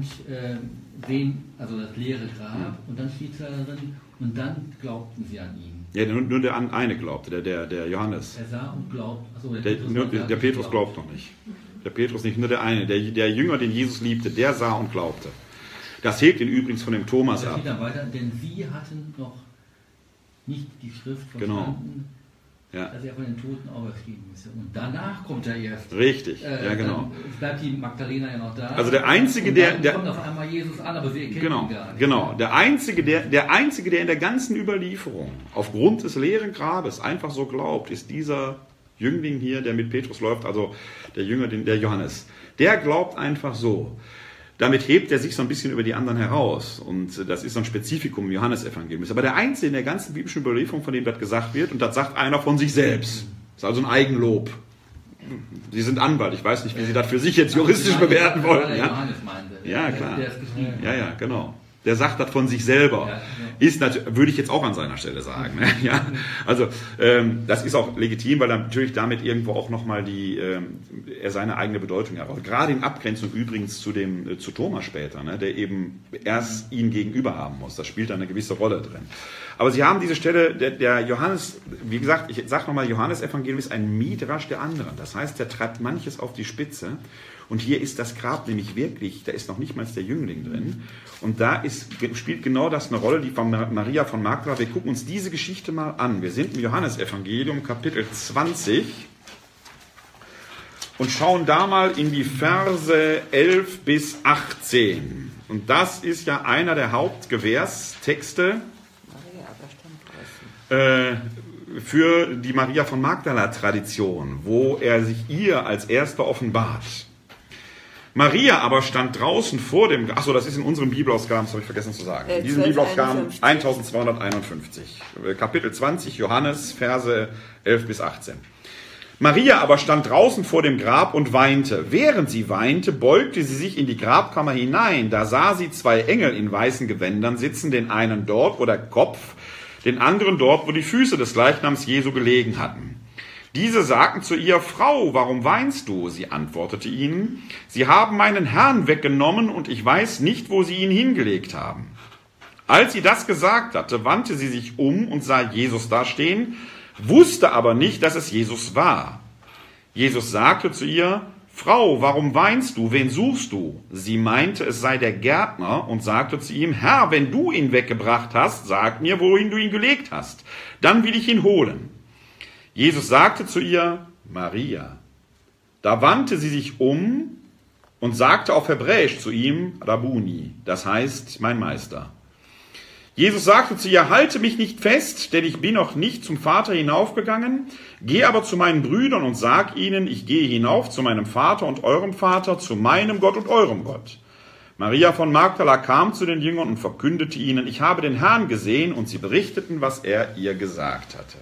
G: sehen also das leere Grab und dann steht da drin und dann glaubten sie an ihn.
A: Ja, nur der eine glaubte, der Johannes.
G: Er sah und glaubt. Achso,
A: der Petrus glaubt noch nicht. Der Petrus nicht, nur der eine. Der Jünger, den Jesus liebte, der sah und glaubte. Das hebt ihn übrigens von dem Thomas ab.
G: Dann weiter, denn sie hatten noch nicht die Schrift verstanden, dass er von den Toten auferstehen müsse. Und danach kommt er erst.
A: Richtig, ja genau.
G: Bleibt die Magdalena ja noch da.
A: Also der Einzige, der
G: kommt auf einmal Jesus an, aber sie erkennt ihn gar nicht.
A: Genau, der Einzige, der in der ganzen Überlieferung aufgrund des leeren Grabes einfach so glaubt, ist dieser Jüngling hier, der mit Petrus läuft, also der Jünger, der Johannes. Der glaubt einfach so. Damit hebt er sich so ein bisschen über die anderen heraus. Und das ist so ein Spezifikum im Johannesevangelium. Ist aber der Einzige in der ganzen biblischen Überlieferung, von dem das gesagt wird. Und das sagt einer von sich selbst. Das ist also ein Eigenlob. Sie sind Anwalt. Ich weiß nicht, wie Sie das für sich jetzt juristisch bewerten wollen. Ja, klar. Ja, genau. Der sagt das von sich selber. Ist natürlich, würde ich jetzt auch an seiner Stelle sagen. Ja, also das ist auch legitim, weil er natürlich damit irgendwo auch nochmal er seine eigene Bedeutung heraus. Gerade in Abgrenzung übrigens zu Thomas später, ne, der eben erst ihn gegenüber haben muss. Das spielt da eine gewisse Rolle drin. Aber Sie haben diese Stelle, der Johannes, wie gesagt, ich sage nochmal, Johannes-Evangelium ist ein Midrasch der anderen. Das heißt, der treibt manches auf die Spitze. Und hier ist das Grab nämlich wirklich, da ist noch nicht mal der Jüngling drin. Und da spielt genau das eine Rolle, die von Maria von Magdala. Wir gucken uns diese Geschichte mal an. Wir sind im Johannesevangelium, Kapitel 20 und schauen da mal in die Verse 11 bis 18. Und das ist ja einer der Hauptgewehrstexte für die Maria von Magdala-Tradition, wo er sich ihr als Erster offenbart. Maria aber stand draußen vor dem... Achso, das ist in unseren Bibelausgaben, das habe ich vergessen zu sagen. In diesen Bibelausgaben 1251. Kapitel 20, Johannes, Verse 11 bis 18. Maria aber stand draußen vor dem Grab und weinte. Während sie weinte, beugte sie sich in die Grabkammer hinein. Da sah sie 2 Engel in weißen Gewändern sitzen, den einen dort, wo der Kopf, den anderen dort, wo die Füße des Leichnams Jesu gelegen hatten. Diese sagten zu ihr: Frau, warum weinst du? Sie antwortete ihnen: Sie haben meinen Herrn weggenommen und ich weiß nicht, wo sie ihn hingelegt haben. Als sie das gesagt hatte, wandte sie sich um und sah Jesus dastehen, wusste aber nicht, dass es Jesus war. Jesus sagte zu ihr: Frau, warum weinst du? Wen suchst du? Sie meinte, es sei der Gärtner und sagte zu ihm: Herr, wenn du ihn weggebracht hast, sag mir, wohin du ihn gelegt hast. Dann will ich ihn holen. Jesus sagte zu ihr: Maria. Da wandte sie sich um und sagte auf Hebräisch zu ihm: Rabuni, das heißt mein Meister. Jesus sagte zu ihr: Halte mich nicht fest, denn ich bin noch nicht zum Vater hinaufgegangen. Geh aber zu meinen Brüdern und sag ihnen, ich gehe hinauf zu meinem Vater und eurem Vater, zu meinem Gott und eurem Gott. Maria von Magdala kam zu den Jüngern und verkündete ihnen: Ich habe den Herrn gesehen, und sie berichteten, was er ihr gesagt hatte.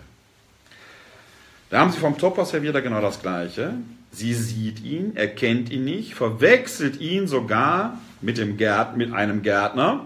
A: Da haben sie vom Topos her wieder genau das Gleiche. Sie sieht ihn, erkennt ihn nicht, verwechselt ihn sogar mit einem Gärtner.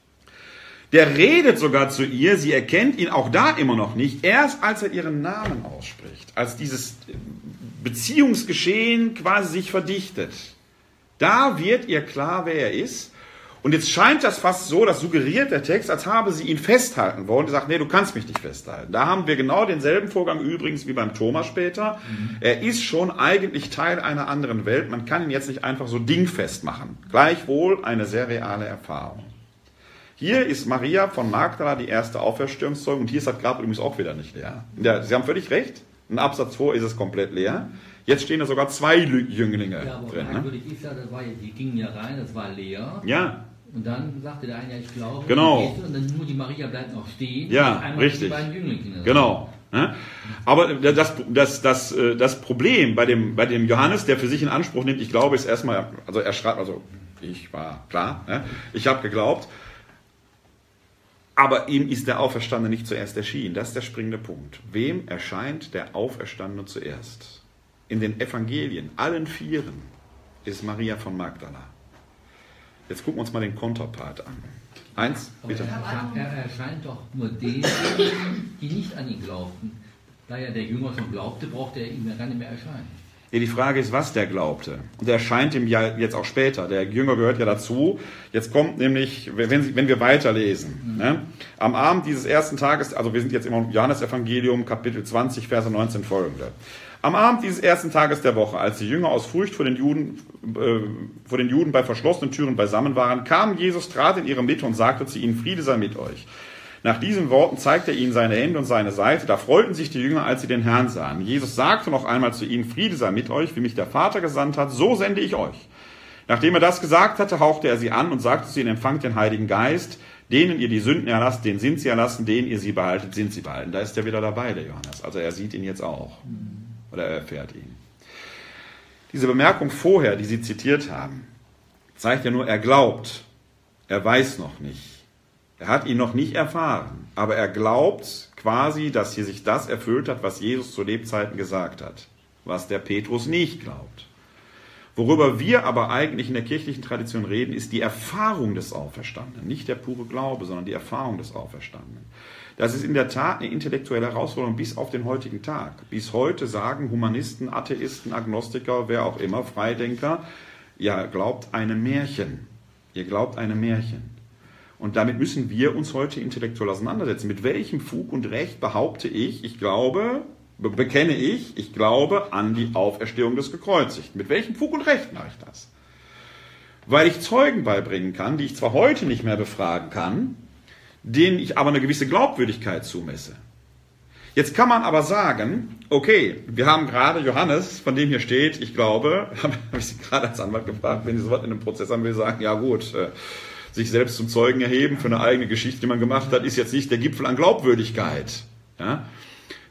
A: Der redet sogar zu ihr, sie erkennt ihn auch da immer noch nicht, erst als er ihren Namen ausspricht, als dieses Beziehungsgeschehen quasi sich verdichtet. Da wird ihr klar, wer er ist. Und jetzt scheint das fast so, das suggeriert der Text, als habe sie ihn festhalten wollen. Die sagt: Nee, du kannst mich nicht festhalten. Da haben wir genau denselben Vorgang übrigens wie beim Thomas später. Er ist schon eigentlich Teil einer anderen Welt. Man kann ihn jetzt nicht einfach so dingfest machen. Gleichwohl eine sehr reale Erfahrung. Hier ist Maria von Magdala die erste Auferstehungszeugin. Und hier ist das Grab übrigens auch wieder nicht leer. Ja, Sie haben völlig recht. Ein Absatz vor ist es komplett leer. Jetzt stehen da sogar 2 Jünglinge drin. Ne?
G: Ist ja, die gingen ja rein, das war leer.
A: Ja.
G: Und dann sagte der eine: Ja, ich glaube.
A: Genau.
G: Und dann nur die Maria bleibt noch stehen.
A: Ja, richtig.
G: Die beiden Jünglinge.
A: Genau. Ne? Aber das Problem bei dem Johannes, der für sich in Anspruch nimmt, ich glaube, ist erstmal, also er schreibt, also ich war klar, ne? Ich habe geglaubt, aber ihm ist der Auferstandene nicht zuerst erschienen. Das ist der springende Punkt. Wem erscheint der Auferstandene zuerst? In den Evangelien, allen 4, ist Maria von Magdala. Jetzt gucken wir uns mal den Konterpart an. 1, bitte.
G: Er erscheint doch nur denen, die nicht an ihn glaubten. Da ja der Jünger schon glaubte, brauchte er ihm ja gar nicht mehr erscheinen.
A: Ja, die Frage ist, was der glaubte. Und er erscheint ihm ja jetzt auch später. Der Jünger gehört ja dazu. Jetzt kommt nämlich, wenn wir weiterlesen, ne? Am Abend dieses ersten Tages, also wir sind jetzt im Johannesevangelium, Kapitel 20, Verse 19 folgende. Am Abend dieses ersten Tages der Woche, als die Jünger aus Furcht vor den Juden bei verschlossenen Türen beisammen waren, kam Jesus, trat in ihre Mitte und sagte zu ihnen: Friede sei mit euch. Nach diesen Worten zeigte er ihnen seine Hände und seine Seite. Da freuten sich die Jünger, als sie den Herrn sahen. Jesus sagte noch einmal zu ihnen: Friede sei mit euch, wie mich der Vater gesandt hat, so sende ich euch. Nachdem er das gesagt hatte, hauchte er sie an und sagte zu ihnen: Empfangt den Heiligen Geist. Denen ihr die Sünden erlasst, denen sind sie erlassen, denen ihr sie behaltet, sind sie behalten. Da ist er wieder dabei, der Johannes. Also er sieht ihn jetzt auch. Oder er erfährt ihn. Diese Bemerkung vorher, die Sie zitiert haben, zeigt ja nur, er glaubt. Er weiß noch nicht. Er hat ihn noch nicht erfahren. Aber er glaubt quasi, dass hier sich das erfüllt hat, was Jesus zu Lebzeiten gesagt hat. Was der Petrus nicht glaubt. Worüber wir aber eigentlich in der kirchlichen Tradition reden, ist die Erfahrung des Auferstandenen. Nicht der pure Glaube, sondern die Erfahrung des Auferstandenen. Das ist in der Tat eine intellektuelle Herausforderung bis auf den heutigen Tag. Bis heute sagen Humanisten, Atheisten, Agnostiker, wer auch immer, Freidenker, ihr glaubt einem Märchen. Ihr glaubt einem Märchen. Und damit müssen wir uns heute intellektuell auseinandersetzen. Mit welchem Fug und Recht behaupte ich glaube an die Auferstehung des Gekreuzigten. Mit welchem Fug und Recht mache ich das? Weil ich Zeugen beibringen kann, die ich zwar heute nicht mehr befragen kann, denen ich aber eine gewisse Glaubwürdigkeit zumesse. Jetzt kann man aber sagen, okay, wir haben gerade Johannes, von dem hier steht, ich glaube, habe ich Sie gerade als Anwalt gefragt, wenn Sie sowas in einem Prozess haben, will sagen, ja gut, sich selbst zum Zeugen erheben für eine eigene Geschichte, die man gemacht hat, ist jetzt nicht der Gipfel an Glaubwürdigkeit. Ja?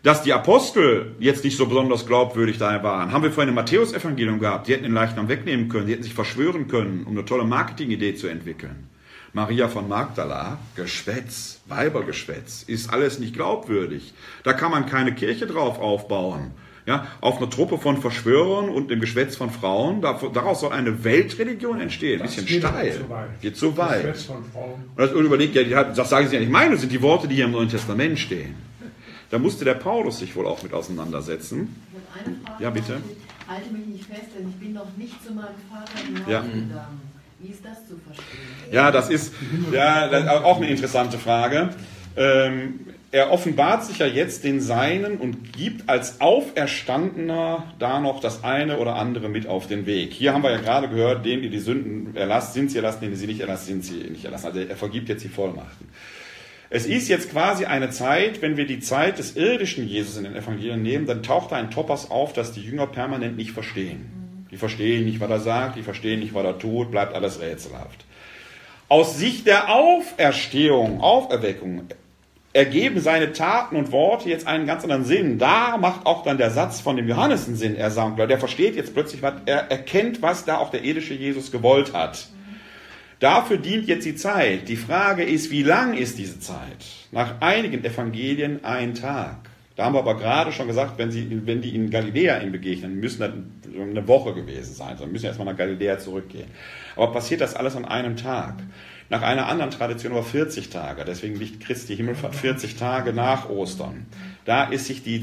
A: Dass die Apostel jetzt nicht so besonders glaubwürdig da waren, haben wir vorhin im Matthäus-Evangelium gehabt. Die hätten den Leichnam wegnehmen können, die hätten sich verschwören können, um eine tolle Marketingidee zu entwickeln. Maria von Magdala, Geschwätz, Weibergeschwätz, ist alles nicht glaubwürdig. Da kann man keine Kirche drauf aufbauen. Ja, auf eine Truppe von Verschwörern und dem Geschwätz von Frauen, daraus soll eine Weltreligion entstehen. Ein bisschen steil. Geht zu weit.
C: Geschwätz von Frauen.
A: Und überlegt, ja, das sage ich ja nicht meine, das sind die Worte, die hier im Neuen Testament stehen. Da musste der Paulus sich wohl auch mit auseinandersetzen.
E: Ich habe eine Frage.
A: Ja, bitte.
E: Halte mich nicht fest, denn ich bin noch nicht zu meinem Vater hinausgegangen.
A: Ja.
E: Wie ist das zu verstehen?
A: Ja, das ist auch eine interessante Frage. Er offenbart sich ja jetzt den Seinen und gibt als Auferstandener da noch das eine oder andere mit auf den Weg. Hier haben wir ja gerade gehört, denen, die die Sünden erlasst, sind sie erlassen, denen sie nicht erlassen, sind sie nicht erlassen. Also er vergibt jetzt die Vollmachten. Es ist jetzt quasi eine Zeit, wenn wir die Zeit des irdischen Jesus in den Evangelien nehmen, dann taucht da ein Topos auf, das die Jünger permanent nicht verstehen. Die verstehen nicht, was er sagt, die verstehen nicht, was er tut, bleibt alles rätselhaft. Aus Sicht der Auferweckung, ergeben seine Taten und Worte jetzt einen ganz anderen Sinn. Da macht auch dann der Satz von dem Johannes einen Sinn. Er sagt, der versteht jetzt plötzlich, er erkennt, was da auch der irdische Jesus gewollt hat. Dafür dient jetzt die Zeit. Die Frage ist, wie lang ist diese Zeit? Nach einigen Evangelien ein Tag. Da haben wir aber gerade schon gesagt, wenn die in Galiläa ihm begegnen, müssen das eine Woche gewesen sein. Sie müssen erstmal nach Galiläa zurückgehen. Aber passiert das alles an einem Tag? Nach einer anderen Tradition aber 40 Tage. Deswegen liegt Christi Himmelfahrt 40 Tage nach Ostern. Da ist sich die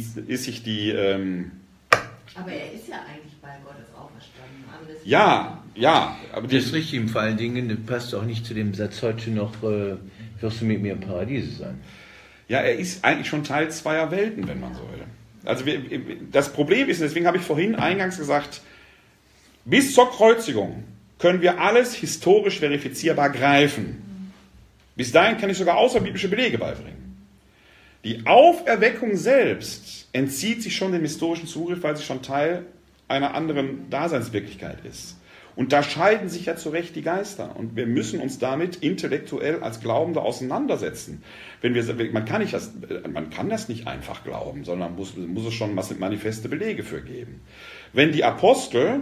E: aber er ist ja eigentlich bei Gottes auferstanden.
A: Ja, aber
B: das ist richtig. Vor allen Dingen, das passt auch nicht zu dem Satz heute noch, wirst du mit mir im Paradiese sein.
A: Ja, er ist eigentlich schon Teil zweier Welten, wenn man so will. Also das Problem ist, deswegen habe ich vorhin eingangs gesagt, bis zur Kreuzigung können wir alles historisch verifizierbar greifen. Bis dahin kann ich sogar außerbiblische Belege beibringen. Die Auferweckung selbst entzieht sich schon dem historischen Zugriff, weil sie schon Teil einer anderen Daseinswirklichkeit ist. Und da scheiden sich ja zu Recht die Geister. Und wir müssen uns damit intellektuell als Glaubende auseinandersetzen. Man kann das nicht einfach glauben, sondern muss es schon manifeste Belege für geben. Wenn die Apostel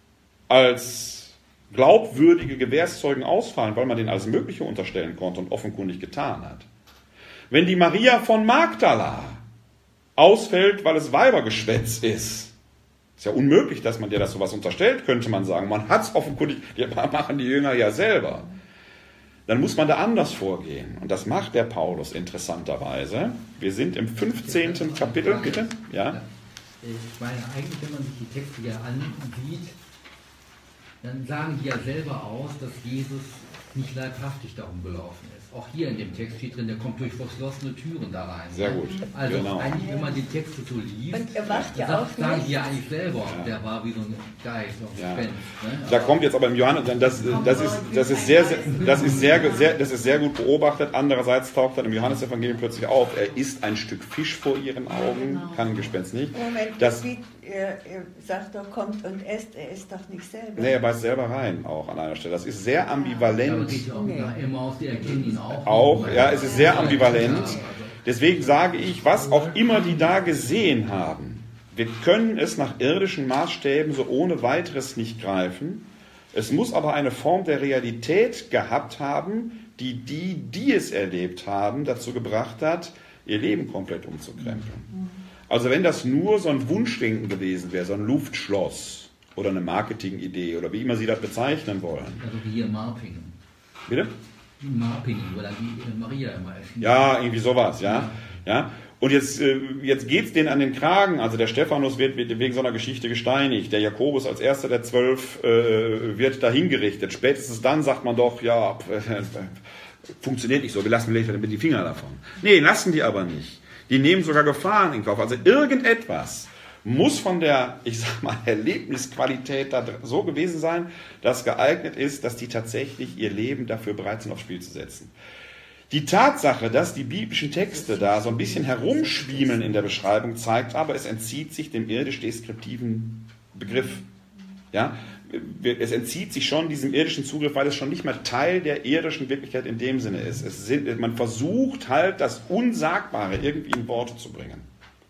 A: als glaubwürdige Gewährszeugen ausfallen, weil man denen alles Mögliche unterstellen konnte und offenkundig getan hat. Wenn die Maria von Magdala ausfällt, weil es Weibergeschwätz ist ja unmöglich, dass man dir das sowas unterstellt, könnte man sagen. Man hat es offenkundig, machen die Jünger ja selber. Dann muss man da anders vorgehen. Und das macht der Paulus interessanterweise. Wir sind im 15. Kapitel, bitte. Ja?
G: Ich meine, eigentlich, wenn man sich die Texte ja ansieht, dann sagen die ja selber aus, dass Jesus nicht leibhaftig darum gelaufen ist. Auch hier in dem Text steht drin, der kommt durch verschlossene Türen da rein.
A: Sehr gut.
G: Also eigentlich, wenn man die Texte so liest,
F: und er wacht ja auch
G: sagen die ja eigentlich selber, der war wie so ein Geist, so ein Gespenst. Ne?
A: Da kommt jetzt aber im Johannes, das ist sehr gut beobachtet. Andererseits taucht dann im Johannesevangelium plötzlich auf, er isst ein Stück Fisch vor ihren Augen, kann ein Gespenst nicht.
F: Moment, er sagt doch, kommt und esst, er isst doch nicht selber.
A: Nee, er beißt selber rein, auch an einer Stelle. Das ist sehr ambivalent.
G: Die erkennen ihn
A: auch, ja, es ist sehr ambivalent. Deswegen sage ich, was auch immer die da gesehen haben, wir können es nach irdischen Maßstäben so ohne weiteres nicht greifen. Es muss aber eine Form der Realität gehabt haben, die es erlebt haben, dazu gebracht hat, ihr Leben komplett umzukrempeln. Also wenn das nur so ein Wunschdenken gewesen wäre, so ein Luftschloss oder eine Marketingidee oder wie immer Sie das bezeichnen wollen.
G: Also wie hier Marpingen.
A: Bitte?
G: Marpingen, wo dann die Maria immer erschienen.
A: Ja, irgendwie sowas, ja. Und jetzt geht's denen an den Kragen. Also der Stephanus wird wegen so einer Geschichte gesteinigt. Der Jakobus als erster der 12 wird da hingerichtet. Spätestens dann sagt man doch, ja, funktioniert nicht so, wir lassen die Finger davon. Nee, lassen die aber nicht. Die nehmen sogar Gefahren in Kauf. Also irgendetwas muss von der, ich sag mal, Erlebnisqualität da so gewesen sein, dass geeignet ist, dass die tatsächlich ihr Leben dafür bereit sind, aufs Spiel zu setzen. Die Tatsache, dass die biblischen Texte da so ein bisschen herumschwiemeln in der Beschreibung, zeigt aber, es entzieht sich dem irdisch-deskriptiven Begriff. Ja? Es entzieht sich schon diesem irdischen Zugriff, weil es schon nicht mehr Teil der irdischen Wirklichkeit in dem Sinne ist. Man versucht halt, das Unsagbare irgendwie in Worte zu bringen.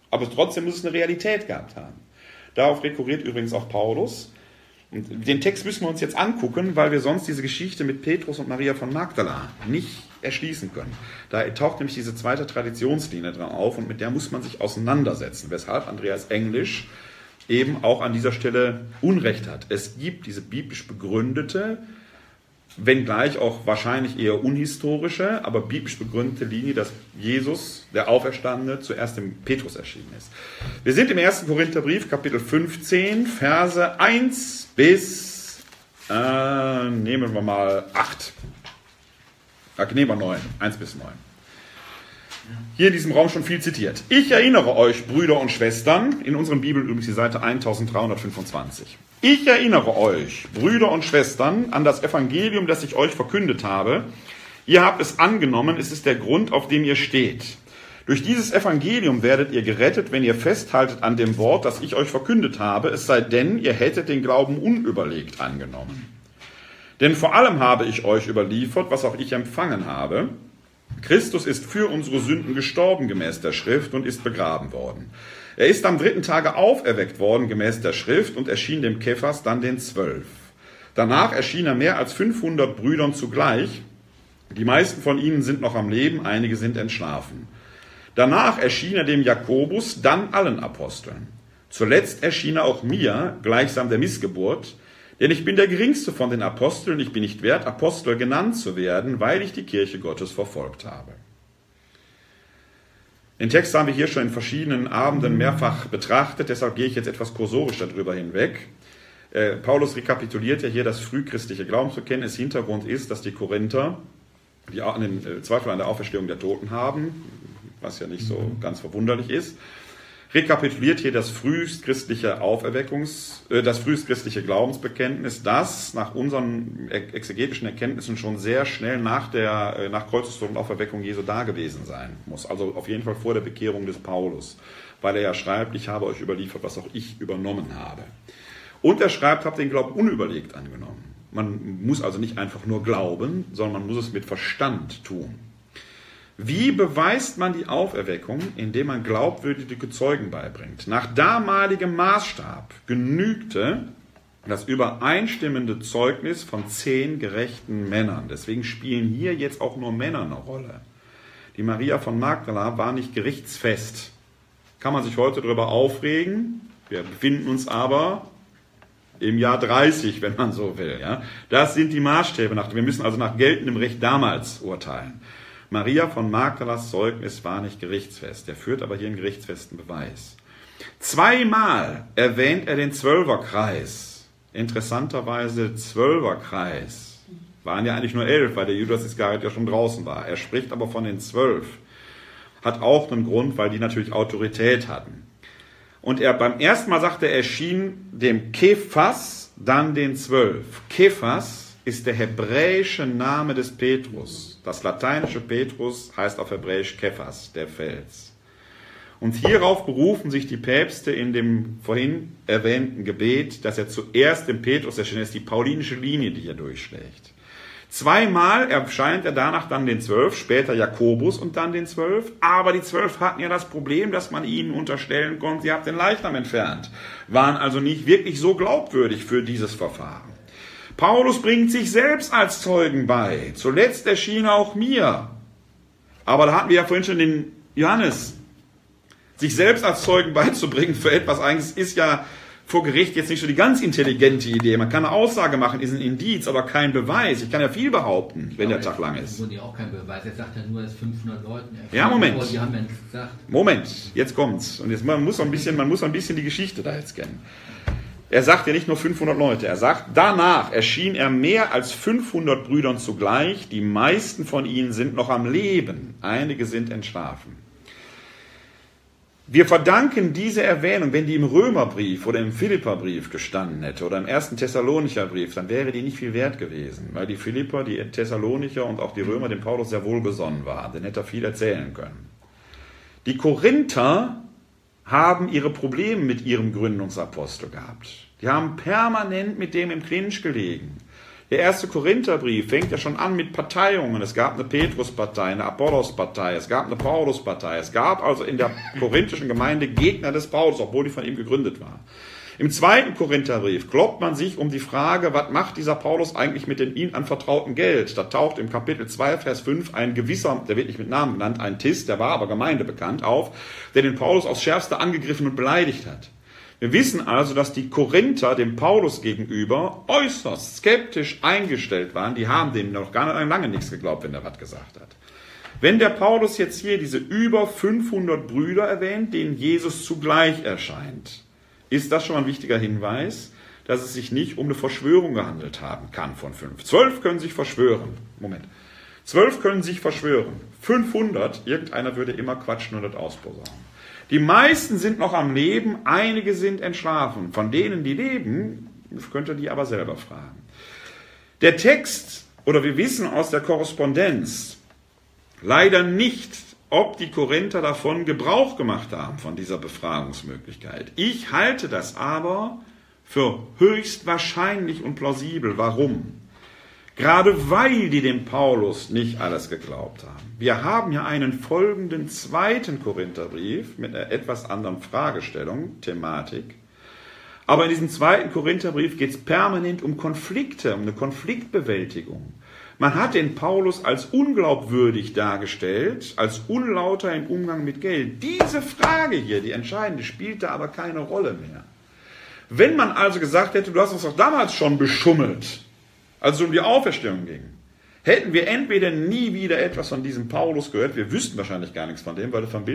A: Aber trotzdem muss es eine Realität gehabt haben. Darauf rekurriert übrigens auch Paulus. Und den Text müssen wir uns jetzt angucken, weil wir sonst diese Geschichte mit Petrus und Maria von Magdala nicht erschließen können. Da taucht nämlich diese zweite Traditionslinie dran auf und mit der muss man sich auseinandersetzen, weshalb Andreas Englisch eben auch an dieser Stelle Unrecht hat. Es gibt diese biblisch begründete, wenngleich auch wahrscheinlich eher unhistorische, aber biblisch begründete Linie, dass Jesus, der Auferstandene, zuerst dem Petrus erschienen ist. Wir sind im 1. Korintherbrief, Kapitel 15, Verse 1 bis, nehmen wir mal 8. Nehmen wir 9, 1 bis 9. Hier in diesem Raum schon viel zitiert. Ich erinnere euch, Brüder und Schwestern, in unseren Bibeln übrigens die Seite 1325. Ich erinnere euch, Brüder und Schwestern, an das Evangelium, das ich euch verkündet habe. Ihr habt es angenommen, es ist der Grund, auf dem ihr steht. Durch dieses Evangelium werdet ihr gerettet, wenn ihr festhaltet an dem Wort, das ich euch verkündet habe, es sei denn, ihr hättet den Glauben unüberlegt angenommen. Denn vor allem habe ich euch überliefert, was auch ich empfangen habe. Christus ist für unsere Sünden gestorben gemäß der Schrift und ist begraben worden. Er ist am 3. Tage auferweckt worden gemäß der Schrift und erschien dem Kephas, dann den 12. Danach erschien er mehr als 500 Brüdern zugleich. Die meisten von ihnen sind noch am Leben, einige sind entschlafen. Danach erschien er dem Jakobus, dann allen Aposteln. Zuletzt erschien er auch mir, gleichsam der Missgeburt, denn ich bin der geringste von den Aposteln, ich bin nicht wert, Apostel genannt zu werden, weil ich die Kirche Gottes verfolgt habe. Den Text haben wir hier schon in verschiedenen Abenden mehrfach betrachtet, deshalb gehe ich jetzt etwas kursorisch darüber hinweg. Paulus rekapituliert ja hier das frühchristliche Glaubensbekenntnis. Hintergrund ist, dass die Korinther, die einen Zweifel an der Auferstehung der Toten haben, was ja nicht so ganz verwunderlich ist, rekapituliert hier das frühchristliche das frühchristliche Glaubensbekenntnis, das nach unseren exegetischen Erkenntnissen schon sehr schnell nach Kreuzestod und Auferweckung Jesu da gewesen sein muss. Also auf jeden Fall vor der Bekehrung des Paulus, weil er ja schreibt, ich habe euch überliefert, was auch ich übernommen habe. Und er schreibt, habt den Glauben unüberlegt angenommen. Man muss also nicht einfach nur glauben, sondern man muss es mit Verstand tun. Wie beweist man die Auferweckung? Indem man glaubwürdige Zeugen beibringt. Nach damaligem Maßstab genügte das übereinstimmende Zeugnis von 10 gerechten Männern. Deswegen spielen hier jetzt auch nur Männer eine Rolle. Die Maria von Magdala war nicht gerichtsfest. Kann man sich heute darüber aufregen. Wir befinden uns aber im Jahr 30, wenn man so will. Ja? Das sind die Maßstäbe. Wir müssen also nach geltendem Recht damals urteilen. Maria von Magdalas Zeugnis war nicht gerichtsfest. Er führt aber hier einen gerichtsfesten Beweis. 2-mal erwähnt er den 12er-Kreis. Interessanterweise 12er-Kreis. Waren ja eigentlich nur 11, weil der Judas Iskariot ja schon draußen war. Er spricht aber von den 12. Hat auch einen Grund, weil die natürlich Autorität hatten. Und beim ersten Mal sagt er erschien dem Kephas, dann den 12. Kephas ist der hebräische Name des Petrus. Das lateinische Petrus heißt auf Hebräisch Kephas, der Fels. Und hierauf berufen sich die Päpste in dem vorhin erwähnten Gebet, dass er zuerst dem Petrus erschien. Das ist die paulinische Linie, die hier durchschlägt. 2-mal erscheint er danach dann den 12, später Jakobus und dann den 12. Aber die 12 hatten ja das Problem, dass man ihnen unterstellen konnte, sie haben den Leichnam entfernt. Waren also nicht wirklich so glaubwürdig für dieses Verfahren. Paulus bringt sich selbst als Zeugen bei. Zuletzt erschien auch mir. Aber da hatten wir ja vorhin schon den Johannes. Sich selbst als Zeugen beizubringen für etwas eigentlich ist ja vor Gericht jetzt nicht so die ganz intelligente Idee. Man kann eine Aussage machen, ist ein Indiz, aber kein Beweis. Ich kann ja viel behaupten, wenn der Tag lang ist.
G: Das wurde ja auch kein Beweis. Er sagt ja nur, dass 500 Leuten.
A: Ja, Moment.
G: Die haben ja nichts gesagt.
A: Moment, jetzt kommt's. Und jetzt man muss ein bisschen die Geschichte da jetzt kennen. Er sagt ja nicht nur 500 Leute, er sagt, danach erschien er mehr als 500 Brüdern zugleich, die meisten von ihnen sind noch am Leben, einige sind entschlafen. Wir verdanken diese Erwähnung, wenn die im Römerbrief oder im Philipperbrief gestanden hätte oder im 1. Thessalonicher Brief, dann wäre die nicht viel wert gewesen, weil die Philipper, die Thessalonicher und auch die Römer dem Paulus sehr wohlgesonnen waren, dann hätte er viel erzählen können. Die Korinther haben ihre Probleme mit ihrem Gründungsapostel gehabt. Die haben permanent mit dem im Clinch gelegen. Der erste Korintherbrief fängt ja schon an mit Parteiungen. Es gab eine Petruspartei, eine Apollos-Partei, es gab eine Paulus-Partei. Es gab also in der korinthischen Gemeinde Gegner des Paulus, obwohl die von ihm gegründet war. Im zweiten Korintherbrief kloppt man sich um die Frage, was macht dieser Paulus eigentlich mit dem ihm anvertrauten Geld? Da taucht im Kapitel 2, Vers 5 ein gewisser, der wird nicht mit Namen genannt, ein Tis, der war aber gemeindebekannt, auf, der den Paulus aufs Schärfste angegriffen und beleidigt hat. Wir wissen also, dass die Korinther dem Paulus gegenüber äußerst skeptisch eingestellt waren. Die haben dem noch gar lange nichts geglaubt, wenn er was gesagt hat. Wenn der Paulus jetzt hier diese über 500 Brüder erwähnt, denen Jesus zugleich erscheint, ist das schon ein wichtiger Hinweis, dass es sich nicht um eine Verschwörung gehandelt haben kann von 5. 12 können sich verschwören. 12 können sich verschwören. 500, irgendeiner würde immer quatschen und das ausposaunen. Die meisten sind noch am Leben, einige sind entschlafen. Von denen, die leben, könnt ihr die aber selber fragen. Der Text, oder wir wissen aus der Korrespondenz, leider nicht, ob die Korinther davon Gebrauch gemacht haben, von dieser Befragungsmöglichkeit. Ich halte das aber für höchst wahrscheinlich und plausibel. Warum? Gerade weil die dem Paulus nicht alles geglaubt haben. Wir haben ja einen folgenden zweiten Korintherbrief mit einer etwas anderen Fragestellung, Thematik. Aber in diesem zweiten Korintherbrief geht es permanent um Konflikte, um eine Konfliktbewältigung. Man hat den Paulus als unglaubwürdig dargestellt, als unlauter im Umgang mit Geld. Diese Frage hier, die entscheidende, spielt da aber keine Rolle mehr. Wenn man also gesagt hätte, du hast uns doch damals schon beschummelt, als es um die Auferstehung ging, hätten wir entweder nie wieder etwas von diesem Paulus gehört, wir wüssten wahrscheinlich gar nichts von dem, weil er von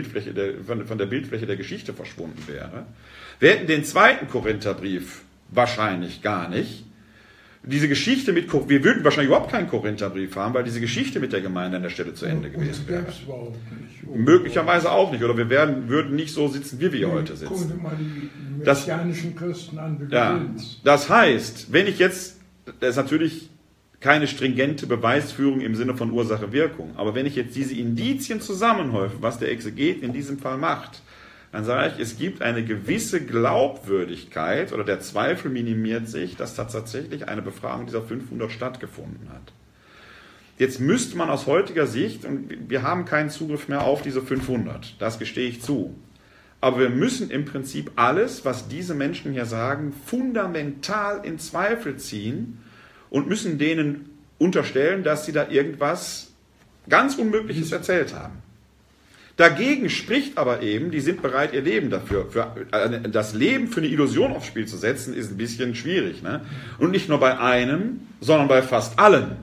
A: der Bildfläche der Geschichte verschwunden wäre. Wir hätten den zweiten Korintherbrief wahrscheinlich gar nicht. Diese Geschichte wir würden wahrscheinlich überhaupt keinen Korintherbrief haben, weil diese Geschichte mit der Gemeinde an der Stelle zu Ende gewesen wäre. Möglicherweise auch nicht. Oder wir würden nicht so sitzen, wie wir heute sitzen.
C: Gucken Sie mal die messianischen Christen an.
A: Ja, das heißt, wenn ich jetzt, das ist natürlich keine stringente Beweisführung im Sinne von Ursache-Wirkung, aber wenn ich jetzt diese Indizien zusammenhäufe, was der Exeget in diesem Fall macht, dann sage ich, es gibt eine gewisse Glaubwürdigkeit oder der Zweifel minimiert sich, dass tatsächlich eine Befragung dieser 500 stattgefunden hat. Jetzt müsste man aus heutiger Sicht, und wir haben keinen Zugriff mehr auf diese 500, das gestehe ich zu, aber wir müssen im Prinzip alles, was diese Menschen hier sagen, fundamental in Zweifel ziehen und müssen denen unterstellen, dass sie da irgendwas ganz Unmögliches erzählt haben. Dagegen spricht aber eben, die sind bereit, ihr Leben dafür, das Leben für eine Illusion aufs Spiel zu setzen, ist ein bisschen schwierig. Ne? Und nicht nur bei einem, sondern bei fast allen.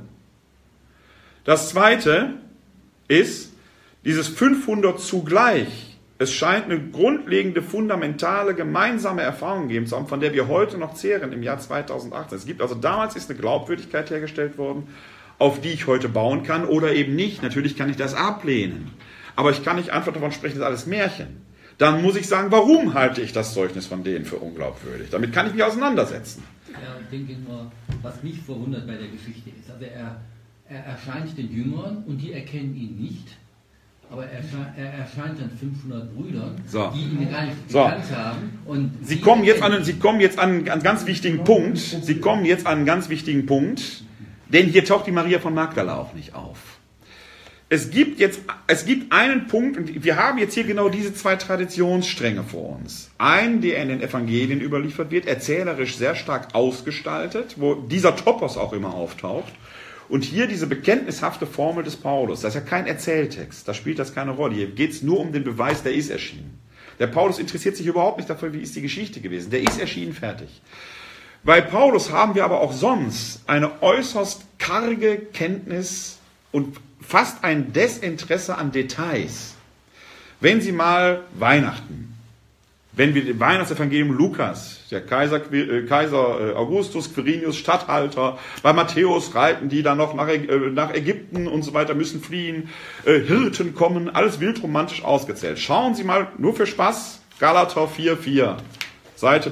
A: Das Zweite ist, dieses 500 zugleich. Es scheint eine grundlegende, fundamentale, gemeinsame Erfahrung gegeben zu haben, von der wir heute noch zehren im Jahr 2018. Es gibt also damals ist eine Glaubwürdigkeit hergestellt worden, auf die ich heute bauen kann oder eben nicht. Natürlich kann ich das ablehnen. Aber ich kann nicht einfach davon sprechen, das ist alles Märchen. Dann muss ich sagen, warum halte ich das Zeugnis von denen für unglaubwürdig? Damit kann ich mich auseinandersetzen.
G: Ja, ich denke nur, was mich verwundert bei der Geschichte ist, also er erscheint den Jüngern und die erkennen ihn nicht, aber er erscheint dann 500 Brüdern, die ihn gar nicht gekannt haben. Und Sie kommen jetzt an einen ganz wichtigen Punkt. Sie kommen jetzt an einen ganz wichtigen Punkt, denn hier taucht die Maria von Magdala auch nicht auf. Es gibt einen Punkt, und wir haben jetzt hier genau diese zwei Traditionsstränge vor uns. Einen, der in den Evangelien überliefert wird, erzählerisch sehr stark ausgestaltet, wo dieser Topos auch immer auftaucht. Und hier diese bekenntnishafte Formel des Paulus. Das ist ja kein Erzähltext, da spielt das keine Rolle. Hier geht es nur um den Beweis, der ist erschienen. Der Paulus interessiert sich überhaupt nicht dafür, wie ist die Geschichte gewesen. Der ist erschienen, fertig. Bei Paulus haben wir aber auch sonst eine äußerst karge Kenntnis und fast ein Desinteresse an Details. Wenn Sie mal Weihnachten, wenn wir das Weihnachtsevangelium Lukas, der Kaiser Augustus, Quirinius, Statthalter, bei Matthäus reiten die dann noch nach Ägypten und so weiter, müssen fliehen, Hirten kommen, alles wildromantisch ausgezählt. Schauen Sie mal, nur für Spaß, Galater 4,4, Seite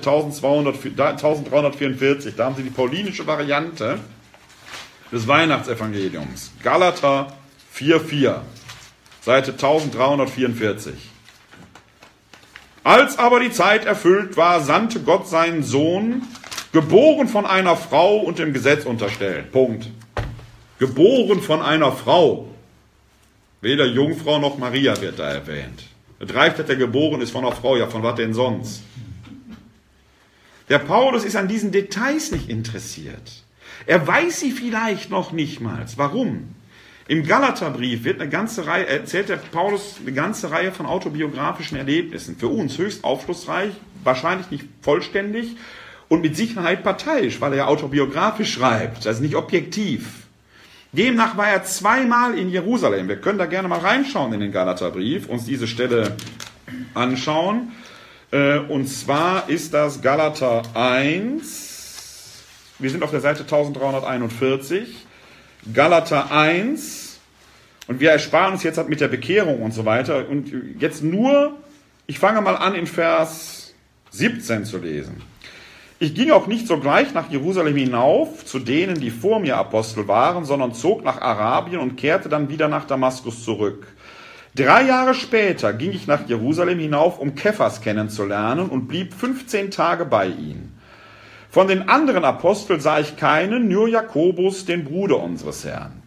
G: 1344, da haben Sie die paulinische Variante des Weihnachtsevangeliums. Galater 4,4, Seite 1344. Als aber die Zeit erfüllt war, sandte Gott seinen Sohn,
A: Geboren von einer Frau und dem Gesetz unterstellt. Punkt. Geboren von einer Frau. Weder Jungfrau noch Maria wird da erwähnt. Es reicht, dass der geboren ist von einer Frau. Ja, von was denn sonst? Der Paulus ist an diesen Details nicht interessiert. Er weiß sie vielleicht noch nicht mal. Warum? Im Galaterbrief wird erzählt der Paulus eine ganze Reihe von autobiografischen Erlebnissen. Für uns höchst aufschlussreich, wahrscheinlich nicht vollständig und mit Sicherheit parteiisch, weil er ja autobiografisch schreibt, also nicht objektiv. Demnach war er 2-mal in Jerusalem. Wir können da gerne mal reinschauen in den Galaterbrief, uns diese Stelle anschauen. Und zwar ist das Galater 1. Wir sind auf der Seite 1341. Galater 1. Und wir ersparen uns jetzt mit der Bekehrung und so weiter. Und jetzt ich fange mal an in Vers 17 zu lesen. Ich ging auch nicht sogleich nach Jerusalem hinauf, zu denen, die vor mir Apostel waren, sondern zog nach Arabien und kehrte dann wieder nach Damaskus zurück. 3 Jahre später ging ich nach Jerusalem hinauf, um Kephas kennenzulernen und blieb 15 Tage bei ihm. Von den anderen Aposteln sah ich keinen, nur Jakobus, den Bruder unseres Herrn.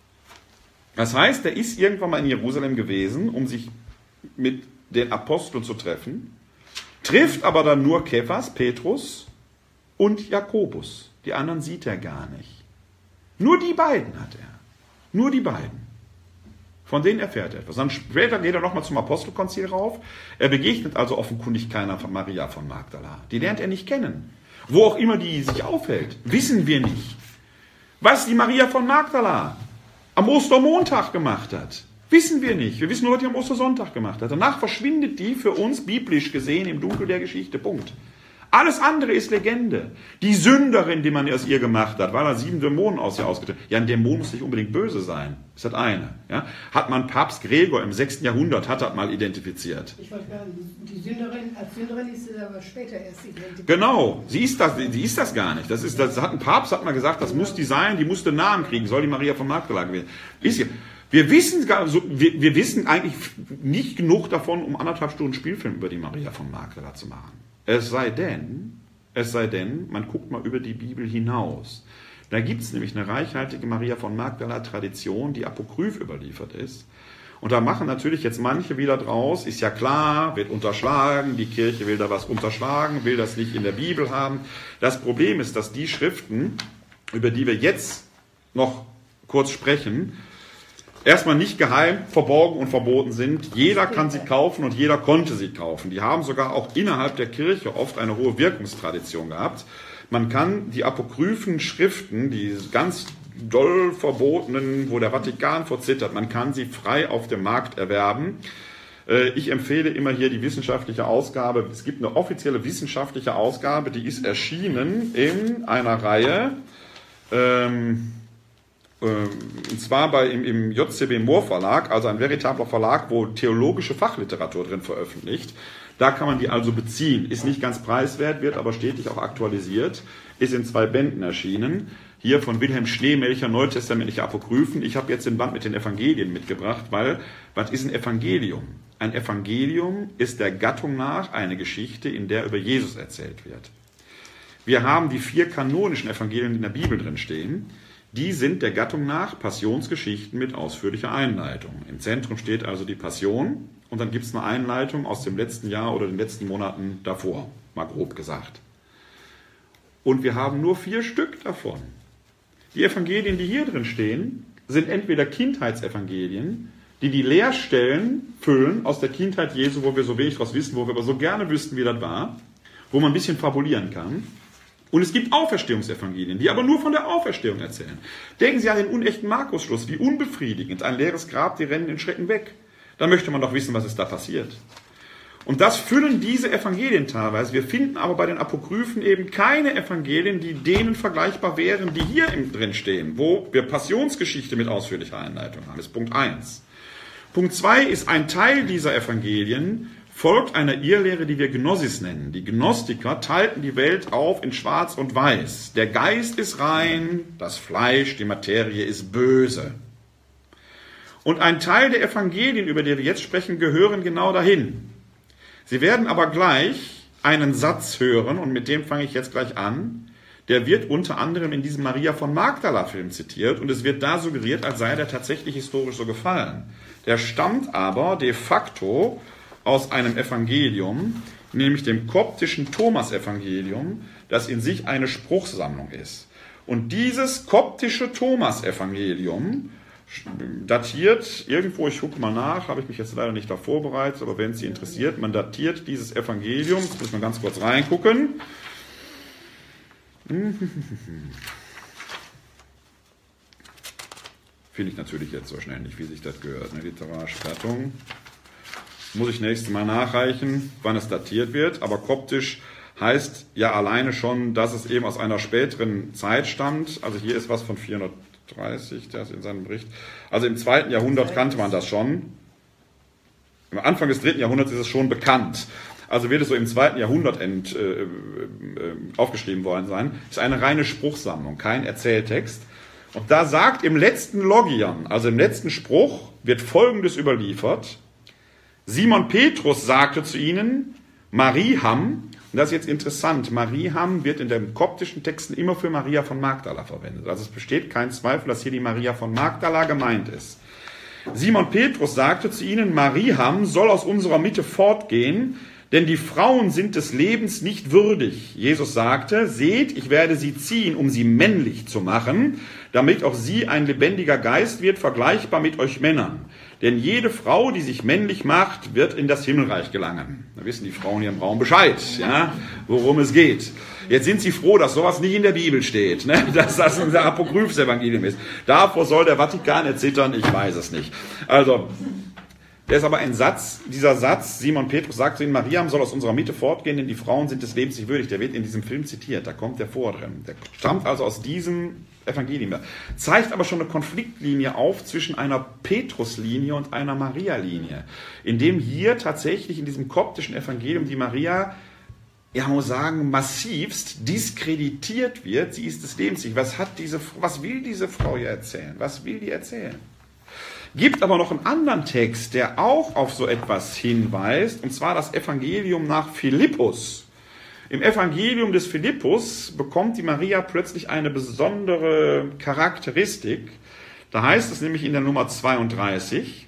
A: Das heißt, er ist irgendwann mal in Jerusalem gewesen, um sich mit den Aposteln zu treffen, trifft aber dann nur Kephas, Petrus und Jakobus. Die anderen sieht er gar nicht. Nur die beiden hat er. Nur die beiden. Von denen erfährt er etwas. Dann später geht er nochmal zum Apostelkonzil rauf. Er begegnet also offenkundig keiner von Maria von Magdala. Die lernt er nicht kennen. Wo auch immer die sich aufhält, wissen wir nicht. Was die Maria von Magdala am Ostermontag gemacht hat, wissen wir nicht. Wir wissen nur, was die am Ostersonntag gemacht hat. Danach verschwindet die für uns biblisch gesehen im Dunkel der Geschichte. Punkt. Alles andere ist Legende. Die Sünderin, die man aus ihr gemacht hat, weil da 7 Dämonen aus ihr ausgetreten. Ja, ein Dämon muss nicht unbedingt böse sein. Das ist das eine. Ja? Hat man Papst Gregor im 6. Jahrhundert, hat das mal identifiziert.
H: Ich wollte sagen, die Sünderin, als Sünderin ist sie aber später erst identifiziert.
A: Genau, sie ist das gar nicht. Das hat ein Papst, hat mal gesagt, das muss die sein, die musste einen Namen kriegen, soll die Maria von Magdala gewesen. Ist sie. Wir wissen eigentlich nicht genug davon, um 1,5 Stunden Spielfilm über die Maria von Magdala zu machen. Es sei denn, man guckt mal über die Bibel hinaus. Da gibt es nämlich eine reichhaltige Maria von Magdala-Tradition, die apokryph überliefert ist. Und da machen natürlich jetzt manche wieder draus, ist ja klar, wird unterschlagen, die Kirche will da was unterschlagen, will das nicht in der Bibel haben. Das Problem ist, dass die Schriften, über die wir jetzt noch kurz sprechen, erstmal nicht geheim, verborgen und verboten sind. Jeder kann sie kaufen und jeder konnte sie kaufen. Die haben sogar auch innerhalb der Kirche oft eine hohe Wirkungstradition gehabt. Man kann die apokryphen Schriften, die ganz doll verbotenen, wo der Vatikan vorzittert, man kann sie frei auf dem Markt erwerben. Ich empfehle immer hier die wissenschaftliche Ausgabe. Es gibt eine offizielle wissenschaftliche Ausgabe, die ist erschienen in einer Reihe, und zwar im JCB Mohr Verlag, also ein veritabler Verlag, wo theologische Fachliteratur drin veröffentlicht. Da kann man die also beziehen. Ist nicht ganz preiswert, wird aber stetig auch aktualisiert. Ist in 2 Bänden erschienen. Hier von Wilhelm Schneemelcher, Neutestamentliche Apokryphen. Ich habe jetzt den Band mit den Evangelien mitgebracht, weil, was ist ein Evangelium? Ein Evangelium ist der Gattung nach eine Geschichte, in der über Jesus erzählt wird. Wir haben die 4 kanonischen Evangelien, die in der Bibel drin stehen. Die sind der Gattung nach Passionsgeschichten mit ausführlicher Einleitung. Im Zentrum steht also die Passion und dann gibt es eine Einleitung aus dem letzten Jahr oder den letzten Monaten davor, mal grob gesagt. Und wir haben nur 4 Stück davon. Die Evangelien, die hier drin stehen, sind entweder Kindheitsevangelien, die Leerstellen füllen aus der Kindheit Jesu, wo wir so wenig draus wissen, wo wir aber so gerne wüssten, wie das war, wo man ein bisschen fabulieren kann. Und es gibt Auferstehungsevangelien, die aber nur von der Auferstehung erzählen. Denken Sie an den unechten Markusschluss, wie unbefriedigend, ein leeres Grab, die rennen in Schrecken weg. Da möchte man doch wissen, was ist da passiert. Und das füllen diese Evangelien teilweise. Wir finden aber bei den Apokryphen eben keine Evangelien, die denen vergleichbar wären, die hier drin stehen, wo wir Passionsgeschichte mit ausführlicher Einleitung haben. Das ist Punkt 1. Punkt 2 ist, ein Teil dieser Evangelien folgt einer Irrlehre, die wir Gnosis nennen. Die Gnostiker teilten die Welt auf in Schwarz und Weiß. Der Geist ist rein, das Fleisch, die Materie ist böse. Und ein Teil der Evangelien, über die wir jetzt sprechen, gehören genau dahin. Sie werden aber gleich einen Satz hören, und mit dem fange ich jetzt gleich an, der wird unter anderem in diesem Maria von Magdala-Film zitiert und es wird da suggeriert, als sei der tatsächlich historisch so gefallen. Der stammt aber de facto aus einem Evangelium, nämlich dem koptischen Thomas-Evangelium, das in sich eine Spruchsammlung ist. Und dieses koptische Thomas-Evangelium datiert irgendwo, ich gucke mal nach, habe ich mich jetzt leider nicht da vorbereitet, aber wenn es Sie interessiert, man datiert dieses Evangelium, jetzt muss man ganz kurz reingucken. Finde ich natürlich jetzt so schnell nicht, wie sich das gehört. Eine literarische Gattung. Muss ich nächstes Mal nachreichen, wann es datiert wird, aber koptisch heißt ja alleine schon, dass es eben aus einer späteren Zeit stammt. Also hier ist was von 430, der ist in seinem Bericht. Also im 2. Jahrhundert kannte man das schon. Am Anfang des 3. Jahrhunderts ist es schon bekannt. Also wird es so im 2. Jahrhundert aufgeschrieben worden sein. Ist eine reine Spruchsammlung, kein Erzähltext. Und da sagt im letzten Logion, also im letzten Spruch, wird Folgendes überliefert. Simon Petrus sagte zu ihnen, Mariam, und das ist jetzt interessant, Mariam wird in den koptischen Texten immer für Maria von Magdala verwendet. Also es besteht kein Zweifel, dass hier die Maria von Magdala gemeint ist. Simon Petrus sagte zu ihnen, Mariam soll aus unserer Mitte fortgehen, denn die Frauen sind des Lebens nicht würdig. Jesus sagte, seht, ich werde sie ziehen, um sie männlich zu machen, damit auch sie ein lebendiger Geist wird, vergleichbar mit euch Männern. Denn jede Frau, die sich männlich macht, wird in das Himmelreich gelangen. Da wissen die Frauen hier im Raum Bescheid, ja, worum es geht. Jetzt sind sie froh, dass sowas nicht in der Bibel steht, ne? Dass das ein Apokryphs-Evangelium ist. Davor soll der Vatikan erzittern, ich weiß es nicht. Also, der ist aber ein Satz, dieser Satz, Simon Petrus sagt zu ihnen, Mariam soll aus unserer Mitte fortgehen, denn die Frauen sind des Lebens nicht würdig. Der wird in diesem Film zitiert, da kommt der vor drin. Der stammt also aus diesem Evangelium. Zeigt aber schon eine Konfliktlinie auf zwischen einer Petrus-Linie und einer Maria-Linie. Indem hier tatsächlich in diesem koptischen Evangelium die Maria, ja, man muss sagen, massivst diskreditiert wird. Sie ist des Lebens nicht. Was will diese Frau hier erzählen? Was will die erzählen? Gibt aber noch einen anderen Text, der auch auf so etwas hinweist, und zwar das Evangelium nach Philippus. Im Evangelium des Philippus bekommt die Maria plötzlich eine besondere Charakteristik. Da heißt es nämlich in der Nummer 32,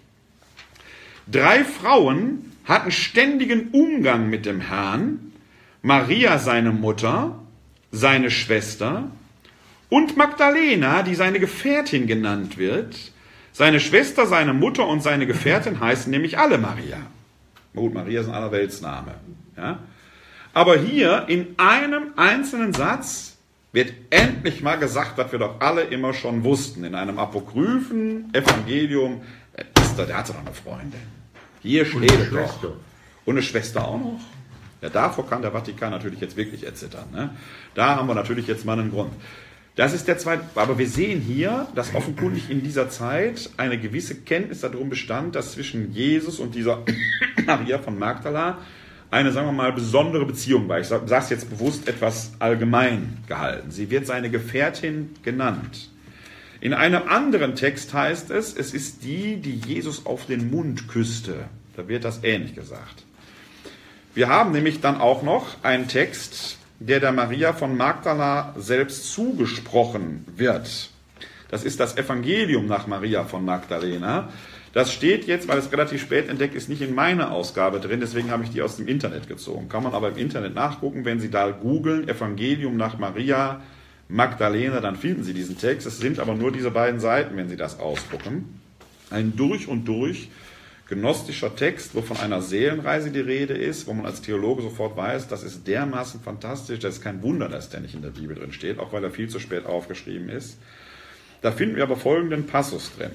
A: 3 Frauen hatten ständigen Umgang mit dem Herrn, Maria seine Mutter, seine Schwester und Magdalena, die seine Gefährtin genannt wird. Seine Schwester, seine Mutter und seine Gefährtin heißen nämlich alle Maria. Gut, Maria ist ein Allerweltsname. Ja? Aber hier in einem einzelnen Satz wird endlich mal gesagt, was wir doch alle immer schon wussten. In einem apokryphen Evangelium, der hatte doch eine Freundin. Hier steht es doch. Und eine Schwester auch noch. Ja, davor kann der Vatikan natürlich jetzt wirklich erzittern. Ne? Da haben wir natürlich jetzt mal einen Grund. Das ist der zweite, aber wir sehen hier, dass offenkundig in dieser Zeit eine gewisse Kenntnis darum bestand, dass zwischen Jesus und dieser Maria von Magdala eine, sagen wir mal, besondere Beziehung war. Ich sage es jetzt bewusst etwas allgemein gehalten. Sie wird seine Gefährtin genannt. In einem anderen Text heißt es, es ist die, die Jesus auf den Mund küsste. Da wird das ähnlich gesagt. Wir haben nämlich dann auch noch einen Text, der Maria von Magdala selbst zugesprochen wird. Das ist das Evangelium nach Maria von Magdalena. Das steht jetzt, weil es relativ spät entdeckt ist, nicht in meiner Ausgabe drin, deswegen habe ich die aus dem Internet gezogen. Kann man aber im Internet nachgucken, wenn Sie da googeln, Evangelium nach Maria Magdalena, dann finden Sie diesen Text. Es sind aber nur diese beiden Seiten, wenn Sie das ausdrucken. Ein durch und durch gnostischer Text, wo von einer Seelenreise die Rede ist, wo man als Theologe sofort weiß, das ist dermaßen fantastisch, das ist kein Wunder, dass der nicht in der Bibel drin steht, auch weil er viel zu spät aufgeschrieben ist. Da finden wir aber folgenden Passus drin.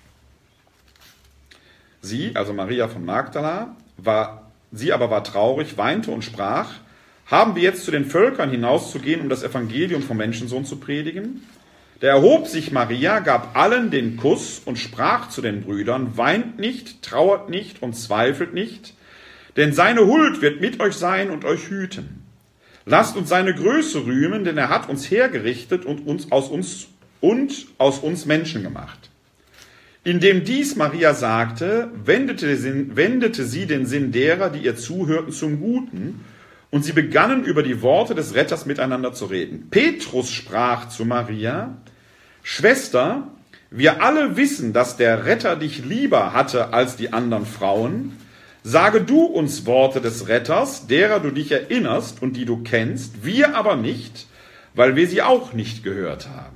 A: Sie, also Maria von Magdala, war traurig, weinte und sprach, haben wir jetzt zu den Völkern hinauszugehen, um das Evangelium vom Menschensohn zu predigen? Da erhob sich Maria, gab allen den Kuss und sprach zu den Brüdern, weint nicht, trauert nicht und zweifelt nicht, denn seine Huld wird mit euch sein und euch hüten. Lasst uns seine Größe rühmen, denn er hat uns hergerichtet und aus uns Menschen gemacht. Indem dies Maria sagte, wendete sie den Sinn derer, die ihr zuhörten, zum Guten Und sie begannen über die Worte des Retters miteinander zu reden. Petrus sprach zu Maria: Schwester, wir alle wissen, dass der Retter dich lieber hatte als die anderen Frauen. Sage du uns Worte des Retters, derer du dich erinnerst und die du kennst, wir aber nicht, weil wir sie auch nicht gehört haben.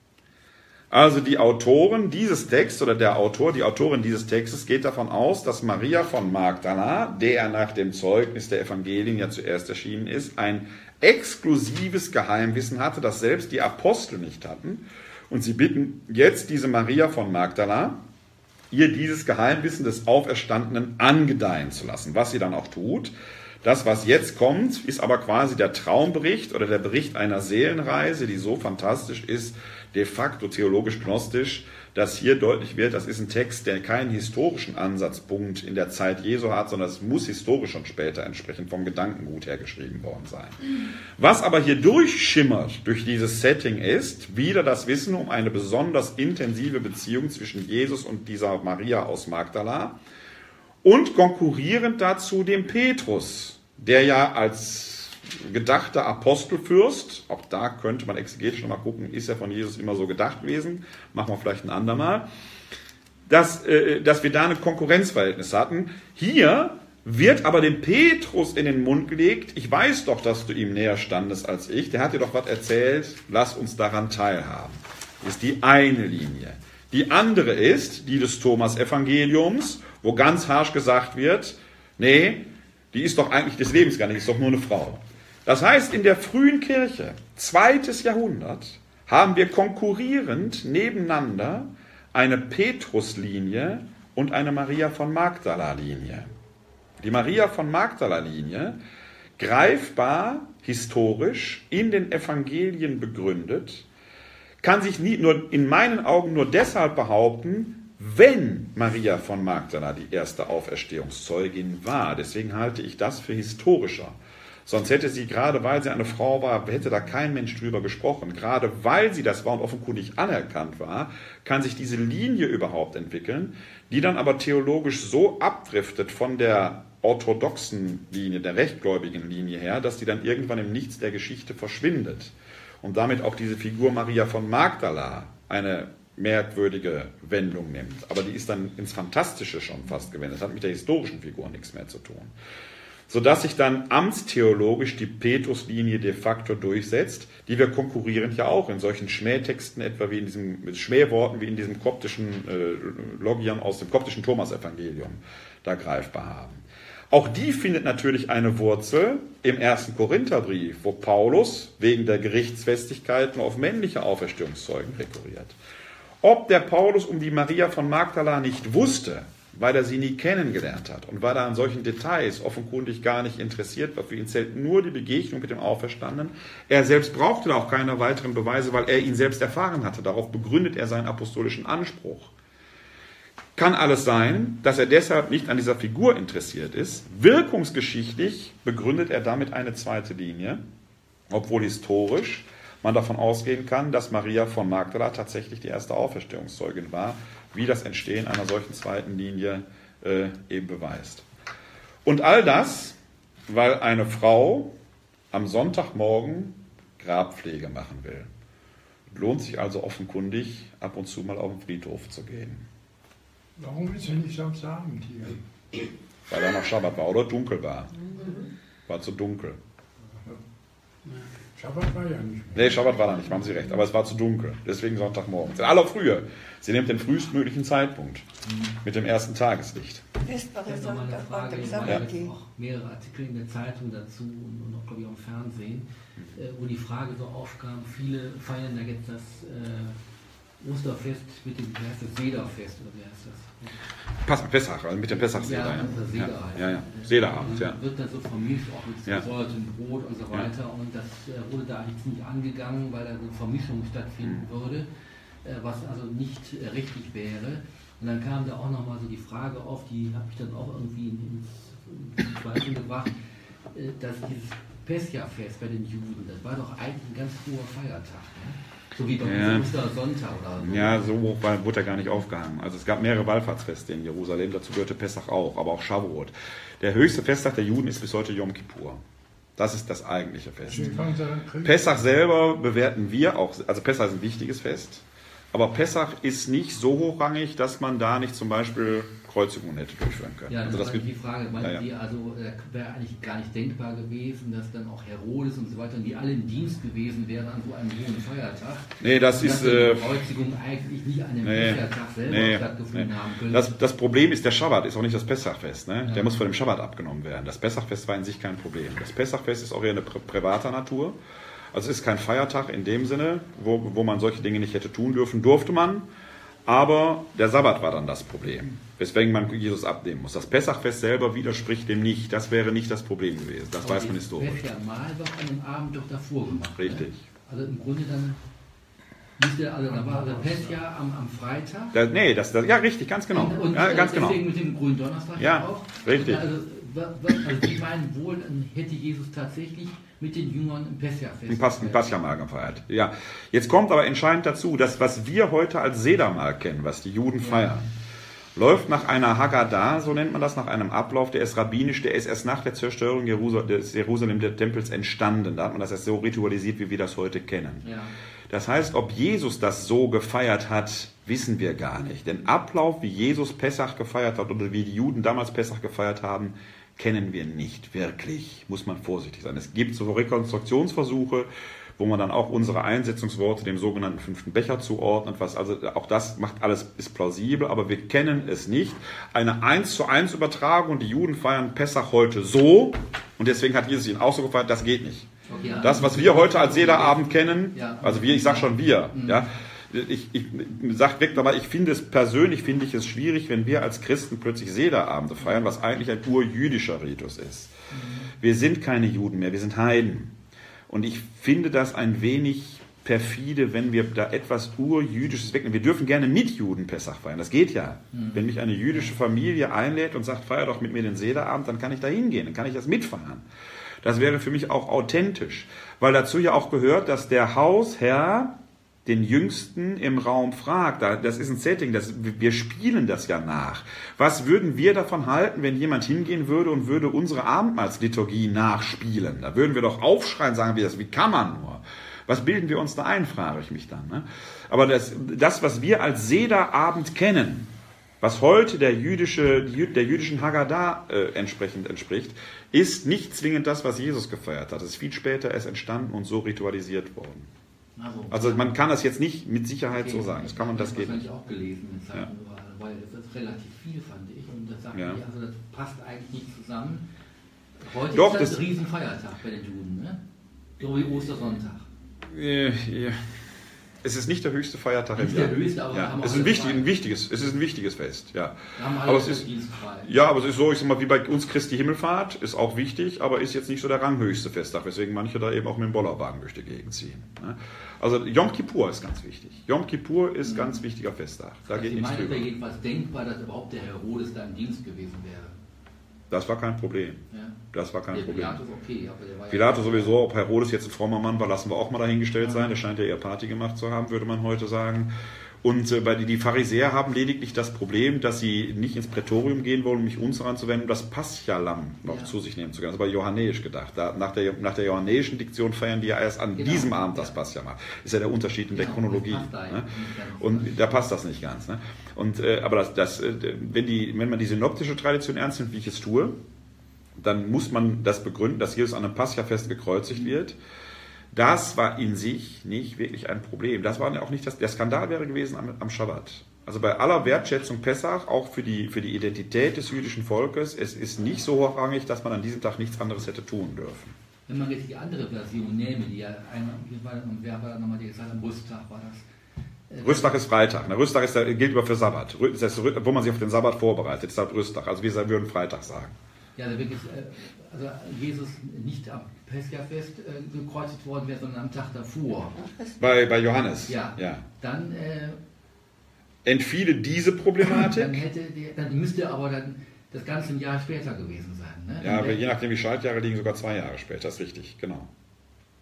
A: Also die Autoren dieses Texts oder die Autorin dieses Textes geht davon aus, dass Maria von Magdala, der nach dem Zeugnis der Evangelien ja zuerst erschienen ist, ein exklusives Geheimwissen hatte, das selbst die Apostel nicht hatten. Und sie bitten jetzt diese Maria von Magdala, ihr dieses Geheimwissen des Auferstandenen angedeihen zu lassen, was sie dann auch tut. Das, was jetzt kommt, ist aber quasi der Traumbericht oder der Bericht einer Seelenreise, die so fantastisch ist, de facto theologisch-gnostisch, dass hier deutlich wird, das ist ein Text, der keinen historischen Ansatzpunkt in der Zeit Jesu hat, sondern es muss historisch und später entsprechend vom Gedankengut her geschrieben worden sein. Was aber hier durchschimmert durch dieses Setting ist, wieder das Wissen um eine besonders intensive Beziehung zwischen Jesus und dieser Maria aus Magdala und konkurrierend dazu dem Petrus, der ja als gedachter Apostelfürst, auch da könnte man exegetisch nochmal gucken, ist er von Jesus immer so gedacht gewesen, machen wir vielleicht ein andermal, dass wir da ein Konkurrenzverhältnis hatten. Hier wird aber dem Petrus in den Mund gelegt, ich weiß doch, dass du ihm näher standest als ich, der hat dir doch was erzählt, lass uns daran teilhaben. Das ist die eine Linie. Die andere ist die des Thomas-Evangeliums, wo ganz harsch gesagt wird, nee, die ist doch eigentlich des Lebens gar nicht, ist doch nur eine Frau. Das heißt, in der frühen Kirche, 2. Jahrhundert, haben wir konkurrierend nebeneinander eine Petrus-Linie und eine Maria von Magdala-Linie. Die Maria von Magdala-Linie, greifbar historisch in den Evangelien begründet, kann sich in meinen Augen nur deshalb behaupten, wenn Maria von Magdala die erste Auferstehungszeugin war. Deswegen halte ich das für historischer. Sonst hätte sie, gerade weil sie eine Frau war, hätte da kein Mensch drüber gesprochen. Gerade weil sie das war und offenkundig anerkannt war, kann sich diese Linie überhaupt entwickeln, die dann aber theologisch so abdriftet von der orthodoxen Linie, der rechtgläubigen Linie her, dass die dann irgendwann im Nichts der Geschichte verschwindet. Und damit auch diese Figur Maria von Magdala eine merkwürdige Wendung nimmt. Aber die ist dann ins Fantastische schon fast gewendet, hat mit der historischen Figur nichts mehr zu tun. Sodass sich dann amtstheologisch die Petruslinie de facto durchsetzt, die wir konkurrierend ja auch in solchen Schmähtexten, etwa wie in diesem, mit Schmähworten wie in diesem koptischen Logion aus dem koptischen Thomas-Evangelium da greifbar haben. Auch die findet natürlich eine Wurzel im 1. Korintherbrief, wo Paulus wegen der Gerichtsfestigkeit nur auf männliche Auferstehungszeugen rekurriert. Ob der Paulus um die Maria von Magdala nicht wusste, weil er sie nie kennengelernt hat und weil er an solchen Details offenkundig gar nicht interessiert war, für ihn zählt nur die Begegnung mit dem Auferstandenen. Er selbst brauchte da auch keine weiteren Beweise, weil er ihn selbst erfahren hatte. Darauf begründet er seinen apostolischen Anspruch. Kann alles sein, dass er deshalb nicht an dieser Figur interessiert ist. Wirkungsgeschichtlich begründet er damit eine zweite Linie, obwohl historisch man davon ausgehen kann, dass Maria von Magdala tatsächlich die erste Auferstehungszeugin war, wie das Entstehen einer solchen zweiten Linie eben beweist. Und all das, weil eine Frau am Sonntagmorgen Grabpflege machen will. Lohnt sich also offenkundig, ab und zu mal auf den Friedhof zu gehen.
C: Warum ist er nicht Samstagabend hier?
A: Weil da noch Schabbat war oder dunkel war. War zu dunkel.
C: Schabbat war ja nicht.
A: Nee, Schabbat war da nicht, haben Sie recht, aber es war zu dunkel. Deswegen Sonntagmorgen. Sind alle früher. Sie nimmt den frühestmöglichen Zeitpunkt mit dem ersten Tageslicht.
F: Festbarer
G: Ich habe noch mal eine
F: Sonntag,
G: Frage,
F: Sonntag,
G: weil
F: Samstag.
G: jetzt auch mehrere Artikel in der Zeitung dazu und auch, glaube ich, auch im Fernsehen, wo die Frage so aufkam, viele feiern da jetzt das Osterfest mit dem, wie heißt das, Sederfest, oder wie heißt das?
A: Pessach, also mit dem Pessach-Seder.
G: Ja, das Seder halt.
A: Sederabend, ja.
G: Wird dann so vermischt, auch mit gesäuertem Brot und so weiter. Und das wurde da eigentlich nicht angegangen, weil da eine Vermischung stattfinden würde, was also nicht richtig wäre. Und dann kam da auch nochmal so die Frage auf, die habe ich dann auch irgendwie ins Zweifel gebracht, dass dieses Pescha-Fest bei den Juden, das war doch eigentlich ein ganz hoher Feiertag. Ne? So wie bei uns Ostersonntag oder so.
A: Ja, so hoch wurde er gar nicht aufgehangen. Also es gab mehrere Wallfahrtsfeste in Jerusalem, dazu gehörte Pessach auch, aber auch Shavuot. Der höchste Festtag der Juden ist bis heute Yom Kippur. Das ist das eigentliche Fest.
C: Sie fangen sie an Krieg.
A: Pessach selber bewerten wir auch, also Pessach ist ein wichtiges Fest, aber Pessach ist nicht so hochrangig, dass man da nicht zum Beispiel Kreuzigungen hätte durchführen können.
G: Ja,
A: also
G: das
A: das
G: war die Frage, weil
A: ja.
G: die wäre eigentlich gar nicht denkbar gewesen, dass dann auch Herodes und so weiter, die alle im Dienst gewesen wären an so einem hohen Feiertag.
A: Nee, das ist...
G: die Kreuzigung eigentlich nicht an dem Feiertag selber stattgefunden haben können.
A: Das Problem ist, der Schabbat ist auch nicht das Pessachfest. Ne?
G: Ja.
A: Der muss von dem Schabbat abgenommen werden. Das Pessachfest war in sich kein Problem. Das Pessachfest ist auch eher eine privater Natur. Also es ist kein Feiertag in dem Sinne, wo man solche Dinge nicht hätte tun dürfen. Durfte man, aber der Sabbat war dann das Problem, weswegen man Jesus abnehmen muss. Das Pessachfest selber widerspricht dem nicht. Das wäre nicht das Problem gewesen. Das weiß man historisch.
G: Das Festjahrmahl war an dem Abend doch davor gemacht.
A: Richtig.
G: Ne? Also im Grunde dann da war der Pessjahr am Freitag.
A: Ja, richtig, ganz genau.
G: Und
A: ja, ganz
G: deswegen
A: genau.
G: mit dem grünen Donnerstag
A: ja
G: auch.
A: Richtig.
G: Also die meinen wohl, hätte Jesus tatsächlich mit den Jüngern im Pessachfest.
A: Ein Pessachmahl gefeiert. Ja. Jetzt kommt aber entscheidend dazu, dass was wir heute als Sedermahl kennen, was die Juden feiern, läuft nach einer Haggadah, so nennt man das, nach einem Ablauf, der ist rabbinisch, der ist erst nach der Zerstörung des Jerusalem-Tempels entstanden. Da hat man das erst so ritualisiert, wie wir das heute kennen.
G: Ja.
A: Das heißt, ob Jesus das so gefeiert hat, wissen wir gar nicht. Den Ablauf, wie Jesus Pessach gefeiert hat oder wie die Juden damals Pessach gefeiert haben, kennen wir nicht wirklich. Muss man vorsichtig sein. Es gibt so Rekonstruktionsversuche, wo man dann auch unsere Einsetzungsworte dem sogenannten 5. Becher zuordnet. Also auch das macht alles, ist plausibel, aber wir kennen es nicht. Eine 1:1 Übertragung, die Juden feiern Pessach heute so und deswegen hat Jesus ihn auch so gefeiert, das geht nicht.
G: Okay,
A: das, was wir heute als Sederabend kennen,
G: also
A: ich sage schon wir, ja, ich sage direkt, aber ich finde es persönlich, schwierig, wenn wir als Christen plötzlich Sederabende feiern, was eigentlich ein urjüdischer Ritus ist. Wir sind keine Juden mehr, wir sind Heiden. Und ich finde das ein wenig perfide, wenn wir da etwas Urjüdisches wegnehmen. Wir dürfen gerne mit Juden Pessach feiern, das geht ja. Wenn mich eine jüdische Familie einlädt und sagt, feier doch mit mir den Sederabend, dann kann ich da hingehen, dann kann ich das mitfeiern. Das wäre für mich auch authentisch, weil dazu ja auch gehört, dass der Hausherr den Jüngsten im Raum fragt. Das ist ein Setting, wir spielen das ja nach. Was würden wir davon halten, wenn jemand hingehen würde und würde unsere Abendmahlsliturgie nachspielen? Da würden wir doch aufschreien, sagen wir das, wie kann man nur? Was bilden wir uns da ein, frage ich mich dann. Ne? Aber das, was wir als Sederabend kennen, was heute der jüdischen Haggadah entsprechend entspricht, ist nicht zwingend das, was Jesus gefeiert hat. Es ist viel später erst entstanden und so ritualisiert worden. Also man kann das jetzt nicht mit Sicherheit so sagen. Das geht nicht.
G: Das habe ich auch gelesen in Zeiten überall, weil das ist relativ viel, fand ich. Und das sagt ich, also das passt eigentlich nicht zusammen. Heute ist das ein Riesenfeiertag bei den Juden, ne? So wie Ostersonntag.
A: Es ist nicht der höchste Feiertag im
G: Jahr.
A: Es ist ein wichtiges Fest. Ja.
G: Aber es ist
A: so, ich sag mal, wie bei uns Christi Himmelfahrt, ist auch wichtig, aber ist jetzt nicht so der ranghöchste Festtag, weswegen manche da eben auch mit dem Bollerwagen durch die Gegend ziehen. Also Yom Kippur ist ganz wichtig. Yom Kippur ist ganz wichtiger Festtag. Da geht nichts drüber.
G: Ich meine, jedenfalls denkbar, dass überhaupt der Herodes da im Dienst gewesen wäre.
A: Das war kein Problem.
G: Ja.
A: Das war kein Problem.
G: Pilatus okay, aber der war
A: Pilatus sowieso, ob Herodes jetzt ein frommer Mann war, lassen wir auch mal dahingestellt sein. Der scheint ja eher Party gemacht zu haben, würde man heute sagen. Und die Pharisäer haben lediglich das Problem, dass sie nicht ins Prätorium gehen wollen, um mich uns anzuwenden, um das Paschalamm noch zu sich nehmen zu können. Das war johannäisch gedacht. Nach der johannäischen Diktion feiern die ja erst an diesem Abend das Paschalamm. Ist ja der Unterschied in der Chronologie. Ne? Und da passt das nicht ganz. Ne? Und, aber wenn man die synoptische Tradition ernst nimmt, wie ich es tue, dann muss man das begründen, dass Jesus an einem Paschafest gekreuzigt wird. Das war in sich nicht wirklich ein Problem. Das war auch nicht der Skandal wäre gewesen am Schabbat. Also bei aller Wertschätzung Pessach, auch für die Identität des jüdischen Volkes, es ist nicht so hochrangig, dass man an diesem Tag nichts anderes hätte tun dürfen.
G: Wenn man jetzt die andere Version nähme, die ja wer war nochmal gesagt, am Rüsttag war das.
A: Rüsttag ist Freitag. Ne? Rüsttag gilt aber für Sabbat. Das heißt, wo man sich auf den Sabbat vorbereitet, ist halt Rüsttag. Also wir würden Freitag sagen.
G: Ja, also wirklich, also Jesus nicht am Pessachfest gekreuzigt worden wäre, sondern am Tag davor.
A: Bei Johannes.
G: Ja. Dann
A: entfiele diese Problematik.
G: Dann müsste aber dann das Ganze ein Jahr später gewesen sein. Ne?
A: Ja, aber je nachdem wie Schaltjahre liegen, sogar 2 Jahre später. Das ist richtig, genau.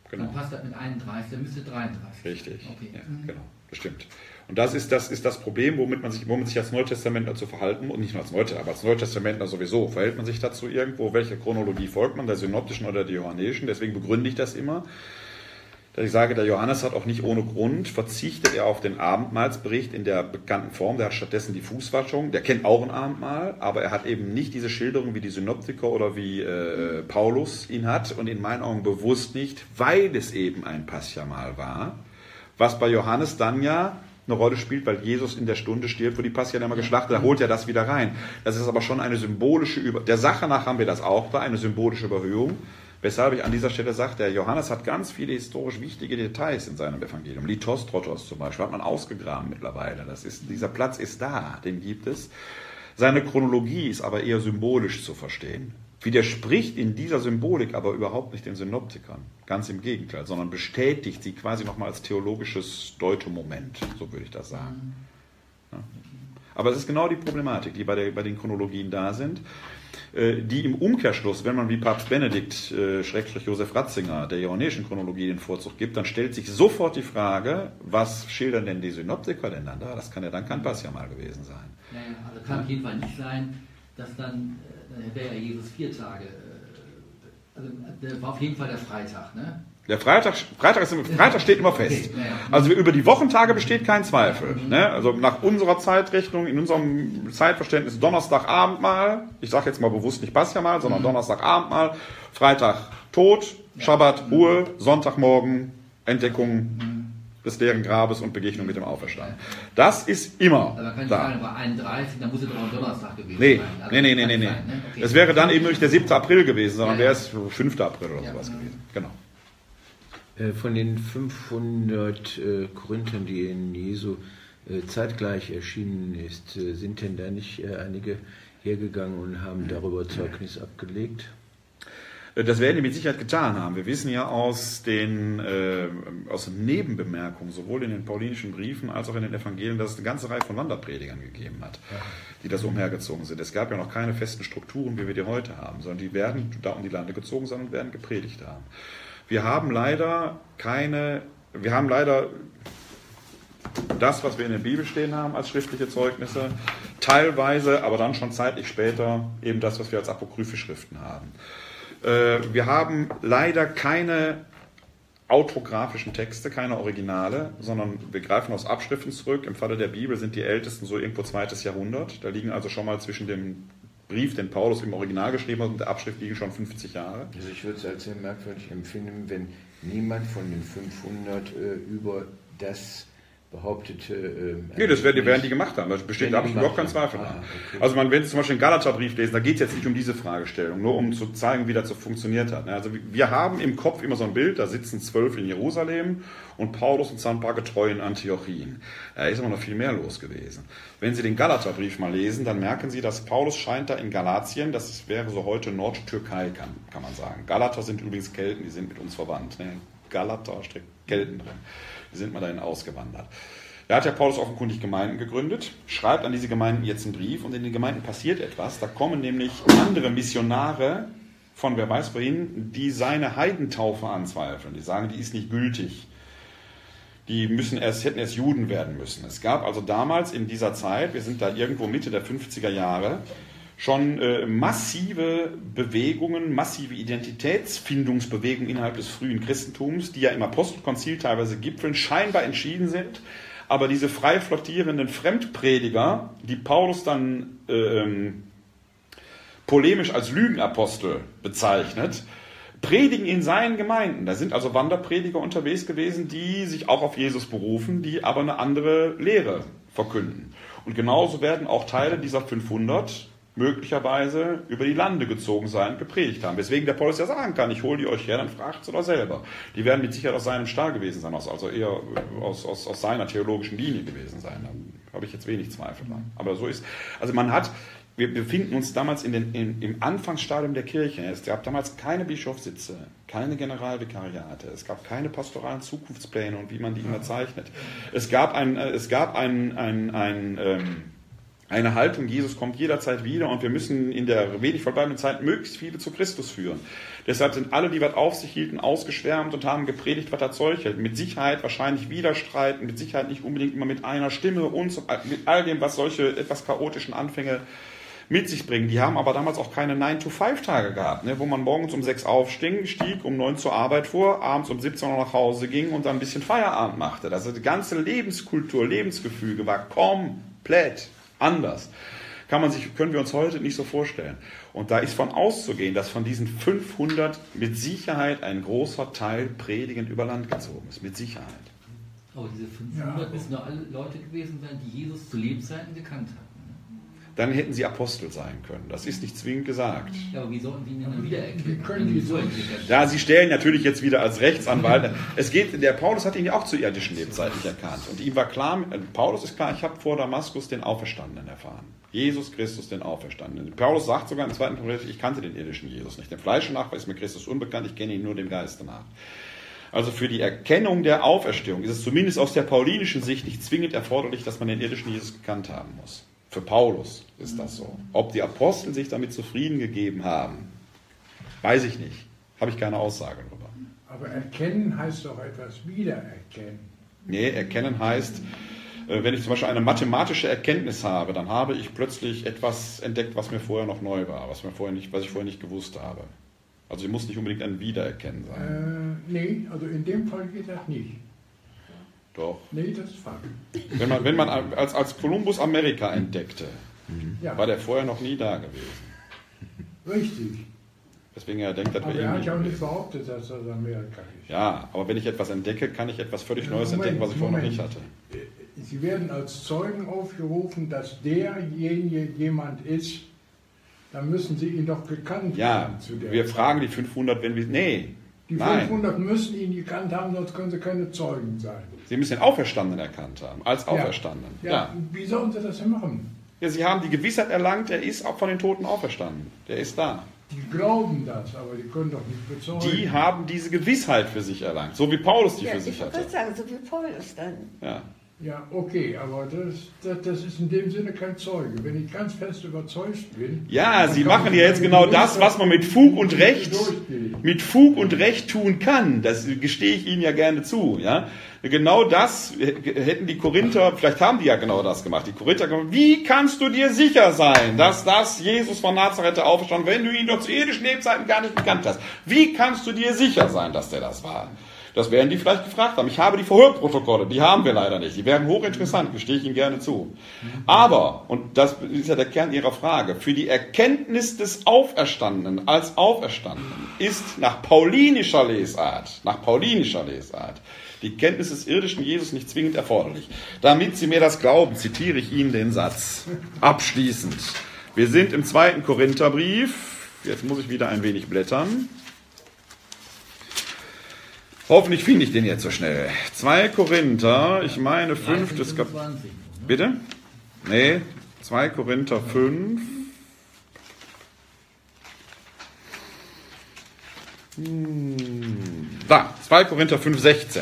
A: Genau.
G: Dann passt das mit 31, dann müsste 33.
A: Richtig,
G: Okay.
A: ja, genau, das stimmt. Und das ist das Problem, womit man sich als Neutestamentler zu verhalten muss, und nicht nur als Neutestamentler, aber als Neutestamentler sowieso, verhält man sich dazu irgendwo, welche Chronologie folgt man, der synoptischen oder der johannäischen, deswegen begründe ich das immer. Dass ich sage, der Johannes hat auch nicht ohne Grund, verzichtet er auf den Abendmahlsbericht in der bekannten Form, der hat stattdessen die Fußwaschung, der kennt auch ein Abendmahl, aber er hat eben nicht diese Schilderung wie die Synoptiker oder wie Paulus ihn hat und in meinen Augen bewusst nicht, weil es eben ein Paschamahl war, was bei Johannes dann ja eine Rolle spielt, weil Jesus in der Stunde stirbt, wo die Paschlämmer geschlachtet, da holt er das wieder rein. Das ist aber schon eine symbolische der Sache nach haben wir das auch da, eine symbolische Überhöhung. Weshalb ich an dieser Stelle sage, der Johannes hat ganz viele historisch wichtige Details in seinem Evangelium. Litos Trotos zum Beispiel hat man ausgegraben mittlerweile. Dieser Platz ist da, den gibt es. Seine Chronologie ist aber eher symbolisch zu verstehen. Widerspricht in dieser Symbolik aber überhaupt nicht den Synoptikern. Ganz im Gegenteil, sondern bestätigt sie quasi nochmal als theologisches Deutemoment, so würde ich das sagen. Ja. Aber es ist genau die Problematik, die bei den Chronologien da sind, die im Umkehrschluss, wenn man wie Papst Benedikt, Josef Ratzinger, der johannäischen Chronologie den Vorzug gibt, dann stellt sich sofort die Frage, was schildern denn die Synoptiker denn dann da? Das kann ja dann kein Paschamahl gewesen sein.
G: Naja, also kann auf jeden Fall nicht sein, dass dann wäre ja Jesus 4 Tage, also der war auf jeden Fall der Freitag, ne?
A: Der Freitag steht immer fest. Also über die Wochentage besteht kein Zweifel. Ne? Also nach unserer Zeitrechnung, in unserem Zeitverständnis Donnerstagabendmahl, ich sage jetzt mal bewusst nicht Paschamahl, sondern Donnerstagabendmahl, Freitag Tod, Schabbat Ruhe, Sonntagmorgen Entdeckung des leeren Grabes und Begegnung mit dem Auferstandenen. Das ist immer
G: aber kann ich
A: da.
G: sagen, bei 31, dann muss es doch am Donnerstag gewesen
A: Nee.
G: sein. Also
A: Nee.
G: kann sein, ne? Okay.
A: Es wäre dann eben nicht der 7. April gewesen, sondern wäre es 5. April oder
G: Ja.
A: sowas gewesen. Genau.
B: Von den 500 Korinthern, die in Jesu zeitgleich erschienen ist, sind denn da nicht einige hergegangen und haben darüber Zeugnis abgelegt?
A: Das werden die mit Sicherheit getan haben. Wir wissen ja aus den Nebenbemerkungen, sowohl in den paulinischen Briefen als auch in den Evangelien, dass es eine ganze Reihe von Wanderpredigern gegeben hat, die da so umhergezogen sind. Es gab ja noch keine festen Strukturen, wie wir die heute haben, sondern die werden da um die Lande gezogen sein und werden gepredigt haben. Wir haben leider das, was wir in der Bibel stehen haben als schriftliche Zeugnisse, teilweise, aber dann schon zeitlich später, eben das, was wir als apokryphe Schriften haben. Wir haben leider keine autographischen Texte, keine Originale, sondern wir greifen aus Abschriften zurück. Im Falle der Bibel sind die ältesten so irgendwo 2. Jahrhundert. Da liegen also schon mal zwischen dem Brief, den Paulus im Original geschrieben hat, und der Abschrift liegen schon 50 Jahre.
B: Also ich würde es als sehr merkwürdig empfinden, wenn niemand von den 500 über das behauptete...
A: Nee, das werden die gemacht haben. Da besteht absolut überhaupt kein Zweifel an.
B: Okay.
A: Also wenn Sie zum Beispiel den Galaterbrief lesen, da geht es jetzt nicht um diese Fragestellung, nur um zu zeigen, wie das so funktioniert hat. Also wir haben im Kopf immer so ein Bild, da sitzen 12 in Jerusalem und Paulus und ein paar Getreu in Antiochien. Da ist aber noch viel mehr los gewesen. Wenn Sie den Galaterbrief mal lesen, dann merken Sie, dass Paulus scheint da in Galatien, das wäre so heute Nordtürkei, kann man sagen. Galater sind übrigens Kelten, die sind mit uns verwandt. Ne? Galater steckt Kelten drin. Die sind mal dahin ausgewandert. Da hat ja Paulus offenkundig Gemeinden gegründet, schreibt an diese Gemeinden jetzt einen Brief und in den Gemeinden passiert etwas. Da kommen nämlich andere Missionare von wer weiß wohin, die seine Heidentaufe anzweifeln. Die sagen, die ist nicht gültig. Die hätten erst Juden werden müssen. Es gab also damals in dieser Zeit, wir sind da irgendwo Mitte der 50er Jahre, schon massive Bewegungen, massive Identitätsfindungsbewegungen innerhalb des frühen Christentums, die ja im Apostelkonzil teilweise gipfeln, scheinbar entschieden sind, aber diese frei flottierenden Fremdprediger, die Paulus dann polemisch als Lügenapostel bezeichnet, predigen in seinen Gemeinden. Da sind also Wanderprediger unterwegs gewesen, die sich auch auf Jesus berufen, die aber eine andere Lehre verkünden. Und genauso werden auch Teile dieser 500 möglicherweise über die Lande gezogen sein und gepredigt haben. Weswegen der Paulus ja sagen kann, ich hole die euch her, dann fragt es doch selber. Die werden mit Sicherheit aus seinem Stall gewesen sein, also eher aus seiner theologischen Linie gewesen sein. Da habe ich jetzt wenig Zweifel dran. Aber so ist, also wir befinden uns damals im Anfangsstadium der Kirche. Es gab damals keine Bischofssitze, keine Generalvikariate, es gab keine pastoralen Zukunftspläne und wie man die immer zeichnet. Es gab ein eine Haltung, Jesus kommt jederzeit wieder und wir müssen in der wenig verbleibenden Zeit möglichst viele zu Christus führen. Deshalb sind alle, die was auf sich hielten, ausgeschwärmt und haben gepredigt, was das Zeug hält. Mit Sicherheit wahrscheinlich Widerstreiten, mit Sicherheit nicht unbedingt immer mit einer Stimme und so, mit all dem, was solche etwas chaotischen Anfänge mit sich bringen. Die haben aber damals auch keine 9-to-5-Tage gehabt, ne, wo man morgens um 6 stieg, um 9 zur Arbeit fuhr, abends um 17 Uhr nach Hause ging und dann ein bisschen Feierabend machte. Also die ganze Lebenskultur, Lebensgefüge war komplett anders. Können wir uns heute nicht so vorstellen. Und da ist von auszugehen, dass von diesen 500 mit Sicherheit ein großer Teil predigend über Land gezogen ist. Mit Sicherheit.
G: Aber diese 500 müssen doch alle Leute gewesen sein, die Jesus zu Lebzeiten gekannt hatten.
A: Dann hätten sie Apostel sein können. Das ist nicht zwingend gesagt.
G: Ja, aber wie sollten die ihn dann wiedererkennen?
A: Ja, sie stellen natürlich jetzt wieder als Rechtsanwalt. Der Paulus hat ihn ja auch zu irdischen Lebzeiten nicht erkannt. Und ihm war klar, Paulus ist klar, ich habe vor Damaskus den Auferstandenen erfahren. Jesus Christus, den Auferstandenen. Paulus sagt sogar im 2. Korinther, ich kannte den irdischen Jesus nicht. Dem Fleische nach ist mir Christus unbekannt, ich kenne ihn nur dem Geiste nach. Also für die Erkennung der Auferstehung ist es zumindest aus der paulinischen Sicht nicht zwingend erforderlich, dass man den irdischen Jesus gekannt haben muss. Für Paulus ist das so. Ob die Apostel sich damit zufrieden gegeben haben, weiß ich nicht. Habe ich keine Aussage darüber.
C: Aber erkennen heißt doch etwas wiedererkennen.
A: Nee, erkennen heißt, wenn ich zum Beispiel eine mathematische Erkenntnis habe, dann habe ich plötzlich etwas entdeckt, was mir vorher noch neu war, was ich vorher nicht gewusst habe. Also es muss nicht unbedingt ein Wiedererkennen sein.
C: Nee, also in dem Fall geht das nicht.
A: Doch.
C: Nee, das ist falsch.
A: Wenn man als Kolumbus Amerika entdeckte, war der vorher noch nie da gewesen.
C: Richtig.
A: Deswegen er denkt, dass
C: aber
A: wir
C: er hat ja auch nicht behauptet, dass das Amerika ist.
A: Ja, aber wenn ich etwas entdecke, kann ich etwas völlig Neues entdecken, was ich vorher noch nicht hatte.
C: Sie werden als Zeugen aufgerufen, dass derjenige jemand ist, dann müssen Sie ihn doch gekannt haben.
A: Ja, wir fragen die 500, wenn wir... Nee,
C: die 500 müssen ihn gekannt haben, sonst können sie keine Zeugen sein.
A: Sie müssen den Auferstandenen erkannt haben, als Auferstandenen.
C: Ja. Wie sollen sie das denn machen?
A: Ja, sie haben die Gewissheit erlangt, er ist auch von den Toten auferstanden. Der ist da.
C: Die glauben das, aber die können doch nicht bezeugen.
A: Die haben diese Gewissheit für sich erlangt, so wie Paulus die für sich hatte.
F: Ich würde sagen, so wie Paulus dann.
C: Ja, okay, aber das ist in dem Sinne kein Zeuge. Wenn ich ganz fest überzeugt bin...
A: Ja, Sie machen ja jetzt genau das, was man mit Fug und Recht tun kann. Das gestehe ich Ihnen ja gerne zu. Ja? Genau das hätten die Korinther, vielleicht haben die ja genau das gemacht. Die Korinther gesagt, wie kannst du dir sicher sein, dass das Jesus von Nazareth auferstanden, wenn du ihn doch zu irdischen Lebzeiten gar nicht gekannt hast? Wie kannst du dir sicher sein, dass der das war? Das werden die vielleicht gefragt haben. Ich habe die Verhörprotokolle, die haben wir leider nicht. Die wären hochinteressant, gestehe ich Ihnen gerne zu. Aber, und das ist ja der Kern Ihrer Frage, für die Erkenntnis des Auferstandenen als Auferstandenen ist nach paulinischer Lesart, die Kenntnis des irdischen Jesus nicht zwingend erforderlich. Damit Sie mir das glauben, zitiere ich Ihnen den Satz. Abschließend. Wir sind im 2. Korintherbrief. Jetzt muss ich wieder ein wenig blättern. Hoffentlich finde ich den jetzt so schnell. 2 Korinther, ich meine 5. Kapitel. Bitte? Nee, 2 Korinther 5. Da, 2 Korinther 5, 16.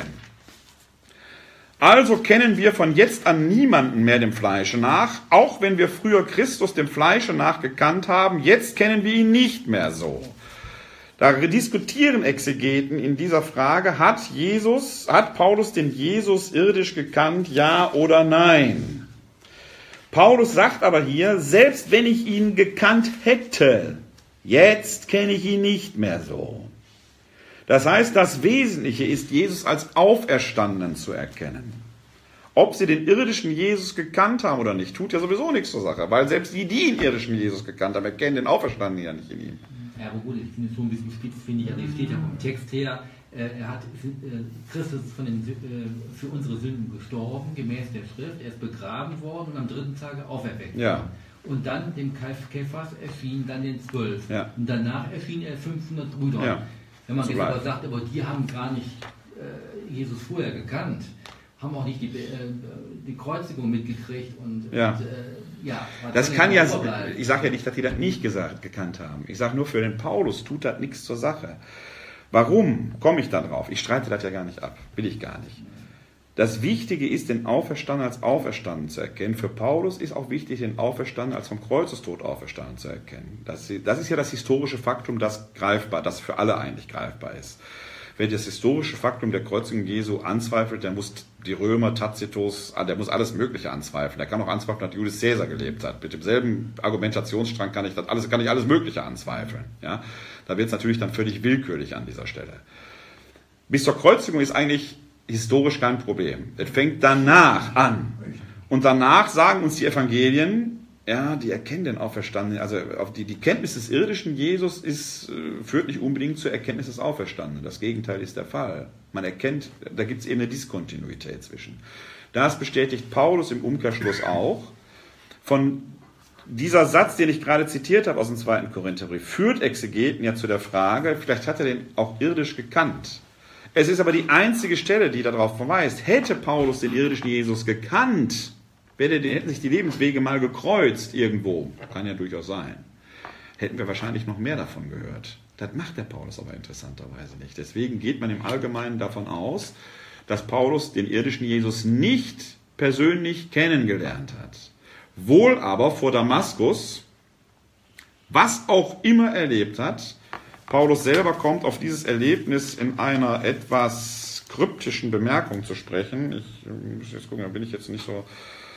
A: Also kennen wir von jetzt an niemanden mehr dem Fleische nach, auch wenn wir früher Christus dem Fleische nach gekannt haben, jetzt kennen wir ihn nicht mehr so. Da diskutieren Exegeten in dieser Frage, hat Paulus den Jesus irdisch gekannt, ja oder nein? Paulus sagt aber hier, selbst wenn ich ihn gekannt hätte, jetzt kenne ich ihn nicht mehr so. Das heißt, das Wesentliche ist, Jesus als Auferstandenen zu erkennen. Ob sie den irdischen Jesus gekannt haben oder nicht, tut ja sowieso nichts zur Sache, weil selbst die den irdischen Jesus gekannt haben, erkennen den Auferstandenen ja nicht in ihm.
G: Ja, aber gut, ich finde es so ein bisschen spitz, finde ich. Also es steht ja vom Text her, Christus ist für unsere Sünden gestorben, gemäß der Schrift. Er ist begraben worden und am 3. Tage auferweckt.
A: Ja.
G: Und dann dem Kephas erschien dann den 12.
A: Ja.
G: Und danach erschien er 500 Brüdern.
A: Ja.
G: Wenn man jetzt aber sagt, aber die haben gar nicht Jesus vorher gekannt, haben auch nicht die Kreuzigung mitgekriegt und
A: das kann ja, ich sage ja nicht, dass die das nicht gekannt haben. Ich sage nur, für den Paulus tut das nichts zur Sache. Warum komme ich da drauf? Ich streite das ja gar nicht ab, will ich gar nicht. Das Wichtige ist, den Auferstandenen als auferstanden zu erkennen. Für Paulus ist auch wichtig, den Auferstandenen als vom Kreuzestod auferstanden zu erkennen. Das ist ja das historische Faktum, das greifbar, das für alle eigentlich greifbar ist. Wer das historische Faktum der Kreuzigung Jesu anzweifelt, der muss die Römer, Tacitus, der muss alles Mögliche anzweifeln. Der kann auch anzweifeln, dass Julius Caesar gelebt hat. Mit demselben Argumentationsstrang kann ich alles Mögliche anzweifeln. Ja? Da wird es natürlich dann völlig willkürlich an dieser Stelle. Bis zur Kreuzigung ist eigentlich historisch kein Problem. Es fängt danach an. Und danach sagen uns die Evangelien, ja, die erkennen den Auferstandenen. Also auf die Kenntnis des irdischen Jesus führt nicht unbedingt zur Erkenntnis des Auferstandenen. Das Gegenteil ist der Fall. Man erkennt, da gibt es eben eine Diskontinuität zwischen. Das bestätigt Paulus im Umkehrschluss auch. Von dieser Satz, den ich gerade zitiert habe aus dem 2. Korintherbrief, führt Exegeten ja zu der Frage, vielleicht hat er den auch irdisch gekannt. Es ist aber die einzige Stelle, die darauf verweist. Hätte Paulus den irdischen Jesus gekannt, hätten sich die Lebenswege mal gekreuzt irgendwo, kann ja durchaus sein, hätten wir wahrscheinlich noch mehr davon gehört. Das macht der Paulus aber interessanterweise nicht. Deswegen geht man im Allgemeinen davon aus, dass Paulus den irdischen Jesus nicht persönlich kennengelernt hat. Wohl aber vor Damaskus, was auch immer erlebt hat. Paulus selber kommt auf dieses Erlebnis in einer etwas kryptischen Bemerkung zu sprechen. Ich muss jetzt gucken, da bin ich jetzt nicht so...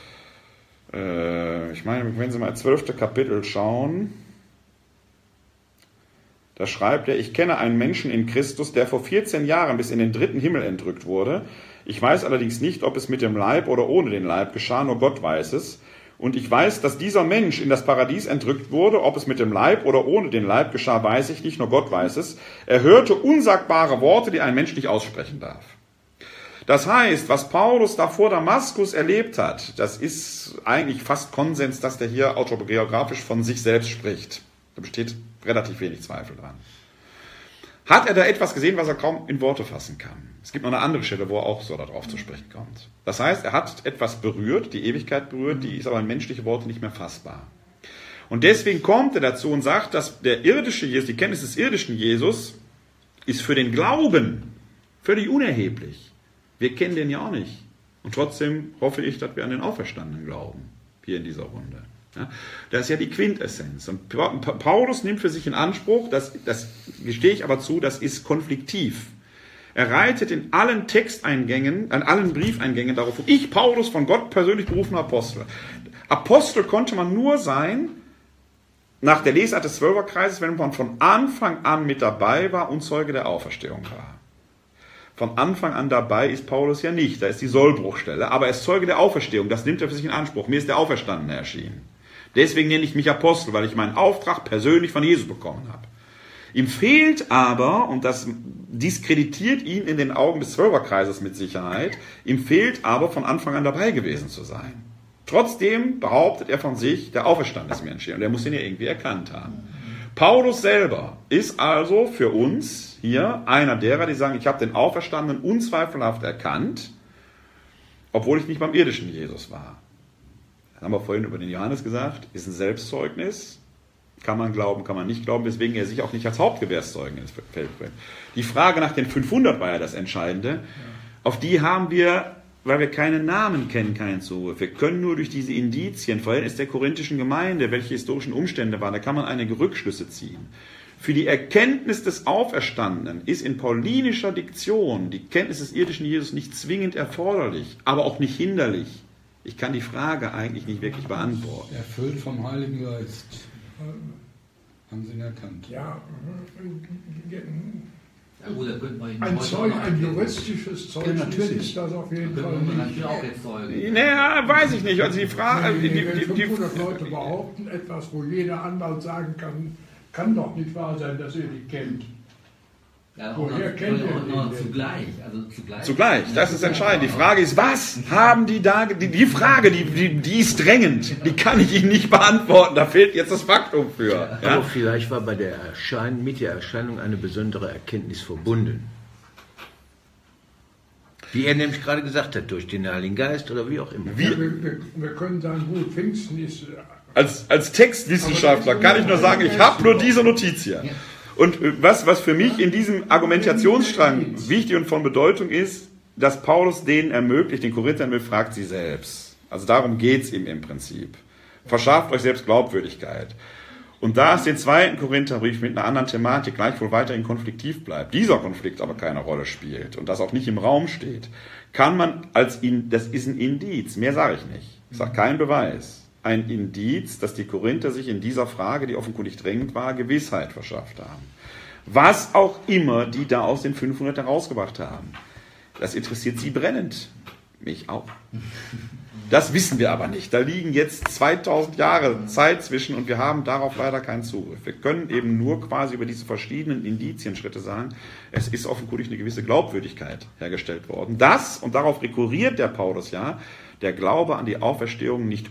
A: Ich meine, wenn Sie mal 12. Kapitel schauen, da schreibt er, ich kenne einen Menschen in Christus, der vor 14 Jahren bis in den 3. Himmel entrückt wurde. Ich weiß allerdings nicht, ob es mit dem Leib oder ohne den Leib geschah, nur Gott weiß es. Und ich weiß, dass dieser Mensch in das Paradies entrückt wurde, ob es mit dem Leib oder ohne den Leib geschah, weiß ich nicht, nur Gott weiß es. Er hörte unsagbare Worte, die ein Mensch nicht aussprechen darf. Das heißt, was Paulus da vor Damaskus erlebt hat, das ist eigentlich fast Konsens, dass der hier autobiografisch von sich selbst spricht. Da besteht relativ wenig Zweifel dran. Hat er da etwas gesehen, was er kaum in Worte fassen kann? Es gibt noch eine andere Stelle, wo er auch so darauf zu sprechen kommt. Das heißt, er hat etwas berührt, die Ewigkeit berührt, die ist aber in menschliche Worte nicht mehr fassbar. Und deswegen kommt er dazu und sagt, dass der irdische Jesus, die Kenntnis des irdischen Jesus, ist für den Glauben völlig unerheblich. Wir kennen den ja auch nicht. Und trotzdem hoffe ich, dass wir an den Auferstandenen glauben, hier in dieser Runde. Ja, das ist ja die Quintessenz. Und Paulus nimmt für sich in Anspruch, das gestehe ich aber zu, das ist konfliktiv. Er reitet in allen Texteingängen, an allen Briefeingängen darauf, ich, Paulus, von Gott persönlich berufener Apostel. Apostel konnte man nur sein, nach der Lesart des Zwölferkreises, wenn man von Anfang an mit dabei war und Zeuge der Auferstehung war. Von Anfang an dabei ist Paulus ja nicht, da ist die Sollbruchstelle, aber er ist Zeuge der Auferstehung, das nimmt er für sich in Anspruch. Mir ist der Auferstandene erschienen. Deswegen nenne ich mich Apostel, weil ich meinen Auftrag persönlich von Jesus bekommen habe. Ihm fehlt aber, und das diskreditiert ihn in den Augen des Zwölferkreises mit Sicherheit, ihm fehlt aber von Anfang an dabei gewesen zu sein. Trotzdem behauptet er von sich, der Auferstandene ist mir erschienen und er muss ihn ja irgendwie erkannt haben. Paulus selber ist also für uns hier einer derer, die sagen, ich habe den Auferstandenen unzweifelhaft erkannt, obwohl ich nicht beim irdischen Jesus war. Das haben wir vorhin über den Johannes gesagt, ist ein Selbstzeugnis, kann man glauben, kann man nicht glauben, weswegen er sich auch nicht als Hauptgewährszeugen ins Feld bringt. Die Frage nach den 500 war ja das Entscheidende, auf die haben wir, weil wir keine Namen kennen, keinen Zugriff. Wir können nur durch diese Indizien, Verhältnis der korinthischen Gemeinde, welche historischen Umstände waren, da kann man einige Rückschlüsse ziehen. Für die Erkenntnis des Auferstandenen ist in paulinischer Diktion die Kenntnis des irdischen Jesus nicht zwingend erforderlich, aber auch nicht hinderlich. Ich kann die Frage eigentlich nicht wirklich beantworten.
D: Erfüllt vom Heiligen Geist. Haben Sie ihn erkannt?
C: Ja,
G: Ja gut, da könnte man ihn
C: ein juristisches Zeugnis
D: natürlich.
C: ist das auf jeden
G: da
C: Fall
G: könnte man
C: nicht.
G: natürlich auch jetzt zeugen.
A: Naja, weiß ich nicht. Also die Frage...
C: Wenn 500 Leute behaupten etwas, wo jeder Anwalt sagen kann doch nicht wahr sein, dass ihr die kennt.
G: Ja,
C: Woher kennt ihr den?
A: Zugleich, das ist entscheidend. Die Frage ist, was haben die da... Die Frage, die ist drängend. Die kann ich Ihnen nicht beantworten. Da fehlt jetzt das Faktum für. Ja?
B: Aber vielleicht war bei der mit der Erscheinung eine besondere Erkenntnis verbunden. Wie er nämlich gerade gesagt hat, durch den Heiligen Geist oder wie auch immer.
C: Wir können sagen, gut, Pfingsten ist...
A: Als Textwissenschaftler kann ich nur sagen, ich habe nur diese Notiz hier. Und was für mich in diesem Argumentationsstrang wichtig und von Bedeutung ist, dass Paulus denen ermöglicht, den Korinthern fragt sie selbst. Also darum geht es ihm im Prinzip. Verschafft euch selbst Glaubwürdigkeit. Und da es den 2. Korintherbrief mit einer anderen Thematik gleichwohl weiterhin konfliktiv bleibt, dieser Konflikt aber keine Rolle spielt und das auch nicht im Raum steht, kann man das ist ein Indiz, mehr sage ich nicht, ich sage kein Beweis, ein Indiz, dass die Korinther sich in dieser Frage, die offenkundig drängend war, Gewissheit verschafft haben. Was auch immer die da aus den 500 herausgebracht haben, das interessiert sie brennend, mich auch. Das wissen wir aber nicht. Da liegen jetzt 2000 Jahre Zeit zwischen und wir haben darauf leider keinen Zugriff. Wir können eben nur quasi über diese verschiedenen Indizienschritte sagen, es ist offenkundig eine gewisse Glaubwürdigkeit hergestellt worden. Das, und darauf rekurriert der Paulus ja, der Glaube an die Auferstehung nicht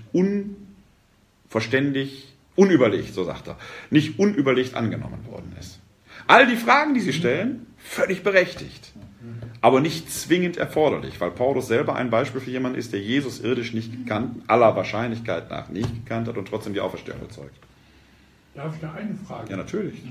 A: unüberlegt, so sagt er, nicht unüberlegt angenommen worden ist. All die Fragen, die sie stellen, völlig berechtigt. Aber nicht zwingend erforderlich, weil Paulus selber ein Beispiel für jemanden ist, der Jesus irdisch nicht gekannt, aller Wahrscheinlichkeit nach nicht gekannt hat und trotzdem die Auferstehung bezeugt.
C: Darf ich noch eine Frage?
A: Ja, natürlich.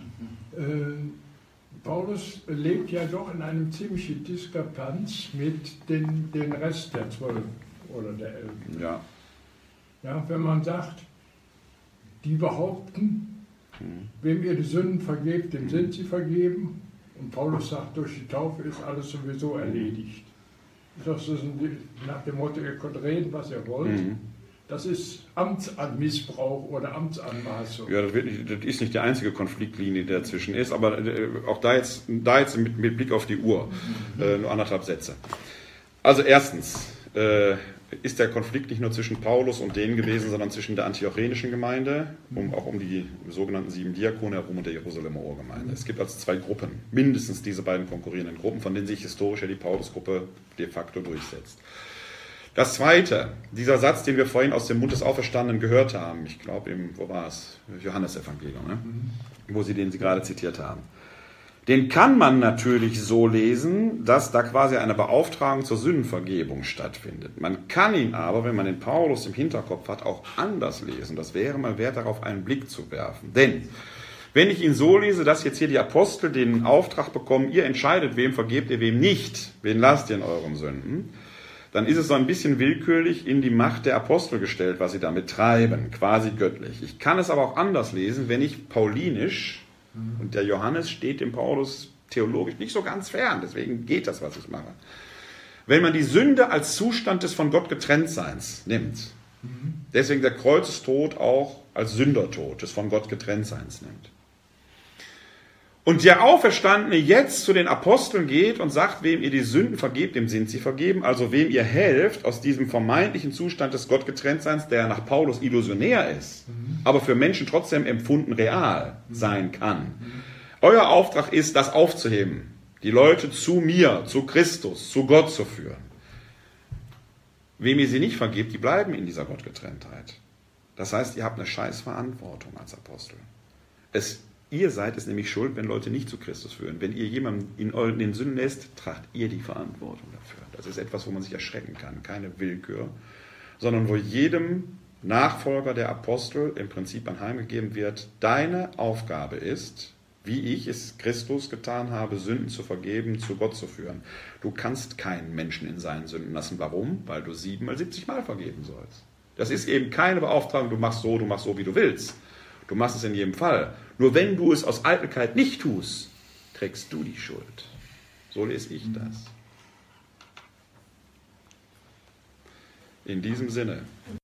C: Paulus lebt ja doch in einem ziemlichen Diskrepanz mit den Rest der 12 oder der 11.
A: Ja.
C: Ja, wenn man sagt, die behaupten, wem ihr die Sünden vergebt, dem sind sie vergeben. Und Paulus sagt, durch die Taufe ist alles sowieso erledigt. Das ist nach dem Motto, ihr könnt reden, was ihr wollt. Das ist Amtsanmissbrauch oder Amtsanmaßung.
A: Ja, das ist nicht die einzige Konfliktlinie, die dazwischen ist, aber auch da jetzt mit Blick auf die Uhr nur 1,5 Sätze. Also erstens ist der Konflikt nicht nur zwischen Paulus und denen gewesen, sondern zwischen der antiochenischen Gemeinde, auch um die sogenannten 7 Diakone herum und der Jerusalemer Urgemeinde. Es gibt also 2 Gruppen, mindestens diese beiden konkurrierenden Gruppen, von denen sich historisch ja die Paulusgruppe de facto durchsetzt. Das Zweite, dieser Satz, den wir vorhin aus dem Mund des Auferstandenen gehört haben, ich glaube, wo war es? Johannesevangelium, ne? Den Sie gerade zitiert haben. Den kann man natürlich so lesen, dass da quasi eine Beauftragung zur Sündenvergebung stattfindet. Man kann ihn aber, wenn man den Paulus im Hinterkopf hat, auch anders lesen. Das wäre mal wert, darauf einen Blick zu werfen. Denn wenn ich ihn so lese, dass jetzt hier die Apostel den Auftrag bekommen, ihr entscheidet, wem vergebt ihr, wem nicht, wen lasst ihr in euren Sünden, dann ist es so ein bisschen willkürlich in die Macht der Apostel gestellt, was sie damit treiben, quasi göttlich. Ich kann es aber auch anders lesen, wenn ich paulinisch, und der Johannes steht dem Paulus theologisch nicht so ganz fern, deswegen geht das, was ich mache. Wenn man die Sünde als Zustand des von Gott Getrenntseins nimmt, deswegen der Kreuzestod auch als Sündertod des von Gott Getrenntseins nimmt, und der Auferstandene jetzt zu den Aposteln geht und sagt, wem ihr die Sünden vergebt, dem sind sie vergeben, also wem ihr helft aus diesem vermeintlichen Zustand des Gottgetrenntseins, der nach Paulus illusionär ist, aber für Menschen trotzdem empfunden real sein kann. Euer Auftrag ist, das aufzuheben, die Leute zu mir, zu Christus, zu Gott zu führen. Wem ihr sie nicht vergebt, die bleiben in dieser Gottgetrenntheit. Das heißt, ihr habt eine Scheißverantwortung als Apostel. Ihr seid es nämlich schuld, wenn Leute nicht zu Christus führen. Wenn ihr jemanden in den Sünden lässt, tragt ihr die Verantwortung dafür. Das ist etwas, wo man sich erschrecken kann. Keine Willkür, sondern wo jedem Nachfolger der Apostel im Prinzip anheimgegeben wird, deine Aufgabe ist, wie ich es Christus getan habe, Sünden zu vergeben, zu Gott zu führen. Du kannst keinen Menschen in seinen Sünden lassen. Warum? Weil du 7 mal 70 Mal vergeben sollst. Das ist eben keine Beauftragung, du machst so, wie du willst. Du machst es in jedem Fall. Nur wenn du es aus Eitelkeit nicht tust, trägst du die Schuld. So lese ich das. In diesem Sinne.